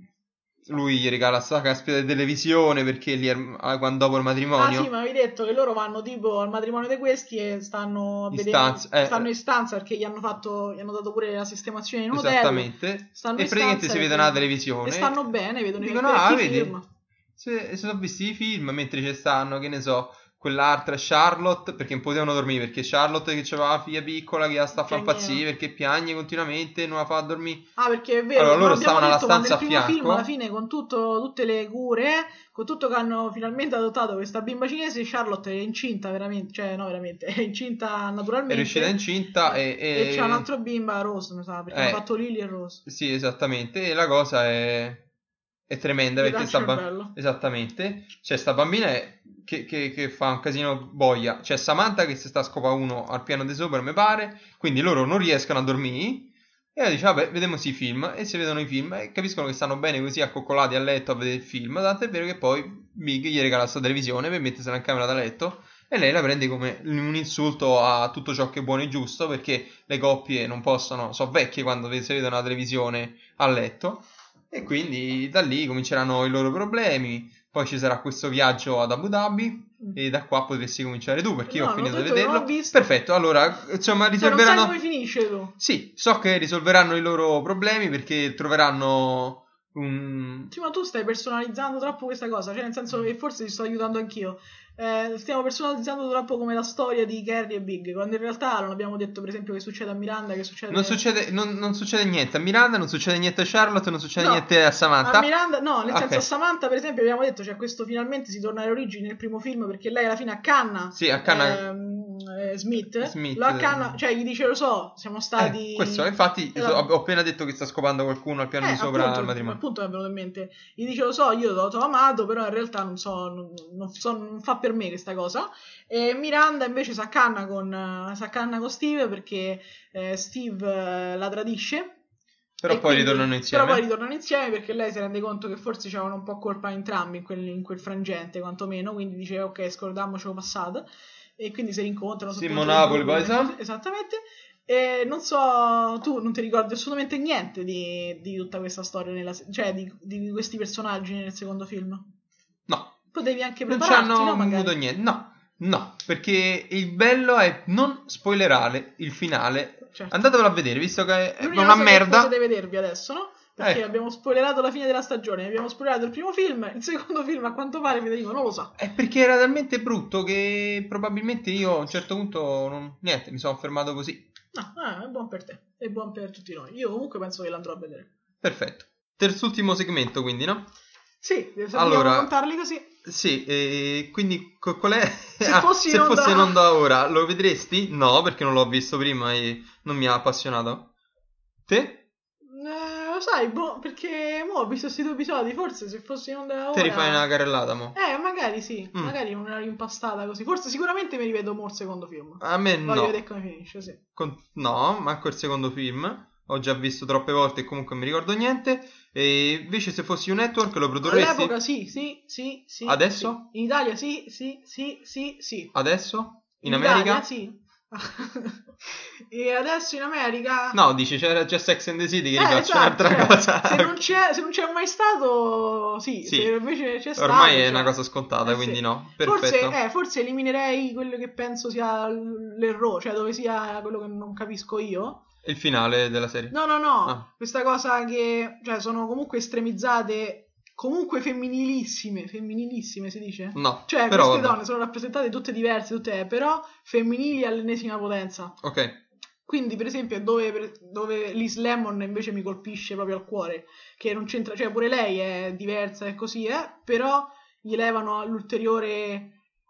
lui gli regala sta caspita di televisione perché quando dopo il matrimonio... Ah sì, ma avevi detto che loro vanno tipo al matrimonio di questi e stanno stanno in stanza perché gli hanno dato pure la sistemazione in un hotel. Esattamente. Stanno e praticamente si vedono la televisione. E stanno bene, vedono dicono, i vedi, film. si sono visti i film mentre ci stanno, che ne so, quell'altra Charlotte, perché non potevano dormire, perché Charlotte che aveva la figlia piccola che la sta a far impazzire perché piagne continuamente, non la fa dormire. Ah, perché è vero, allora loro stavano alla stanza a nel fianco. primo film alla fine con tutte le cure, con tutto che hanno finalmente adottato questa bimba cinese, Charlotte è incinta veramente, cioè no veramente, è incinta naturalmente. È riuscita incinta e c'è un altro bimba, Rose, mi sa, perché hanno fatto Lily e Rose. Sì, esattamente, e la cosa è tremenda perché esattamente, c'è sta bambina che fa un casino boia, c'è Samantha che si sta a scopa uno al piano di sopra mi pare, quindi loro non riescono a dormire e lei dice vabbè vediamo i film e si vedono i film e capiscono che stanno bene così accoccolati a letto a vedere il film, tanto è vero che poi Big gli regala sta televisione per mettersela in camera da letto e lei la prende come un insulto a tutto ciò che è buono e giusto perché le coppie non possono, sono vecchie quando si vedono la televisione a letto. E quindi da lì cominceranno i loro problemi. Poi ci sarà questo viaggio ad Abu Dhabi. E da qua potresti cominciare tu, perché io ho finito di vederlo. Perfetto, allora insomma risolveranno. Non sai come finisce tu? Sì, so che risolveranno i loro problemi perché troveranno un. Sì, ma tu stai personalizzando troppo questa cosa. Cioè, nel senso che forse ti sto aiutando anch'io. Stiamo personalizzando troppo come la storia di Carrie e Big, quando in realtà non abbiamo detto per esempio che succede a Miranda, che succede... Non succede niente a Miranda, non succede niente a Charlotte, non succede niente a Samantha. A Miranda no, nel senso a Samantha per esempio abbiamo detto c'è questo finalmente si torna alle origini nel primo film perché lei alla fine accanna Smith lo accanna, cioè gli dice lo so, siamo stati... questo infatti ho appena detto che sta scopando qualcuno al piano di sopra al matrimonio. Appunto mi è venuto in mente, gli dice lo so, io t'ho amato però in realtà non fa per me questa cosa. E Miranda invece s'accanna con Steve perché Steve la tradisce. Però poi ritornano insieme perché lei si rende conto che forse c'avevano un po' colpa entrambi in quel frangente quantomeno, quindi dice ok, scordiamoci passato e quindi si rincontrano Monopoli poi esattamente. E non so, tu non ti ricordi assolutamente niente di tutta questa storia cioè di questi personaggi nel secondo film? No. Potevi anche prepararti, non ci hanno avuto niente. No, perché il bello è non spoilerare il finale. Certo. Andatevelo a vedere, visto che è una merda. Potete vedervi adesso, no? Perché abbiamo spoilerato la fine della stagione, abbiamo spoilerato il primo film, il secondo film a quanto pare Federico non lo sa. È perché era talmente brutto che probabilmente io a un certo punto niente, mi sono fermato così. No, è buon per te, è buon per tutti noi. Io comunque penso che l'andrò a vedere. Perfetto. Terzultimo segmento quindi, no? Sì, allora contarli così. Sì, quindi qual è? Se fosse in onda ora, lo vedresti? No, perché non l'ho visto prima e non mi ha appassionato. Te? Lo sai, perché ho visto questi 2 episodi, forse se fosse in onda ora... Te rifai una carrellata, mo? Magari sì, magari una rimpastata così. Forse sicuramente mi rivedo il secondo film. A me no. Voglio vedere come finisce, sì. No, manco il secondo film. Ho già visto troppe volte e comunque non mi ricordo niente. E invece se fossi un network lo produrresti? All'epoca sì. Adesso? Sì. In Italia sì. Adesso? In America? Italia Sì. E adesso in America? No, dici c'è Sex and the City che rifaccia un'altra cosa. Se non c'è mai stato, sì. Se invece c'è stato. Ormai è una cosa scontata, quindi no. Perfetto. Forse eliminerei quello che penso sia l'errore, cioè dove sia quello che non capisco io. Il finale della serie? No. Ah. Questa cosa che, cioè, sono comunque estremizzate, comunque femminilissime si dice? No. Cioè, queste donne sono rappresentate tutte diverse, però femminili all'ennesima potenza. Ok. Quindi, per esempio, dove Liz Lemon invece mi colpisce proprio al cuore, che non c'entra, cioè pure lei è diversa e così però gli levano l'ulteriore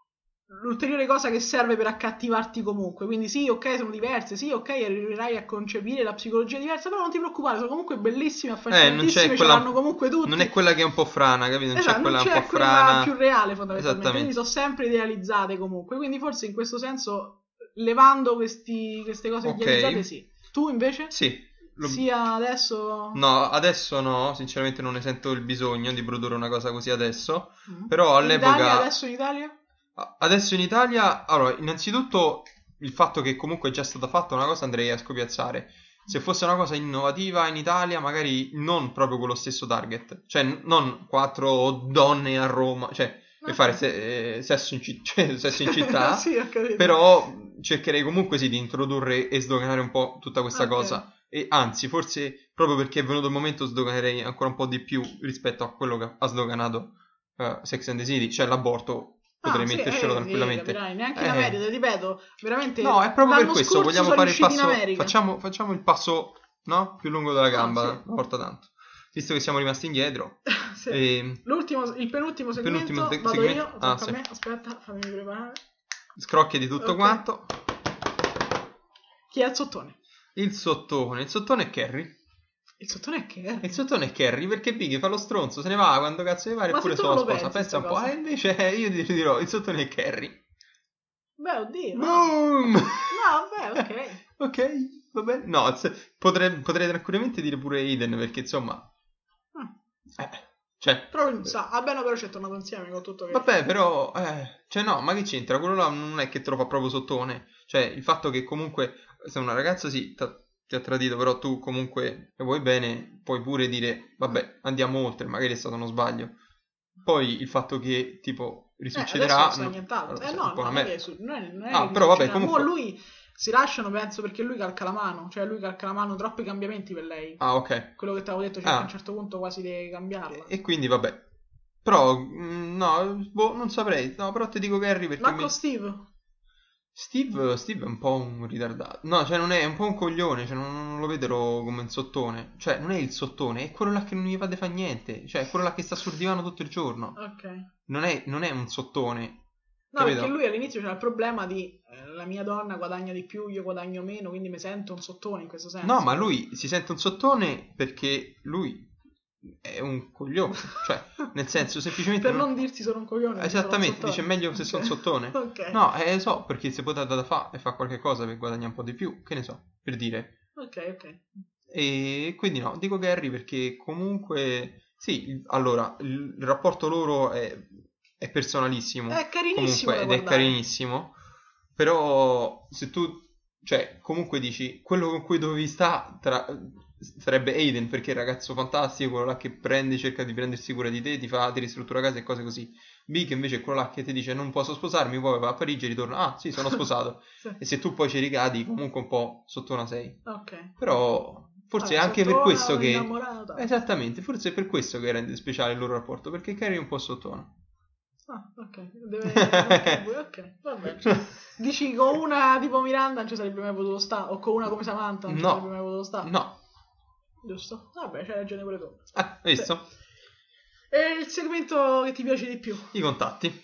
cosa che serve per accattivarti comunque. Quindi sì, ok, sono diverse, sì, ok, arriverai a concepire la psicologia diversa, però non ti preoccupare, sono comunque bellissime, affascinantissime, ce l'hanno comunque tutti. Non è quella che è un po' frana, capito? Non esatto, c'è quella non c'è un po' quella frana, più reale fondamentalmente, quindi sono sempre idealizzate comunque, quindi forse in questo senso, levando queste cose idealizzate, sì. Tu invece? Sì. Sia adesso? No, adesso no, sinceramente non ne sento il bisogno di produrre una cosa così adesso, però all'epoca... Adesso in Italia? Adesso in Italia, allora, innanzitutto il fatto che comunque è già stata fatta una cosa andrei a scopiazzare. Se fosse una cosa innovativa in Italia, magari non proprio con lo stesso target, cioè non 4 donne a Roma, cioè per fare sesso in città, sì, ho capito. Però cercherei comunque sì di introdurre e sdoganare un po' tutta questa cosa. E anzi, forse proprio perché è venuto il momento, sdoganerei ancora un po' di più rispetto a quello che ha sdoganato Sex and the City, cioè l'aborto. Potrei mettercelo tranquillamente. Neanche in America, ti ripeto, veramente. No, è proprio per questo. Vogliamo fare il passo. Facciamo il passo, no? Più lungo della gamba, una volta tanto. Visto che siamo rimasti indietro. Sì. Il penultimo segmento. Vado io. Sì. Aspetta, fammi preparare. Scrocchi di tutto quanto. Chi è il sottone? Il sottone è Carrie. Il sottone è Carrie? Il sottone è Carrie perché Biggie fa lo stronzo, se ne va quando cazzo ne pare e pure solo la sposa. Pensa un po', invece io ti dirò, il sottone è Carrie. Beh, oddio. Boom! No, beh, ok. Ok, va bene. No, potrei tranquillamente dire pure Aiden perché insomma... Cioè... Però non sa, bene, però c'è tornato insieme con tutto che... Vabbè, però... cioè no, ma che c'entra? Quello là non è che te lo fa proprio sottone. Cioè, il fatto che comunque se una ragazza ti ha tradito, però tu comunque le vuoi bene, puoi pure dire, vabbè, andiamo oltre, magari è stato uno sbaglio. Poi il fatto che, tipo, risuccederà... non nient'altro. Però vabbè, comunque... lui si lasciano, penso, perché lui calca la mano. Cioè, lui calca la mano troppi cambiamenti per lei. Ah, ok. Quello che ti avevo detto, cioè a un certo punto quasi devi cambiarla. E quindi, vabbè. Però, no, non saprei. No, però ti dico Carrie perché... Ma con Steve è un po' un ritardato. No, cioè non è un po' un coglione, cioè non lo vedo come un sottone. Cioè non è il sottone, è quello là che non gli fa fare niente. Cioè è quello là che sta sul divano tutto il giorno. Ok. Non è un sottone. No, capito? Perché lui all'inizio c'era il problema di la mia donna guadagna di più, io guadagno meno, quindi mi sento un sottone in questo senso. No, ma lui si sente un sottone perché lui è un coglione, cioè nel senso semplicemente per non dirsi sono un coglione, esattamente, dice meglio se sono sottone. Okay. No, so perché se può dare da fare e fa qualche cosa per guadagnare un po' di più, che ne so, per dire. Ok. E quindi no, dico Carrie perché comunque sì, allora il rapporto loro è personalissimo, è carinissimo comunque, ed è carinissimo, però se tu, cioè comunque dici quello con cui dovevi stare sarebbe Aiden, perché è il ragazzo fantastico, quello là che cerca di prendersi cura di te, ti ristruttura casa e cose così. Big invece è quello là che ti dice non posso sposarmi, poi va a Parigi e ritorna, sì, sono sposato. Sì. E se tu poi ci ricadi comunque un po' sottona sei. Ok. Però forse è anche per questo che innamorata. esattamente, forse è per questo che rende speciale il loro rapporto, perché Carrie è un po' sottona. Ok, ok, va bene. Dici con una tipo Miranda non ci sarebbe mai potuto stare, o con una come Samantha non ci sarebbe mai potuto stare? No. Giusto? Vabbè, c'hai ragione pure tu. Visto? Sì. E il segmento che ti piace di più? I contatti.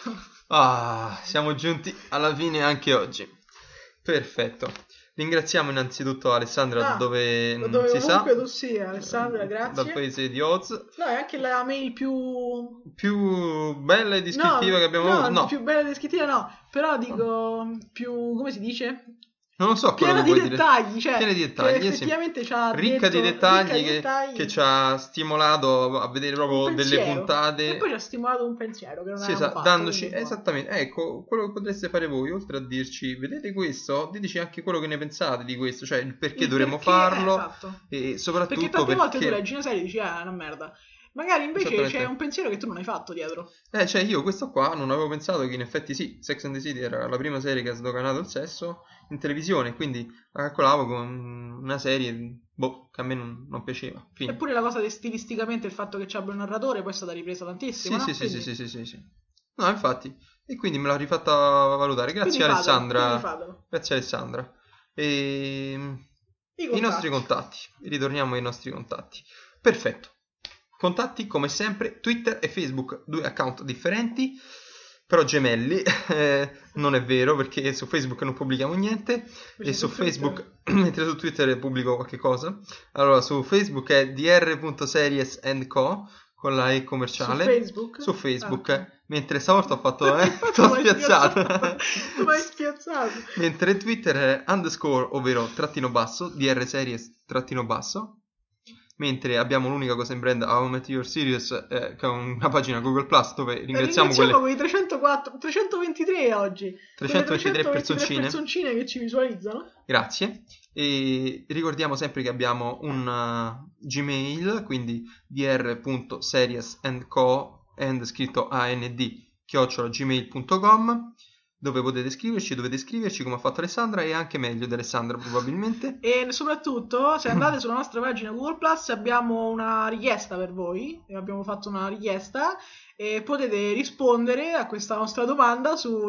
Siamo giunti alla fine anche oggi. Perfetto. Ringraziamo innanzitutto Alessandra dove si sa. Dovunque tu sia, Alessandra, grazie. Dal paese di Oz. No, è anche la mail più bella e descrittiva che abbiamo avuto. No, più bella e descrittiva no, però dico più, come si dice? Non lo so, piena di dettagli, cioè piena di dettagli, effettivamente c'ha ricca di dettagli che ci ha stimolato a vedere proprio delle puntate e poi ci ha stimolato un pensiero che non avevamo fatto, dandoci esattamente, ecco, quello che potreste fare voi, oltre a dirci vedete questo, diteci anche quello che ne pensate di questo, cioè il perché dovremmo farlo, esatto. E soprattutto perché tante volte tu leggi una serie e dici è una merda. Magari invece c'è un pensiero che tu non hai fatto dietro. Cioè io questo qua non avevo pensato che in effetti sì, Sex and the City era la prima serie che ha sdoganato il sesso in televisione, quindi la calcolavo con una serie che a me non piaceva. Fine. Eppure la cosa stilisticamente, il fatto che ci abbia un narratore poi è stata ripresa tantissimo, sì, no? Sì. No, infatti. E quindi me l'ha rifatta valutare. Grazie Alessandra. Fatelo. Grazie Alessandra. E I nostri contatti. Ritorniamo ai nostri contatti. Perfetto. Contatti come sempre Twitter e Facebook, 2 account differenti, però gemelli. Non è vero, perché su Facebook non pubblichiamo niente e su Facebook, mentre su Twitter pubblico qualche cosa. Allora, su Facebook è dr.series&co con la E commerciale. Su Facebook. Ah, okay. Mentre stavolta ho fatto t'ho spiazzato. Tu m'hai spiazzato. Mentre Twitter è _ ovvero trattino basso, dr series trattino basso. Mentre abbiamo l'unica cosa in brand, How I Met Your Series, che è una pagina Google Plus dove ringraziamo quei 323 oggi. 323 personcine che ci visualizzano. Grazie. E ricordiamo sempre che abbiamo un Gmail, quindi dr.seriesandco scritto @gmail.com, dove dovete scriverci come ha fatto Alessandra, e anche meglio di Alessandra probabilmente. E soprattutto, se andate sulla nostra pagina Google Plus, abbiamo una richiesta per voi. Abbiamo fatto una richiesta e potete rispondere a questa nostra domanda su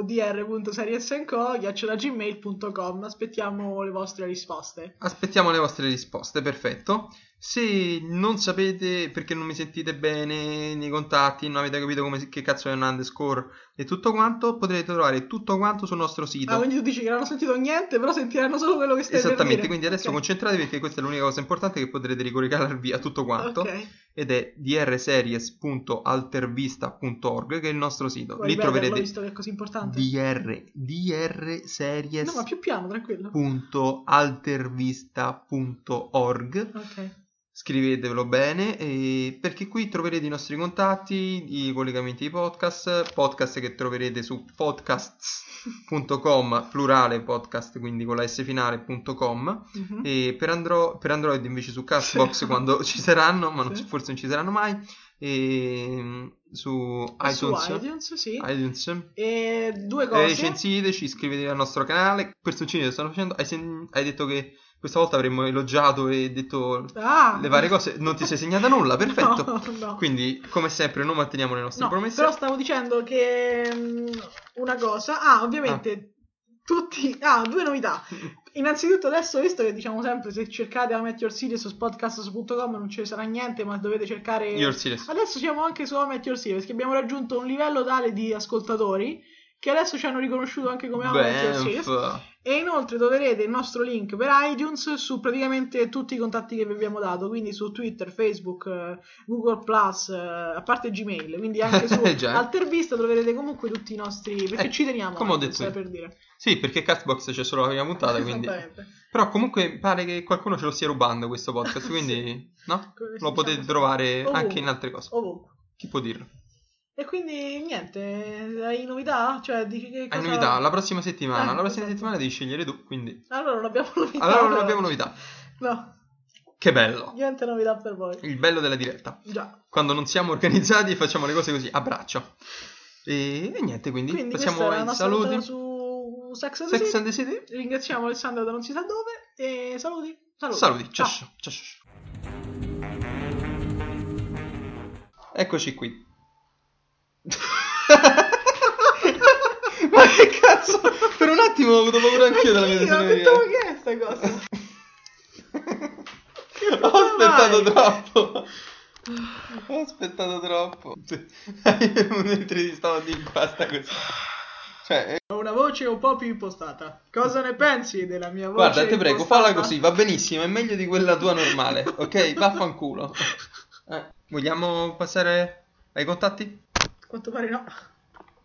dr.seriesandco@gmail.com. Aspettiamo le vostre risposte. Perfetto. Se non sapete, perché non mi sentite bene nei contatti, non avete capito che cazzo è un underscore e tutto quanto, potrete trovare tutto quanto sul nostro sito. Quindi tu dici che non hanno sentito niente, però sentiranno solo quello che stai per dire. Esattamente, quindi adesso concentratevi, perché questa è l'unica cosa importante, che potrete ricollegarvi a tutto quanto. Okay. Ed è drseries.altervista.org, che è il nostro sito. Vuoi Lì troverete, visto che è così importante? drseries. No, ma più piano, tranquillo. .altervista.org. Ok. Scrivetevelo bene, perché qui troverete i nostri contatti, i collegamenti ai podcast che troverete su podcasts.com, plurale podcast, quindi con la S finale.com, e per Android invece su Castbox quando ci saranno, ma forse non ci saranno mai, e su iTunes, iTunes. E due cose: recensiteci, iscrivetevi al nostro canale. Personcini che stanno facendo, hai detto che questa volta avremmo elogiato e detto le varie cose. Non ti sei segnata nulla, perfetto. No. Quindi, come sempre, non manteniamo le nostre promesse. Però stavo dicendo che una cosa. Ovviamente tutti. Due novità. Innanzitutto, adesso, visto che diciamo sempre, se cercate How I Met Your Series su podcast.com non ci sarà niente, ma dovete cercare Your Series. Adesso siamo anche su How I Met Your Series, perché abbiamo raggiunto un livello tale di ascoltatori che adesso ci hanno riconosciuto anche come How I Met Your Series. E inoltre troverete il nostro link per iTunes su praticamente tutti i contatti che vi abbiamo dato, quindi su Twitter, Facebook, Google Plus, a parte Gmail, quindi anche su Altervista troverete comunque tutti i nostri, perché ci teniamo, come ho detto, per dire. Sì, perché Castbox c'è solo la prima puntata, quindi. Però comunque pare che qualcuno ce lo stia rubando questo podcast, quindi no? Lo potete trovare ovunque, anche in altre cose. Ovunque. Chi può dirlo? E quindi niente, hai novità? Cioè, dici che cosa... Hai novità la prossima settimana. La prossima settimana devi scegliere tu, quindi. Allora non abbiamo novità. No. Che bello. Niente novità per voi. Il bello della diretta. Già. Quando non siamo organizzati e facciamo le cose così, a braccio. E niente, quindi passiamo ai saluti. Su Sex and the City. Ringraziamo Alessandra da non si sa dove. E saluti. Ciao. Eccoci qui. Ma che cazzo? Per un attimo ho avuto paura anch'io della mia tesoreria. Ma che è sta cosa? Ho aspettato troppo. Mentre ti stavo di basta così. Cioè, ho una voce un po' più impostata. Cosa ne pensi della mia voce? Guarda, ti prego, falla così, va benissimo, è meglio di quella tua normale, ok? Vaffanculo. Vogliamo passare ai contatti? A quanto pare no.